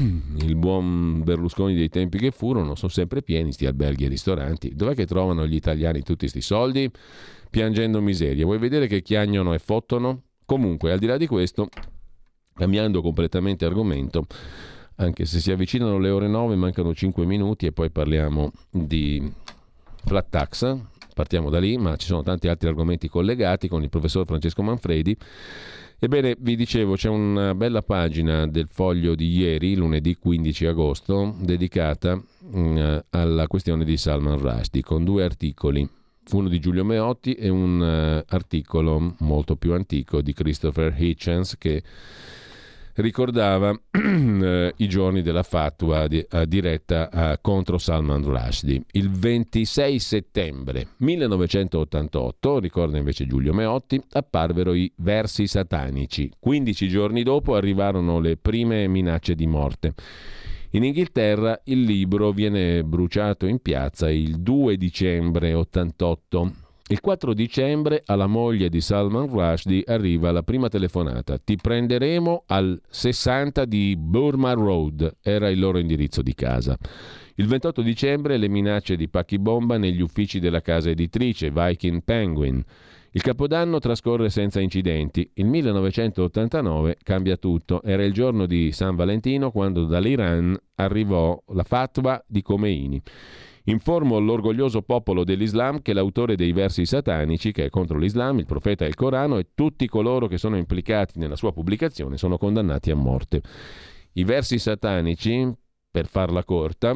il buon Berlusconi dei tempi che furono, sono sempre pieni sti alberghi e ristoranti. Dov'è che trovano gli italiani tutti sti soldi? Piangendo miseria. Vuoi vedere che chiagnano e fottono? Comunque, al di là di questo, cambiando completamente argomento, anche se si avvicinano le ore nove, mancano cinque minuti e poi parliamo di flat tax. Partiamo da lì, ma ci sono tanti altri argomenti collegati con il professor Francesco Manfredi. Ebbene, vi dicevo, c'è una bella pagina del Foglio di ieri, lunedì quindici agosto, dedicata mh, alla questione di Salman Rushdie, con due articoli, uno di Giulio Meotti e un uh, articolo molto più antico di Christopher Hitchens, che ricordava eh, i giorni della fatwa di, eh, diretta eh, contro Salman Rushdie. Il ventisei settembre millenovecentottantotto, ricorda invece Giulio Meotti, apparvero i versi satanici. quindici giorni dopo arrivarono le prime minacce di morte. In Inghilterra il libro viene bruciato in piazza il due dicembre ottantotto. Il quattro dicembre alla moglie di Salman Rushdie arriva la prima telefonata. Ti prenderemo al sessanta di Burma Road, era il loro indirizzo di casa. Il ventotto dicembre le minacce di pacchi bomba negli uffici della casa editrice Viking Penguin. Il Capodanno trascorre senza incidenti. Il millenovecentottantanove cambia tutto. Era il giorno di San Valentino quando dall'Iran arrivò la fatwa di Khomeini. Informo l'orgoglioso popolo dell'Islam che l'autore dei versi satanici, che è contro l'Islam, il profeta e il Corano, e tutti coloro che sono implicati nella sua pubblicazione sono condannati a morte. I versi satanici, per farla corta,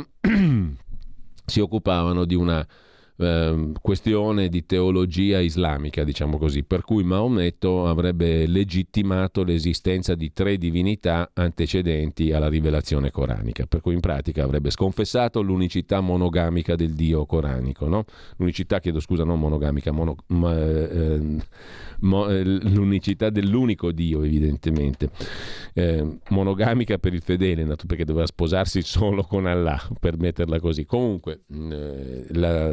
si occupavano di una eh, questione di teologia islamica, diciamo così, per cui Maometto avrebbe legittimato l'esistenza di tre divinità antecedenti alla rivelazione coranica, per cui in pratica avrebbe sconfessato l'unicità monogamica del Dio coranico, no? L'unicità, chiedo scusa, non monogamica, mono, ma, eh, mo, eh, l'unicità dell'unico Dio, evidentemente. Eh, monogamica per il fedele, perché doveva sposarsi solo con Allah, per metterla così. Comunque eh, la,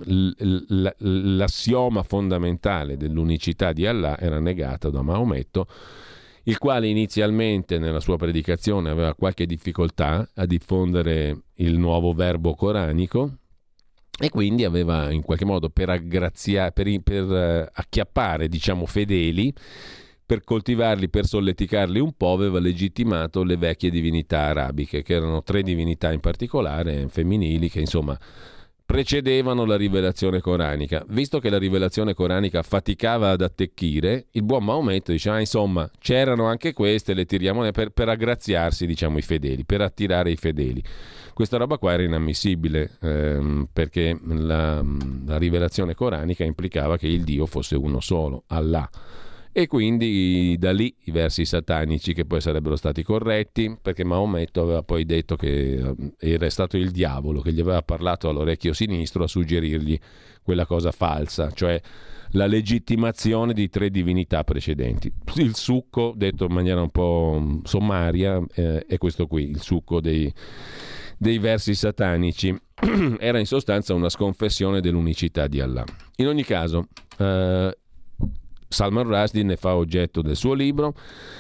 la, l'assioma fondamentale dell'unicità di Allah era negata da Maometto, il quale inizialmente nella sua predicazione aveva qualche difficoltà a diffondere il nuovo verbo coranico e quindi aveva in qualche modo per aggrazia, per, per uh, acchiappare, diciamo, fedeli, per coltivarli, per solleticarli un po', aveva legittimato le vecchie divinità arabiche, che erano tre divinità in particolare, femminili, che insomma precedevano la rivelazione coranica. Visto che la rivelazione coranica faticava ad attecchire, il buon Maometto dice, ah, insomma, c'erano anche queste, le tiriamo per, per aggraziarsi, diciamo, i fedeli, per attirare i fedeli. Questa roba qua era inammissibile, ehm, perché la, la rivelazione coranica implicava che il Dio fosse uno solo, Allah. E quindi da lì i versi satanici, che poi sarebbero stati corretti, perché Maometto aveva poi detto che era stato il diavolo che gli aveva parlato all'orecchio sinistro a suggerirgli quella cosa falsa, cioè la legittimazione di tre divinità precedenti. Il succo, detto in maniera un po' sommaria, eh, è questo qui, il succo dei, dei versi satanici. Era in sostanza una sconfessione dell'unicità di Allah. In ogni caso, eh, Salman Rushdie ne fa oggetto del suo libro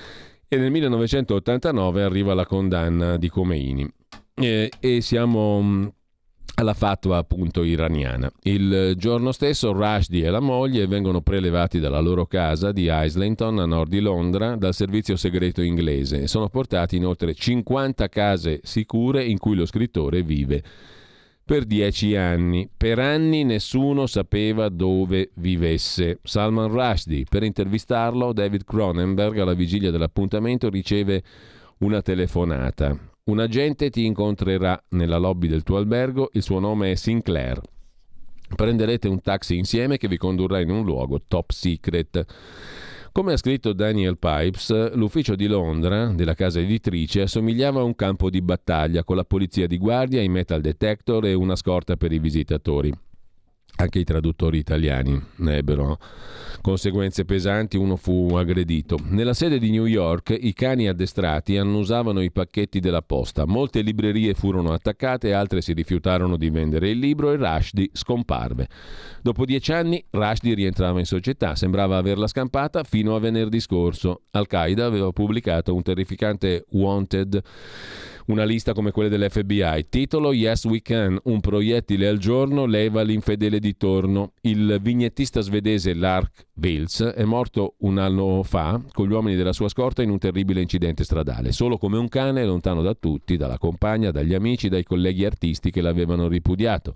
e nel millenovecentottantanove arriva la condanna di Khomeini e, e siamo alla fatwa appunto iraniana. Il giorno stesso Rushdie e la moglie vengono prelevati dalla loro casa di Islington a nord di Londra dal servizio segreto inglese e sono portati in oltre cinquanta case sicure in cui lo scrittore vive per dieci anni. Per anni nessuno sapeva dove vivesse Salman Rushdie. Per intervistarlo, David Cronenberg, alla vigilia dell'appuntamento, riceve una telefonata. Un agente ti incontrerà nella lobby del tuo albergo, il suo nome è Sinclair. Prenderete un taxi insieme che vi condurrà in un luogo top secret. Come ha scritto Daniel Pipes, l'ufficio di Londra della casa editrice assomigliava a un campo di battaglia con la polizia di guardia, i metal detector e una scorta per i visitatori. Anche i traduttori italiani ne ebbero conseguenze pesanti, uno fu aggredito. Nella sede di New York i cani addestrati annusavano i pacchetti della posta, molte librerie furono attaccate, altre si rifiutarono di vendere il libro e Rushdie scomparve. Dopo dieci anni Rushdie rientrava in società, sembrava averla scampata fino a venerdì scorso. Al-Qaeda aveva pubblicato un terrificante wanted, una lista come quelle dell'F B I. Titolo Yes We Can, un proiettile al giorno leva l'infedele di torno. Il vignettista svedese Lark Wils è morto un anno fa con gli uomini della sua scorta in un terribile incidente stradale, solo come un cane, lontano da tutti, dalla compagna, dagli amici, dai colleghi artisti che l'avevano ripudiato.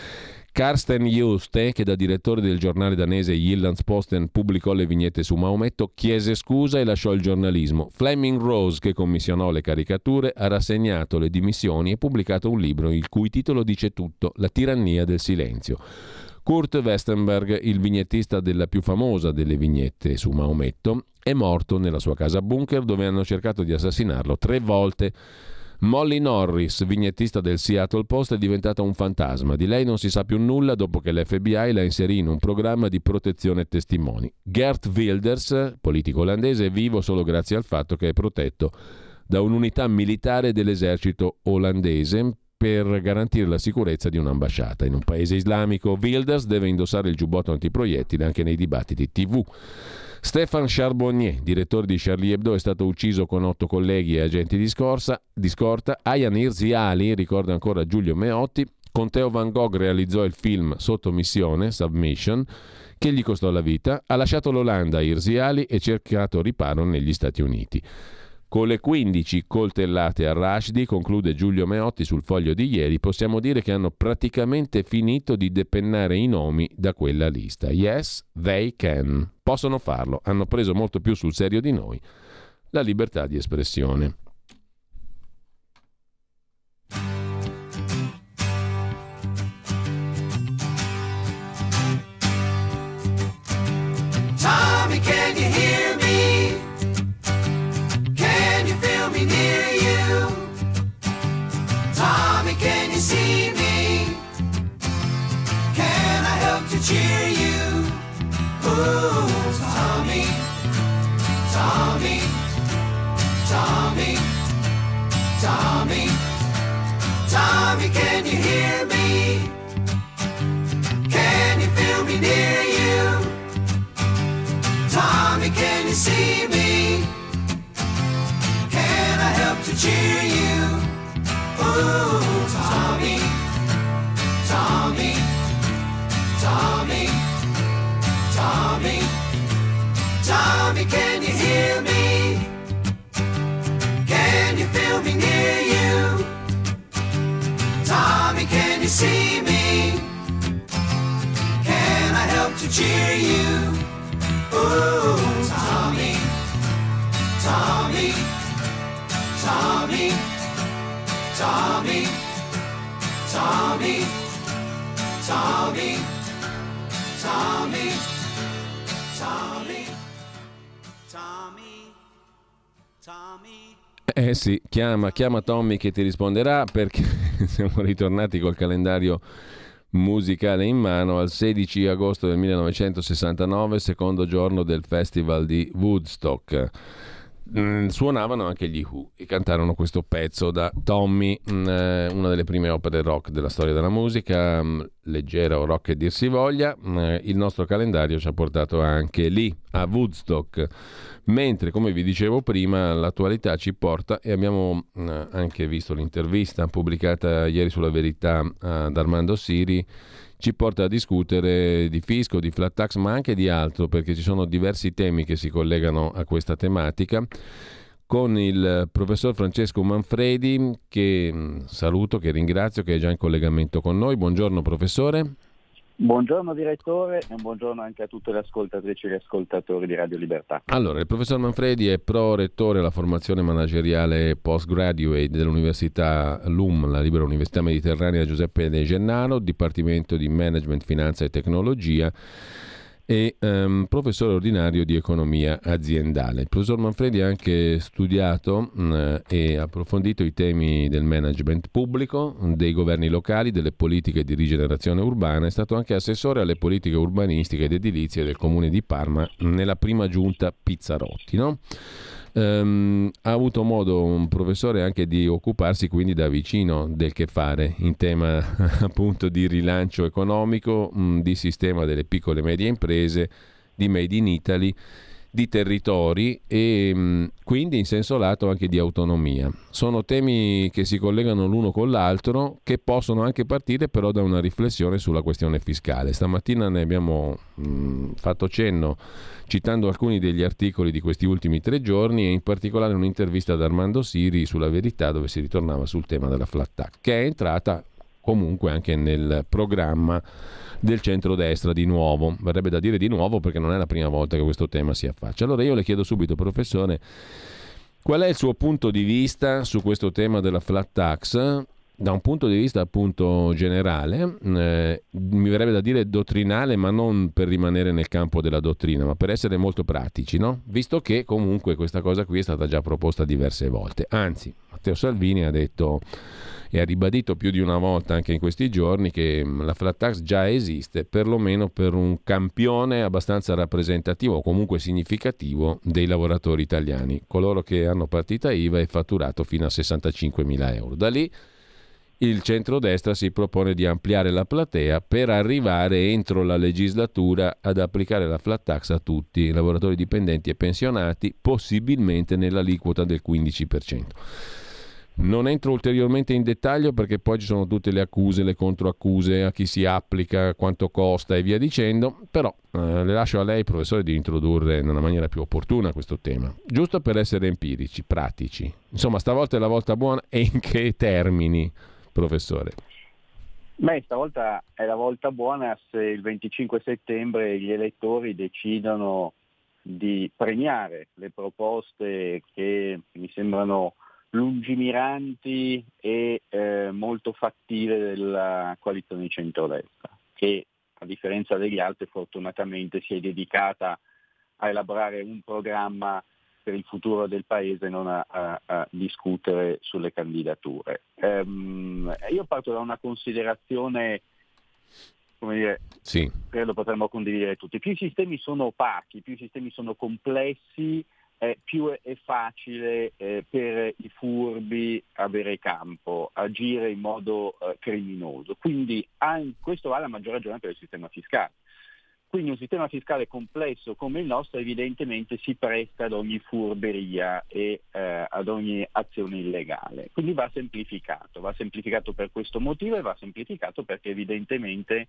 Karsten Juste, che da direttore del giornale danese Jyllands-Posten pubblicò le vignette su Maometto, chiese scusa e lasciò il giornalismo. Fleming Rose, che commissionò le caricature, ha rassegnato le dimissioni e pubblicato un libro il cui titolo dice tutto: La tirannia del silenzio. Kurt Westenberg, il vignettista della più famosa delle vignette su Maometto, è morto nella sua casa bunker dove hanno cercato di assassinarlo tre volte. Molly Norris, vignettista del Seattle Post, è diventata un fantasma. Di lei non si sa più nulla dopo che l'F B I la inserì in un programma di protezione testimoni. Geert Wilders, politico olandese, è vivo solo grazie al fatto che è protetto da un'unità militare dell'esercito olandese per garantire la sicurezza di un'ambasciata. In un paese islamico, Wilders deve indossare il giubbotto antiproiettile anche nei dibattiti tivù. Stéphane Charbonnier, direttore di Charlie Hebdo, è stato ucciso con otto colleghi e agenti di, scorsa, di scorta. Ayaan Hirsi Ali, ricorda ancora Giulio Meotti, con Theo Van Gogh realizzò il film Sotto missione, Submission, che gli costò la vita. Ha lasciato l'Olanda Hirsi Ali e cercato riparo negli Stati Uniti. Con le quindici coltellate a Rushdie, conclude Giulio Meotti sul Foglio di ieri, possiamo dire che hanno praticamente finito di depennare i nomi da quella lista. Yes, they can. Possono farlo. Hanno preso molto più sul serio di noi la libertà di espressione. Tommy, can you hear me? Me near you, Tommy, can you see me? Can I help to cheer you? Ooh, Tommy, Tommy, Tommy, Tommy, Tommy, can you hear me? Can you feel me near you? Tommy, can you see me? To cheer you, ooh, Tommy, Tommy, Tommy, Tommy, Tommy, can you hear me? Can you feel me near you? Tommy, can you see me? Can I help to cheer you? Ooh, Tommy, Tommy, Tommy, Tommy, Tommy, Tommy, Tommy, Tommy, Tommy, Tommy. Eh sì, chiama, chiama Tommy che ti risponderà, perché siamo ritornati col calendario musicale in mano al sedici agosto del millenovecentosessantanove, secondo giorno del Festival di Woodstock. Suonavano anche gli Who e cantarono questo pezzo da Tommy, una delle prime opere rock della storia della musica, leggera o rock che dir si voglia. Il nostro calendario ci ha portato anche lì, a Woodstock, mentre, come vi dicevo prima, l'attualità ci porta, e abbiamo anche visto l'intervista pubblicata ieri sulla Verità ad Armando Siri, ci porta a discutere di fisco, di flat tax, ma anche di altro, perché ci sono diversi temi che si collegano a questa tematica, con il professor Francesco Manfredi, che saluto, che ringrazio, che è già in collegamento con noi. Buongiorno professore. Buongiorno direttore e un buongiorno anche a tutte le ascoltatrici e gli ascoltatori di Radio Libertà. Allora, il professor Manfredi è pro-rettore alla formazione manageriale postgraduate dell'Università L U M, la Libera Università Mediterranea Giuseppe De Gennaro, Dipartimento di Management, Finanza e Tecnologia, e um, professore ordinario di economia aziendale. Il professor Manfredi ha anche studiato mh, e approfondito i temi del management pubblico, dei governi locali, delle politiche di rigenerazione urbana. È stato anche assessore alle politiche urbanistiche ed edilizie del comune di Parma nella prima giunta Pizzarotti, no? Um, ha avuto modo un professore anche di occuparsi quindi da vicino del che fare in tema appunto di rilancio economico, mh, di sistema delle piccole e medie imprese, di Made in Italy, di territori e mh, quindi in senso lato anche di autonomia. Sono temi che si collegano l'uno con l'altro, che possono anche partire però da una riflessione sulla questione fiscale. Stamattina ne abbiamo mh, fatto cenno citando alcuni degli articoli di questi ultimi tre giorni e in particolare un'intervista ad Armando Siri sulla Verità, dove si ritornava sul tema della flat tax, che è entrata comunque anche nel programma del centrodestra di nuovo. Verrebbe da dire di nuovo perché non è la prima volta che questo tema si affaccia. Allora io le chiedo subito, professore, qual è il suo punto di vista su questo tema della flat tax da un punto di vista appunto generale, eh, mi verrebbe da dire dottrinale, ma non per rimanere nel campo della dottrina, ma per essere molto pratici, no? Visto che comunque questa cosa qui è stata già proposta diverse volte. Anzi, Matteo Salvini ha detto e ha ribadito più di una volta anche in questi giorni che la flat tax già esiste, perlomeno per un campione abbastanza rappresentativo o comunque significativo dei lavoratori italiani, coloro che hanno partita I V A e fatturato fino a sessantacinquemila euro. Da lì il centrodestra si propone di ampliare la platea per arrivare entro la legislatura ad applicare la flat tax a tutti i lavoratori dipendenti e pensionati, possibilmente nell'aliquota del quindici per cento. Non entro ulteriormente in dettaglio perché poi ci sono tutte le accuse, le controaccuse, a chi si applica, quanto costa e via dicendo, però eh, le lascio a lei, professore, di introdurre nella maniera più opportuna questo tema, giusto per essere empirici, pratici. Insomma, stavolta è la volta buona e in che termini, professore? Beh, stavolta è la volta buona se il venticinque settembre gli elettori decidono di premiare le proposte che mi sembrano lungimiranti e eh, molto fattive della coalizione di centrodestra, che a differenza degli altri fortunatamente si è dedicata a elaborare un programma per il futuro del paese, non a, a, a discutere sulle candidature. Um, io parto da una considerazione, come dire, sì. credo potremmo condividere tutti. Più i sistemi sono opachi, più i sistemi sono complessi, Eh, più è, è facile eh, per i furbi avere campo, agire in modo eh, criminoso. Quindi ha, questo vale a maggior ragione per il sistema fiscale. Quindi un sistema fiscale complesso come il nostro evidentemente si presta ad ogni furberia e eh, ad ogni azione illegale. Quindi va semplificato, va semplificato per questo motivo e va semplificato perché evidentemente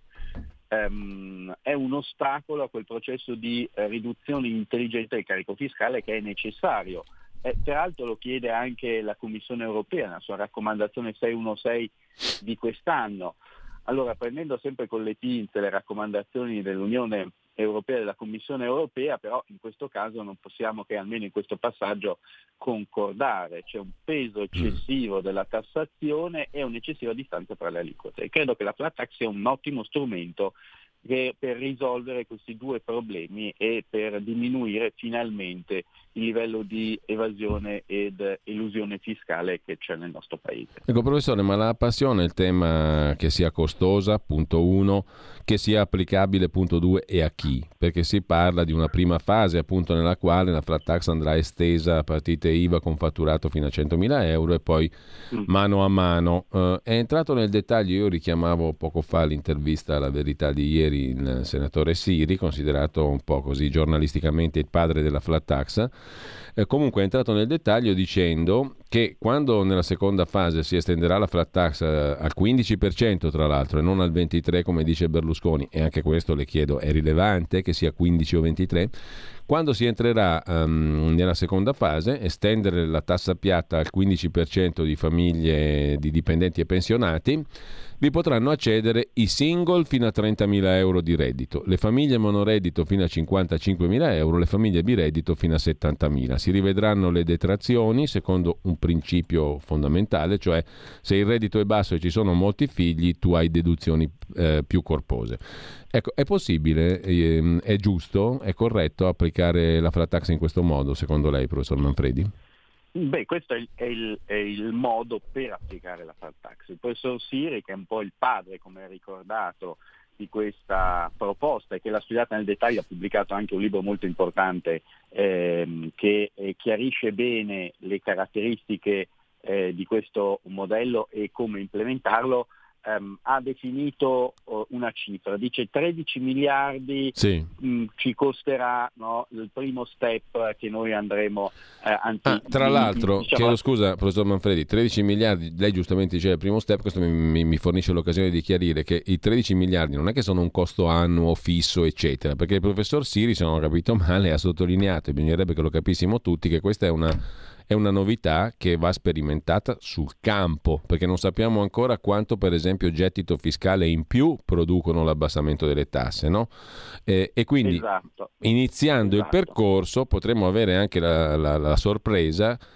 ehm, è un ostacolo a quel processo di eh, riduzione intelligente del carico fiscale che è necessario. Eh, peraltro lo chiede anche la Commissione europea nella sua raccomandazione seicentosedici di quest'anno. Allora, prendendo sempre con le pinze le raccomandazioni dell'Unione Europea e della Commissione Europea, però in questo caso non possiamo che, almeno in questo passaggio, concordare. C'è un peso eccessivo della tassazione e un'eccessiva distanza tra le aliquote. E credo che la flat tax sia un ottimo strumento che per risolvere questi due problemi e per diminuire finalmente il livello di evasione ed elusione fiscale che c'è nel nostro paese. Ecco, professore, ma la passione il tema che sia costosa, punto uno, che sia applicabile, punto due, e a chi? Perché si parla di una prima fase appunto nella quale la flat tax andrà estesa a partite I V A con fatturato fino a centomila euro e poi mm. mano a mano. Uh, è entrato nel dettaglio, io richiamavo poco fa l'intervista alla Verità di ieri il senatore Siri, considerato un po' così giornalisticamente il padre della flat tax. Eh, comunque è entrato nel dettaglio dicendo che quando nella seconda fase si estenderà la flat tax eh, al quindici per cento tra l'altro e non al ventitré per cento come dice Berlusconi, e anche questo le chiedo, è rilevante che sia quindici o ventitré? Quando si entrerà um, nella seconda fase, estendere la tassa piatta al quindici per cento di famiglie di dipendenti e pensionati, vi potranno accedere i single fino a trentamila euro di reddito, le famiglie monoreddito fino a cinquantacinquemila euro, le famiglie bireddito fino a settantamila. Si rivedranno le detrazioni secondo un principio fondamentale, cioè se il reddito è basso e ci sono molti figli, tu hai deduzioni eh, più corpose. Ecco, è possibile, eh, è giusto, è corretto applicare la flat tax in questo modo, secondo lei, professor Manfredi? Beh, questo è il, è, il, è il modo per applicare la flat tax. Il professor Siri, che è un po' il padre, come ha ricordato, di questa proposta e che l'ha studiata nel dettaglio, ha pubblicato anche un libro molto importante ehm, che eh, chiarisce bene le caratteristiche eh, di questo modello e come implementarlo. Um, ha definito uh, una cifra, dice tredici miliardi sì. mh, ci costerà, no, il primo step che noi andremo eh, anzi, ah, tra l'altro, diciamo, chiedo scusa professor Manfredi, tredici miliardi, lei giustamente diceva il primo step, questo mi, mi, mi fornisce l'occasione di chiarire che i tredici miliardi non è che sono un costo annuo fisso eccetera, perché il professor Siri, se non ho capito male, ha sottolineato, e bisognerebbe che lo capissimo tutti, che questa è una È una novità che va sperimentata sul campo, perché non sappiamo ancora quanto, per esempio, gettito fiscale in più producono l'abbassamento delle tasse, no? Eh, e quindi esatto. iniziando esatto. il percorso potremmo avere anche la, la, la sorpresa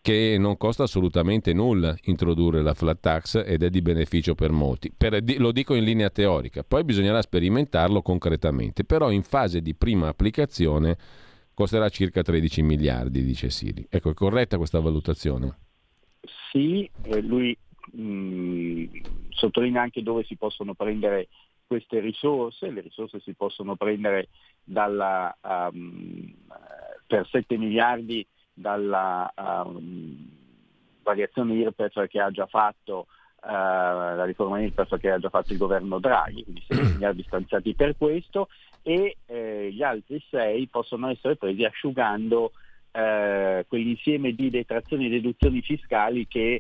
che non costa assolutamente nulla introdurre la flat tax ed è di beneficio per molti. Per, lo dico in linea teorica, poi bisognerà sperimentarlo concretamente, però in fase di prima applicazione costerà circa tredici miliardi, dice Siri. Ecco, è corretta questa valutazione? Sì, eh, lui mh, sottolinea anche dove si possono prendere queste risorse. Le risorse si possono prendere dalla, um, per sette miliardi dalla um, variazione I R P E F che ha già fatto, uh, la riforma I R P E F che ha già fatto il governo Draghi, quindi sei miliardi stanziati per questo, e eh, gli altri sei possono essere presi asciugando eh, quell'insieme di detrazioni e deduzioni fiscali che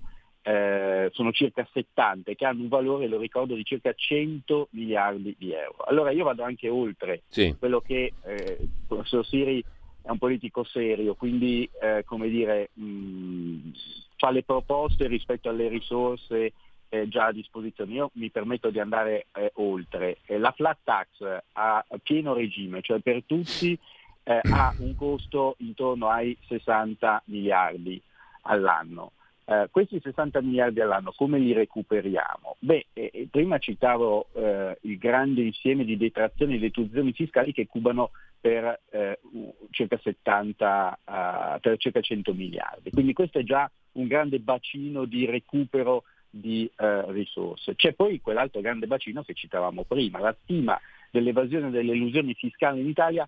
eh, sono circa settanta e che hanno un valore, lo ricordo, di circa cento miliardi di euro. Allora io vado anche oltre sì. quello che eh, il professor Siri è un politico serio, quindi eh, come dire mh, fa le proposte rispetto alle risorse eh, già a disposizione. Io mi permetto di andare eh, oltre. Eh, la flat tax a pieno regime, cioè per tutti, eh, ha un costo intorno ai sessanta miliardi all'anno. Eh, questi sessanta miliardi all'anno come li recuperiamo? Beh, eh, prima citavo eh, il grande insieme di detrazioni e deduzioni fiscali che cubano per eh, circa settanta, uh, per circa cento miliardi. Quindi questo è già un grande bacino di recupero di uh, risorse. C'è poi quell'altro grande bacino che citavamo prima. La stima dell'evasione e dell'elusione fiscale in Italia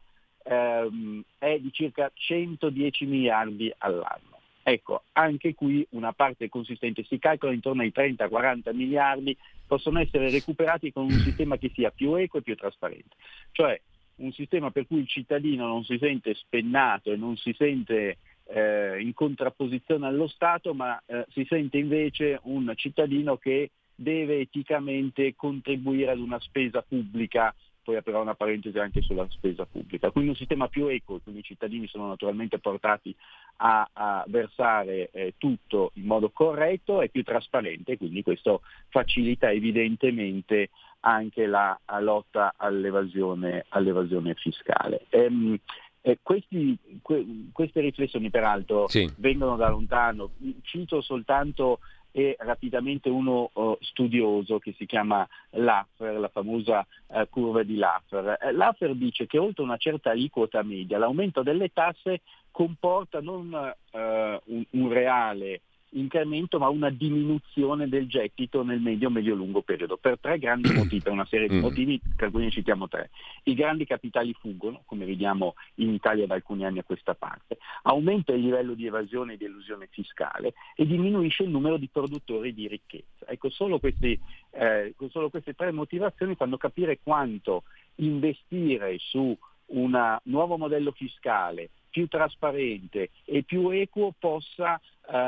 ehm, è di circa centodieci miliardi all'anno. Ecco, anche qui una parte consistente, si calcola intorno ai trenta quaranta miliardi, possono essere recuperati con un sistema che sia più equo e più trasparente. Cioè un sistema per cui il cittadino non si sente spennato e non si sente eh, in contrapposizione allo Stato, ma eh, si sente invece un cittadino che deve eticamente contribuire ad una spesa pubblica. Poi aprirò una parentesi anche sulla spesa pubblica. Quindi un sistema più equo, quindi i cittadini sono naturalmente portati a, a versare eh, tutto in modo corretto e più trasparente, quindi questo facilita evidentemente anche la, la lotta all'evasione, all'evasione fiscale. Ehm, eh, questi, que, queste riflessioni peraltro sì. vengono da lontano. Cito soltanto e rapidamente uno uh, studioso che si chiama Laffer, la famosa uh, curva di Laffer. Eh, Laffer dice che oltre una certa aliquota media l'aumento delle tasse comporta non uh, un, un reale incremento ma una diminuzione del gettito nel medio medio-lungo periodo, per tre grandi motivi, per una serie di motivi, per cui ne citiamo tre. I grandi capitali fuggono, come vediamo in Italia da alcuni anni a questa parte, aumenta il livello di evasione e di elusione fiscale e diminuisce il numero di produttori di ricchezza. Ecco, solo, questi, eh, solo queste tre motivazioni fanno capire quanto investire su un nuovo modello fiscale più trasparente e più equo possa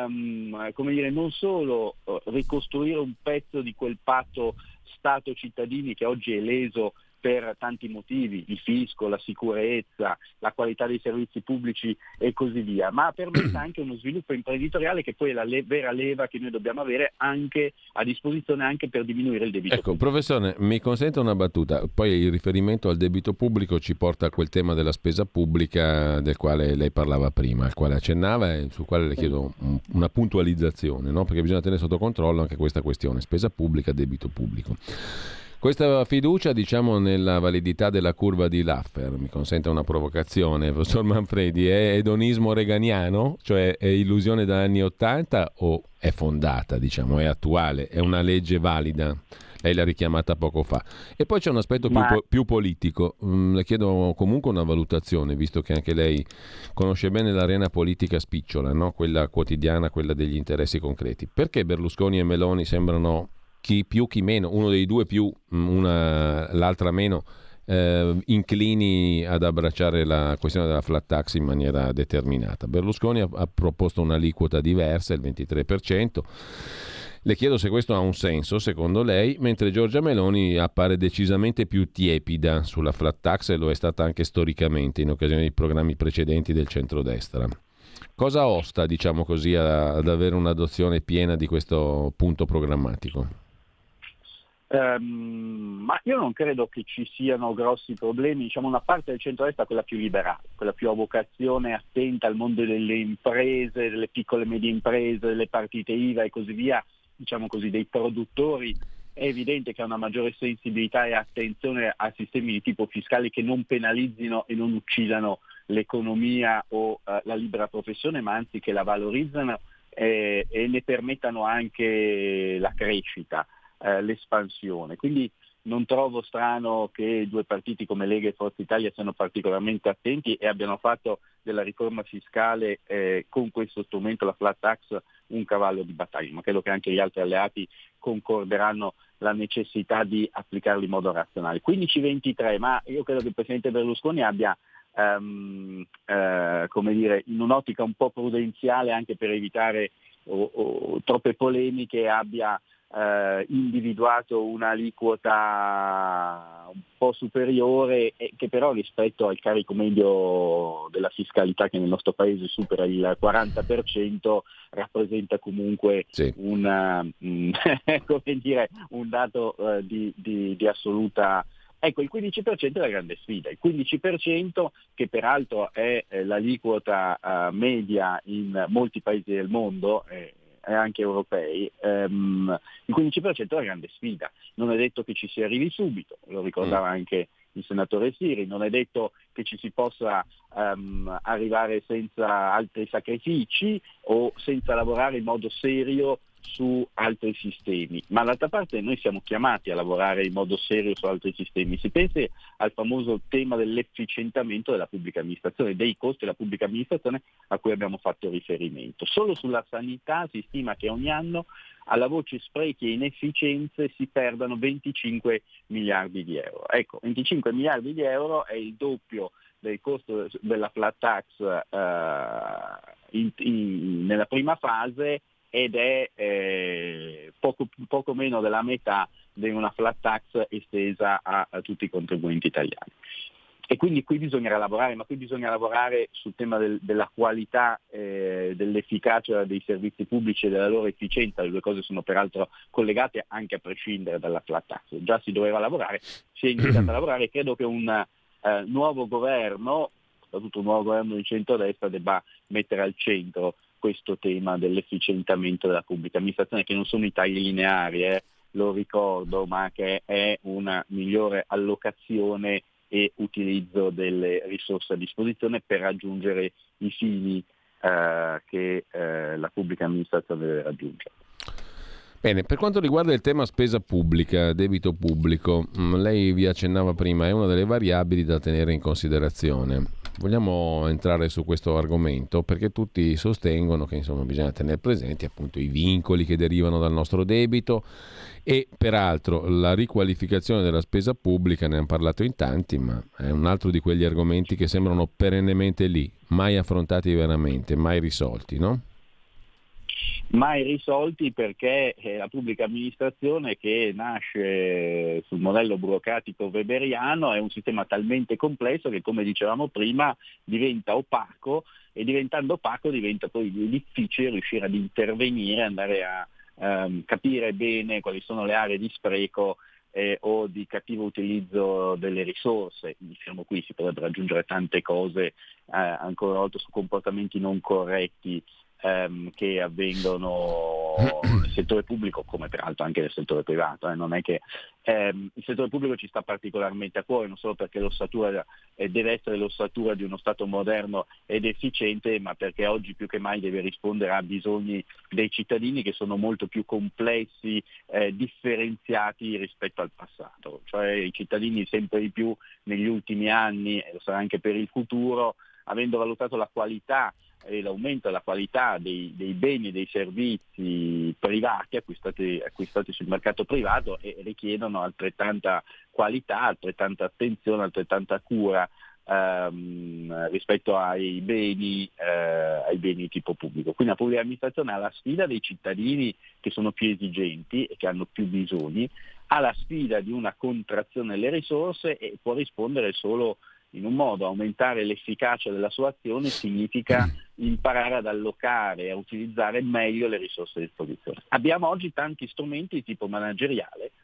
um, come dire, non solo uh, ricostruire un pezzo di quel patto Stato-cittadini che oggi è leso per tanti motivi, il fisco, la sicurezza, la qualità dei servizi pubblici e così via, ma permetta anche uno sviluppo imprenditoriale che poi è la le- vera leva che noi dobbiamo avere anche a disposizione anche per diminuire il debito ecco, pubblico. Professore, mi consente una battuta, poi il riferimento al debito pubblico ci porta a quel tema della spesa pubblica del quale lei parlava prima, al quale accennava e sul quale le chiedo un, una puntualizzazione, no? Perché bisogna tenere sotto controllo anche questa questione, spesa pubblica, debito pubblico. Questa fiducia, diciamo, nella validità della curva di Laffer, mi consente una provocazione, professor Manfredi, è edonismo reganiano? Cioè è illusione da anni ottanta o è fondata, diciamo, è attuale, è una legge valida? Lei l'ha richiamata poco fa. E poi c'è un aspetto più, Ma... più politico, mm, le chiedo comunque una valutazione, visto che anche lei conosce bene l'arena politica spicciola, no? Quella quotidiana, quella degli interessi concreti. Perché Berlusconi e Meloni sembrano chi più chi meno, uno dei due più, una, l'altra meno, eh, inclini ad abbracciare la questione della flat tax in maniera determinata? Berlusconi ha, ha proposto un'aliquota diversa, il ventitré per cento. Le chiedo se questo ha un senso secondo lei, mentre Giorgia Meloni appare decisamente più tiepida sulla flat tax e lo è stata anche storicamente in occasione di programmi precedenti del centrodestra. Cosa osta, diciamo così, a, ad avere un'adozione piena di questo punto programmatico? Um, ma io non credo che ci siano grossi problemi, diciamo una parte del centrodestra, quella più liberale, quella più a vocazione attenta al mondo delle imprese, delle piccole e medie imprese, delle partite I V A e così via, diciamo così, dei produttori. È evidente che ha una maggiore sensibilità e attenzione a sistemi di tipo fiscale che non penalizzino e non uccidano l'economia o uh, la libera professione, ma anzi che la valorizzano eh, e ne permettano anche la crescita. Eh, l'espansione. Quindi non trovo strano che due partiti come Lega e Forza Italia siano particolarmente attenti e abbiano fatto della riforma fiscale eh, con questo strumento, la flat tax, un cavallo di battaglia, ma credo che anche gli altri alleati concorderanno la necessità di applicarlo in modo razionale. quindici ventitré, ma io credo che il Presidente Berlusconi abbia um, eh, come dire, in un'ottica un po' prudenziale, anche per evitare o, o, troppe polemiche, abbia Eh, individuato un'aliquota un po' superiore e che però rispetto al carico medio della fiscalità, che nel nostro paese supera il quaranta per cento, rappresenta comunque sì. una, um, come dire, un dato uh, di, di, di assoluta. Ecco, il quindici per cento è la grande sfida, il quindici per cento che peraltro è eh, l'aliquota uh, media in molti paesi del mondo, eh, e anche europei, ehm, il quindici per cento è la grande sfida. Non è detto che ci si arrivi subito, lo ricordava mm. anche il senatore Siri, non è detto che ci si possa um, arrivare senza altri sacrifici o senza lavorare in modo serio su altri sistemi, ma d'altra parte noi siamo chiamati a lavorare in modo serio su altri sistemi. Si pensi al famoso tema dell'efficientamento della pubblica amministrazione, dei costi della pubblica amministrazione a cui abbiamo fatto riferimento. Solo sulla sanità si stima che ogni anno alla voce sprechi e inefficienze si perdano venticinque miliardi di euro. Ecco, venticinque miliardi di euro è il doppio del costo della flat tax uh, in, in, nella prima fase, ed è eh, poco, poco meno della metà di una flat tax estesa a, a tutti i contribuenti italiani. E quindi qui bisognerà lavorare, ma qui bisogna lavorare sul tema del, della qualità, eh, dell'efficacia dei servizi pubblici e della loro efficienza. Le due cose sono peraltro collegate anche a prescindere dalla flat tax. Già si doveva lavorare, si è iniziato a lavorare e credo che un eh, nuovo governo, soprattutto un nuovo governo di centrodestra, debba mettere al centro questo tema dell'efficientamento della pubblica amministrazione, che non sono i tagli lineari, eh, lo ricordo, ma che è una migliore allocazione e utilizzo delle risorse a disposizione per raggiungere i fini eh, che eh, la pubblica amministrazione deve raggiungere. Bene, per quanto riguarda il tema spesa pubblica, debito pubblico, lei vi accennava prima, è una delle variabili da tenere in considerazione. Vogliamo entrare su questo argomento perché tutti sostengono che insomma bisogna tenere presenti appunto i vincoli che derivano dal nostro debito e peraltro la riqualificazione della spesa pubblica, ne hanno parlato in tanti, ma è un altro di quegli argomenti che sembrano perennemente lì, mai affrontati veramente, mai risolti, no? Mai risolti perché la pubblica amministrazione, che nasce sul modello burocratico weberiano, è un sistema talmente complesso che, come dicevamo prima, diventa opaco e diventando opaco diventa poi difficile riuscire ad intervenire, andare a um, capire bene quali sono le aree di spreco eh, o di cattivo utilizzo delle risorse. Diciamo, qui si potrebbero aggiungere tante cose eh, ancora una volta su comportamenti non corretti Ehm, che avvengono nel settore pubblico, come peraltro anche nel settore privato. Eh. Non è che ehm, il settore pubblico ci sta particolarmente a cuore, non solo perché l'ossatura eh, deve essere l'ossatura di uno Stato moderno ed efficiente, ma perché oggi più che mai deve rispondere a bisogni dei cittadini che sono molto più complessi, eh, differenziati rispetto al passato. Cioè i cittadini sempre di più negli ultimi anni, e lo sarà anche per il futuro, avendo valutato la qualità e l'aumento della qualità dei, dei beni e dei servizi privati acquistati, acquistati sul mercato privato, e richiedono altrettanta qualità, altrettanta attenzione, altrettanta cura ehm, rispetto ai beni, eh, ai beni tipo pubblico. Quindi la pubblica amministrazione ha la sfida dei cittadini che sono più esigenti e che hanno più bisogni, ha la sfida di una contrazione delle risorse e può rispondere solo in un modo: aumentare l'efficacia della sua azione significa imparare ad allocare e a utilizzare meglio le risorse a disposizione. Abbiamo oggi tanti strumenti di tipo manageriale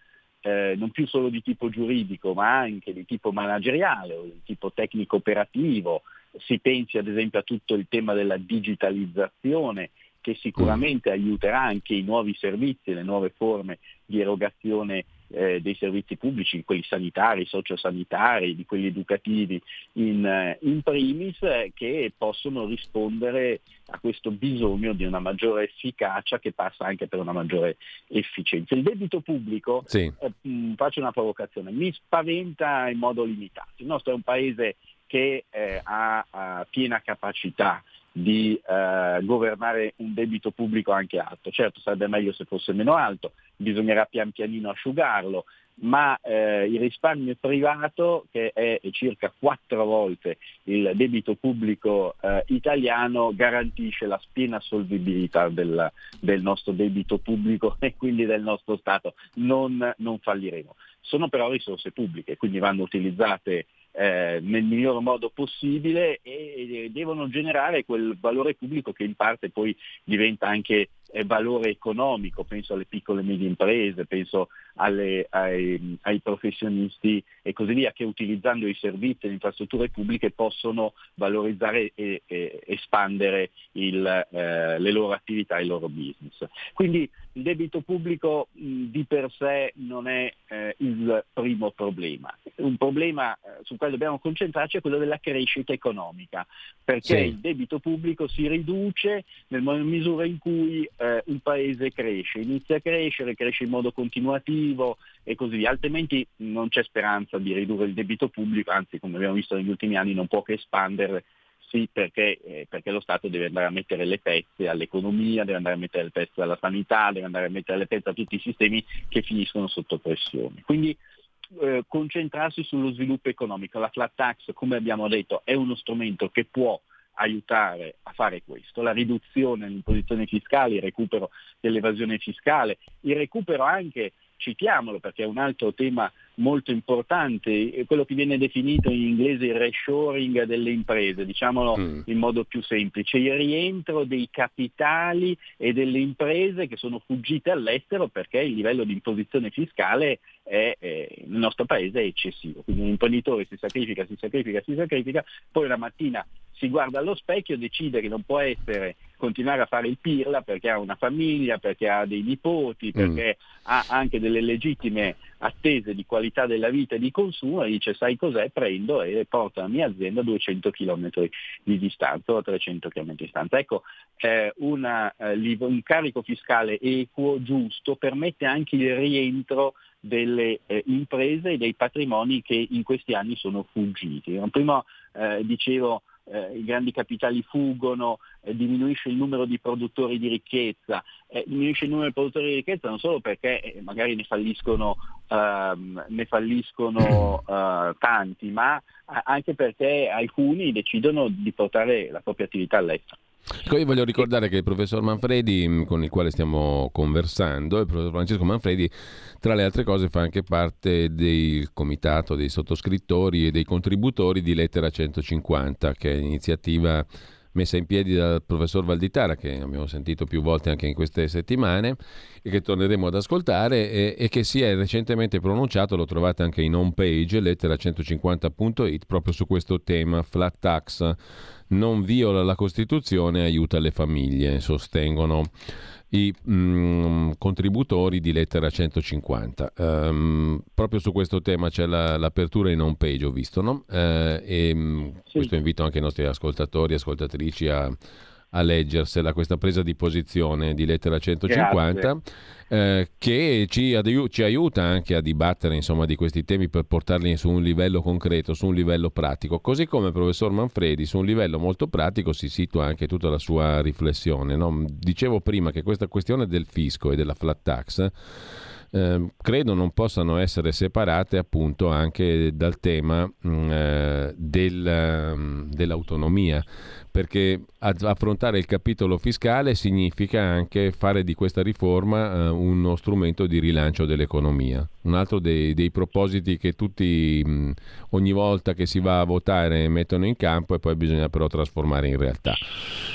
eh, non più solo di tipo giuridico ma anche di tipo manageriale o di tipo tecnico operativo. Si pensi ad esempio a tutto il tema della digitalizzazione, che sicuramente aiuterà anche i nuovi servizi, le nuove forme di erogazione eh, dei servizi pubblici, quelli sanitari, sociosanitari, di quelli educativi in, in primis, eh, che possono rispondere a questo bisogno di una maggiore efficacia che passa anche per una maggiore efficienza. Il debito pubblico, sì. eh, mh, faccio una provocazione, mi spaventa in modo limitato. Il nostro è un paese che eh, ha, ha piena capacità di eh, governare un debito pubblico anche alto. Certo, sarebbe meglio se fosse meno alto, bisognerà pian pianino asciugarlo, ma eh, il risparmio privato, che è circa quattro volte il debito pubblico eh, italiano, garantisce la piena solvibilità del, del nostro debito pubblico e quindi del nostro Stato. Non, non falliremo. Sono però risorse pubbliche, quindi vanno utilizzate Eh, nel miglior modo possibile e, e devono generare quel valore pubblico che in parte poi diventa anche eh, valore economico. Penso alle piccole e medie imprese, penso alle, ai, ai professionisti e così via, che utilizzando i servizi e le infrastrutture pubbliche possono valorizzare e, e espandere il, eh, le loro attività e il loro business. Quindi il debito pubblico mh, di per sé non è eh, il primo problema. Un problema eh, su quale dobbiamo concentrarci è quello della crescita economica, perché sì. il debito pubblico si riduce nel misura in cui eh, un paese cresce, inizia a crescere, cresce in modo continuativo e così via, altrimenti non c'è speranza di ridurre il debito pubblico, anzi, come abbiamo visto negli ultimi anni, non può che espandere. Sì, perché, eh, perché lo Stato deve andare a mettere le pezze all'economia, deve andare a mettere le pezze alla sanità, deve andare a mettere le pezze a tutti i sistemi che finiscono sotto pressione. Quindi eh, concentrarsi sullo sviluppo economico. La flat tax, come abbiamo detto, è uno strumento che può aiutare a fare questo, la riduzione dell'imposizione fiscale, il recupero dell'evasione fiscale, il recupero anche, citiamolo perché è un altro tema molto importante, quello che viene definito in inglese il reshoring delle imprese, diciamolo mm. in modo più semplice, il rientro dei capitali e delle imprese che sono fuggite all'estero perché il livello di imposizione fiscale è, è, nel nostro paese è eccessivo. Quindi un imprenditore si sacrifica, si sacrifica, si sacrifica, poi una mattina si guarda allo specchio, decide che non può essere continuare a fare il pirla perché ha una famiglia, perché ha dei nipoti, perché mm. ha anche delle legittime attese di qualità della vita e di consumo, e dice: sai cos'è, prendo e porto la mia azienda a duecento chilometri di distanza o a trecento chilometri di distanza. Ecco, eh, una, eh, un carico fiscale equo, giusto, permette anche il rientro delle eh, imprese e dei patrimoni che in questi anni sono fuggiti. Prima eh, dicevo Eh, i grandi capitali fuggono, eh, diminuisce il numero di produttori di ricchezza, eh, diminuisce il numero di produttori di ricchezza non solo perché eh, magari ne falliscono, ehm, ne falliscono eh, tanti, ma anche perché alcuni decidono di portare la propria attività all'estero. Ecco, io voglio ricordare che il professor Manfredi, con il quale stiamo conversando, il professor Francesco Manfredi, tra le altre cose fa anche parte del comitato dei sottoscrittori e dei contributori di Lettera centocinquanta, che è l'iniziativa messa in piedi dal professor Valditara, che abbiamo sentito più volte anche in queste settimane e che torneremo ad ascoltare, e, e che si è recentemente pronunciato, lo trovate anche in home page, lettera centocinquanta punto it, proprio su questo tema. Flat tax non viola la Costituzione, aiuta le famiglie, sostengono i mm, contributori di Lettera centocinquanta. Um, proprio su questo tema c'è la, l'apertura in home page, ho visto, no? Uh, e mm, sì. Questo invito anche i nostri ascoltatori e ascoltatrici a, a leggersela, questa presa di posizione di Lettera centocinquanta, eh, che ci, ad, ci aiuta anche a dibattere, insomma, di questi temi per portarli su un livello concreto, su un livello pratico, così come il professor Manfredi su un livello molto pratico si situa anche tutta la sua riflessione, no? Dicevo prima che questa questione del fisco e della flat tax Eh, credo non possano essere separate appunto anche dal tema mh, eh, del, mh, dell'autonomia, perché affrontare il capitolo fiscale significa anche fare di questa riforma eh, uno strumento di rilancio dell'economia, un altro dei, dei propositi che tutti mh, ogni volta che si va a votare mettono in campo e poi bisogna però trasformare in realtà.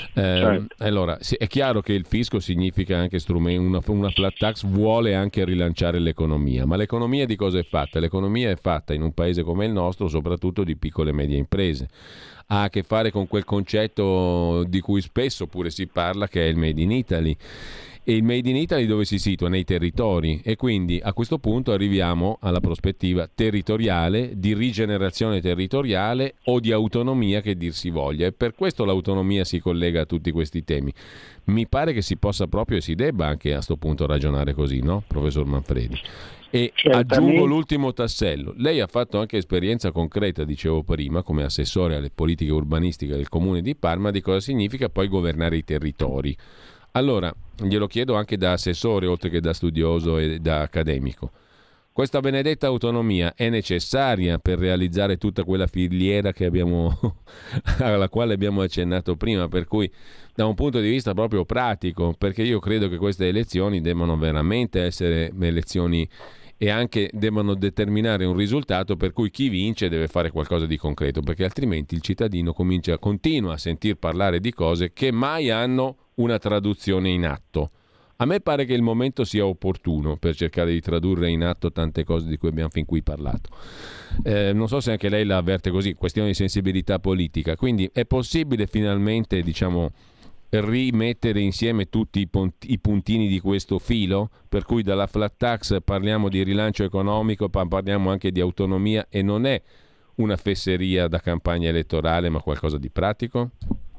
Eh, Certo. Allora, sì, è chiaro che il fisco significa anche strumento, una, una flat tax vuole anche rilanciare l'economia, ma l'economia di cosa è fatta? L'economia è fatta in un paese come il nostro soprattutto di piccole e medie imprese. Ha a che fare con quel concetto di cui spesso pure si parla, che è il Made in Italy. E il Made in Italy dove si situa? Nei territori, e quindi a questo punto arriviamo alla prospettiva territoriale, di rigenerazione territoriale o di autonomia che dir si voglia, e per questo l'autonomia si collega a tutti questi temi. Mi pare che si possa proprio e si debba anche a sto punto ragionare così, no, professor Manfredi? E Certamente. aggiungo l'ultimo tassello. Lei ha fatto anche esperienza concreta, dicevo prima, come assessore alle politiche urbanistiche del Comune di Parma, di cosa significa poi governare i territori. Allora, glielo chiedo anche da assessore, oltre che da studioso e da accademico. Questa benedetta autonomia è necessaria per realizzare tutta quella filiera che abbiamo, alla quale abbiamo accennato prima, per cui da un punto di vista proprio pratico, perché io credo che queste elezioni debbano veramente essere elezioni e anche debbano determinare un risultato per cui chi vince deve fare qualcosa di concreto, perché altrimenti il cittadino comincia, continua a sentir parlare di cose che mai hanno una traduzione in atto. A me pare che il momento sia opportuno per cercare di tradurre in atto tante cose di cui abbiamo fin qui parlato. Eh, non so se anche lei la avverte così, questione di sensibilità politica. Quindi è possibile finalmente, diciamo, rimettere insieme tutti i, pont- i puntini di questo filo, per cui dalla flat tax parliamo di rilancio economico, ma parliamo anche di autonomia, e non è una fesseria da campagna elettorale ma qualcosa di pratico?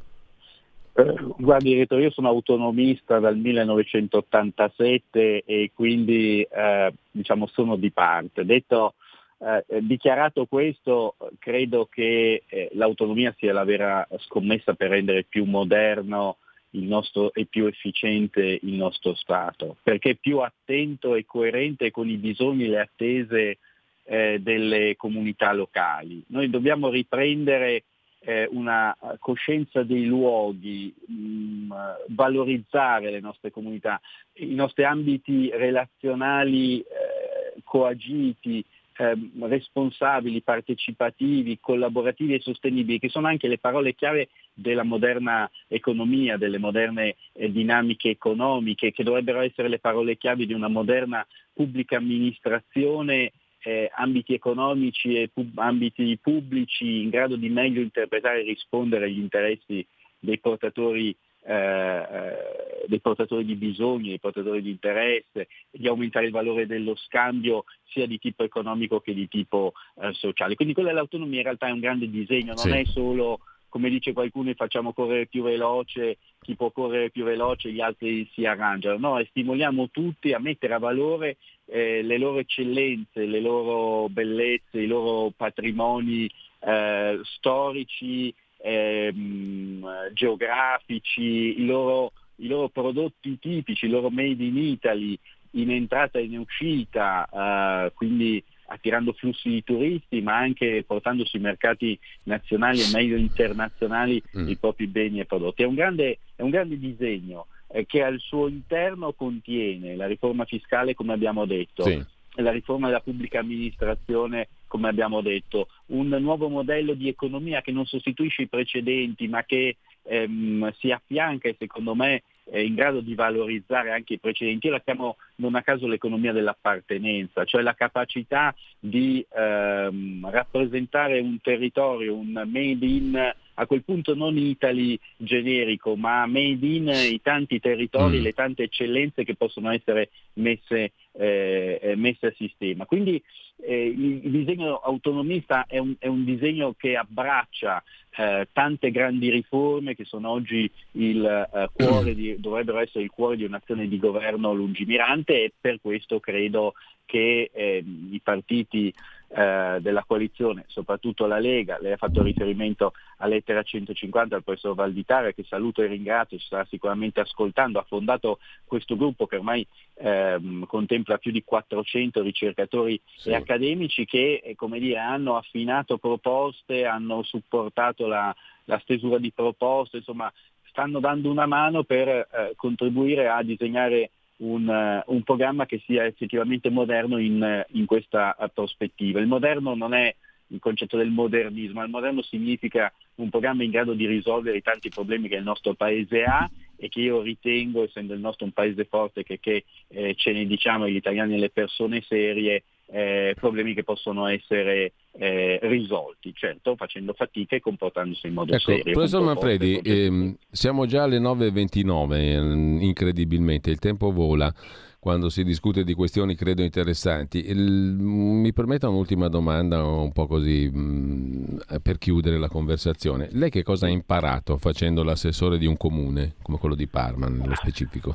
Eh, guardi, io sono autonomista dal millenovecentottantasette e quindi eh, diciamo sono di parte. Detto, eh, dichiarato questo, credo che eh, l'autonomia sia la vera scommessa per rendere più moderno il nostro e più efficiente il nostro Stato, perché è più attento e coerente con i bisogni e le attese eh, delle comunità locali. Noi dobbiamo riprendere Eh, una coscienza dei luoghi, mh, valorizzare le nostre comunità, i nostri ambiti relazionali eh, coagiti, eh, responsabili, partecipativi, collaborativi e sostenibili, che sono anche le parole chiave della moderna economia, delle moderne eh, dinamiche economiche, che dovrebbero essere le parole chiave di una moderna pubblica amministrazione. Eh, ambiti economici e pub- ambiti pubblici in grado di meglio interpretare e rispondere agli interessi dei portatori, eh, eh, dei portatori di bisogni, dei portatori di interesse, di aumentare il valore dello scambio sia di tipo economico che di tipo eh, sociale. Quindi quella dell'autonomia in realtà è un grande disegno, non sì. è solo, come dice qualcuno, facciamo correre più veloce, chi può correre più veloce gli altri si arrangiano, no, e stimoliamo tutti a mettere a valore eh, le loro eccellenze, le loro bellezze, i loro patrimoni eh, storici, ehm, geografici, i loro, i loro prodotti tipici, il loro made in Italy, in entrata e in uscita, eh, quindi attirando flussi di turisti, ma anche portando sui mercati nazionali e meglio internazionali mm. i propri beni e prodotti. È un grande, è un grande disegno eh, che al suo interno contiene la riforma fiscale, come abbiamo detto, sì. la riforma della pubblica amministrazione, come abbiamo detto, un nuovo modello di economia che non sostituisce i precedenti, ma che ehm, si affianca e secondo me è in grado di valorizzare anche i precedenti. Io la chiamo non a caso l'economia dell'appartenenza, cioè la capacità di ehm, rappresentare un territorio, un made in, a quel punto non Italy generico, ma made in i tanti territori, mm. le tante eccellenze che possono essere messe, eh, messe a sistema. Quindi eh, il, il disegno autonomista è un, è un disegno che abbraccia eh, tante grandi riforme che sono oggi il eh, cuore di, dovrebbero essere il cuore di un'azione di governo lungimirante, e per questo credo che eh, i partiti eh, della coalizione, soprattutto la Lega, lei ha fatto riferimento a Lettera centocinquanta al professor Valditara, che saluto e ringrazio, ci starà sicuramente ascoltando, ha fondato questo gruppo che ormai ehm, contempla più di quattrocento ricercatori sì. e accademici che eh, come dire, hanno affinato proposte, hanno supportato la, la stesura di proposte, insomma stanno dando una mano per eh, contribuire a disegnare Un, uh, un programma che sia effettivamente moderno in, uh, in questa uh, prospettiva. Il moderno non è il concetto del modernismo, il moderno significa un programma in grado di risolvere i tanti problemi che il nostro paese ha e che io ritengo, essendo il nostro un paese forte, che, che eh, ce ne diciamo gli italiani e le persone serie, eh, problemi che possono essere eh, risolti, certo facendo fatica e comportandosi in modo ecco, serio. Professor Manfredi, ehm, siamo già alle nove e ventinove, incredibilmente, il tempo vola quando si discute di questioni credo interessanti. Il, mi permetta un'ultima domanda un po' così mh, per chiudere la conversazione. Lei che cosa ha imparato facendo l'assessore di un comune come quello di Parma nello specifico?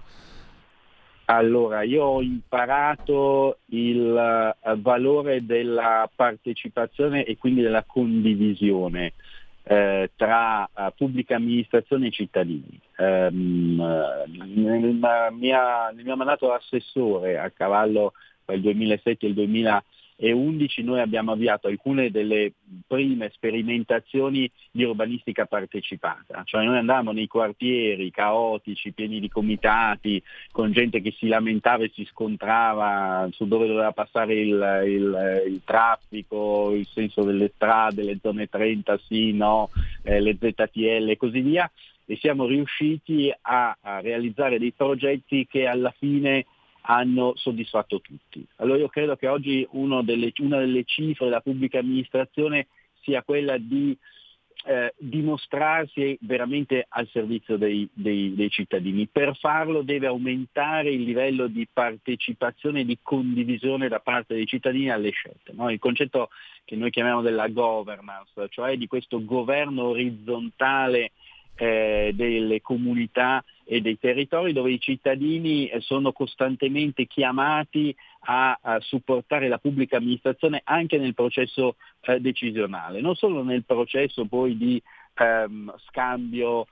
Allora, io ho imparato il uh, valore della partecipazione e quindi della condivisione eh, tra uh, pubblica amministrazione e cittadini. Um, nel, mia, nel mio mandato assessore a cavallo tra il duemilasette e il duemilaundici noi abbiamo avviato alcune delle prime sperimentazioni di urbanistica partecipata, cioè noi andavamo nei quartieri caotici, pieni di comitati, con gente che si lamentava e si scontrava su dove doveva passare il, il, il traffico, il senso delle strade, le zone trenta sì, no, eh, le Z T L e così via, e siamo riusciti a, a realizzare dei progetti che alla fine hanno soddisfatto tutti. Allora io credo che oggi uno delle, una delle cifre della pubblica amministrazione sia quella di eh, dimostrarsi veramente al servizio dei, dei, dei cittadini. Per farlo deve aumentare il livello di partecipazione e di condivisione da parte dei cittadini alle scelte, no? Il concetto che noi chiamiamo della governance, cioè di questo governo orizzontale Eh, delle comunità e dei territori, dove i cittadini eh, sono costantemente chiamati a, a supportare la pubblica amministrazione anche nel processo eh, decisionale, non solo nel processo poi di ehm, scambio,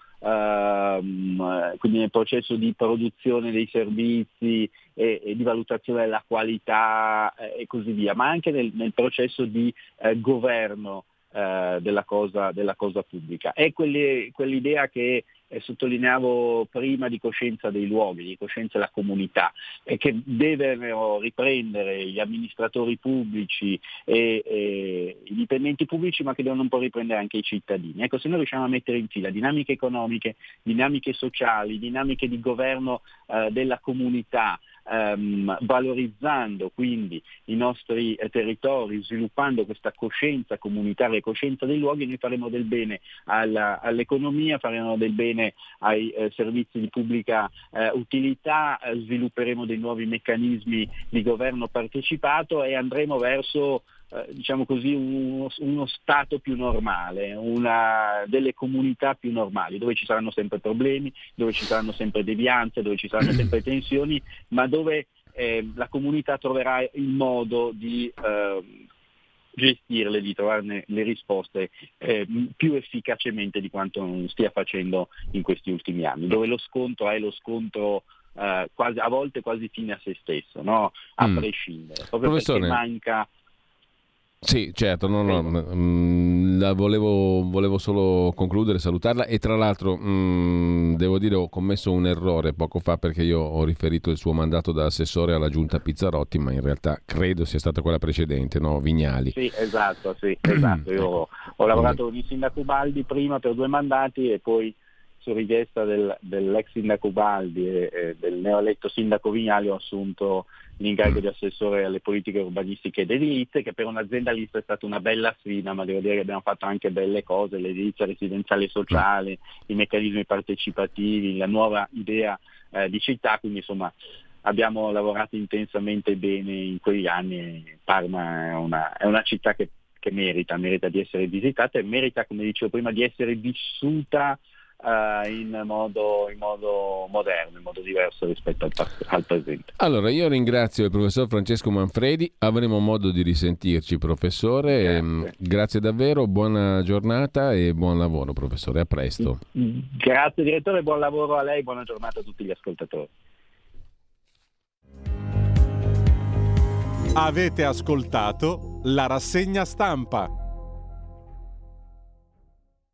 ehm, quindi nel processo di produzione dei servizi e, e di valutazione della qualità eh, e così via, ma anche nel, nel processo di eh, governo Uh, della cosa, della cosa pubblica. È quelle, quell'idea che eh, sottolineavo prima di coscienza dei luoghi, di coscienza della comunità, e che devono riprendere gli amministratori pubblici e, e i dipendenti pubblici, ma che devono un po' riprendere anche i cittadini. Ecco, se noi riusciamo a mettere in fila dinamiche economiche, dinamiche sociali, dinamiche di governo uh, della comunità, Um, valorizzando quindi i nostri eh, territori, sviluppando questa coscienza comunitaria e coscienza dei luoghi, noi faremo del bene alla, all'economia, faremo del bene ai eh, servizi di pubblica eh, utilità, eh, svilupperemo dei nuovi meccanismi di governo partecipato e andremo verso eh, diciamo così uno, uno stato più normale, una, delle comunità più normali, dove ci saranno sempre problemi, dove ci saranno sempre devianze, dove ci saranno sempre tensioni, ma dove eh, la comunità troverà il modo di eh, gestirle, di trovarne le risposte eh, più efficacemente di quanto non stia facendo in questi ultimi anni, dove lo scontro è lo scontro eh, quasi, a volte quasi fine a se stesso, no? A mm. prescindere, proprio Professore, perché manca. Sì, certo, no, no, mh, la volevo, volevo solo concludere, salutarla e tra l'altro mh, devo dire ho commesso un errore poco fa, perché io ho riferito il suo mandato da assessore alla giunta Pizzarotti, ma in realtà credo sia stata quella precedente, no? Vignali. Sì, esatto, sì, esatto. Io ho, ho lavorato con il sindaco Ubaldi prima per due mandati e poi su richiesta del, dell'ex sindaco Ubaldi e, e del neoeletto sindaco Vignali ho assunto l'incarico di assessore alle politiche urbanistiche ed edilizie, che per un'aziendalista è stata una bella sfida, ma devo dire che abbiamo fatto anche belle cose, l'edilizia residenziale sociale, i meccanismi partecipativi, la nuova idea eh, di città, quindi insomma abbiamo lavorato intensamente bene in quegli anni e Parma è una, è una città che, che merita, merita di essere visitata e merita, come dicevo prima, di essere vissuta Uh, in, modo, in modo moderno, in modo diverso rispetto al, al presente. Allora io ringrazio il professor Francesco Manfredi, avremo modo di risentirci professore, grazie, e, grazie davvero, buona giornata e buon lavoro professore, a presto. Grazie direttore, buon lavoro a lei, buona giornata a tutti gli ascoltatori. Avete ascoltato la rassegna stampa.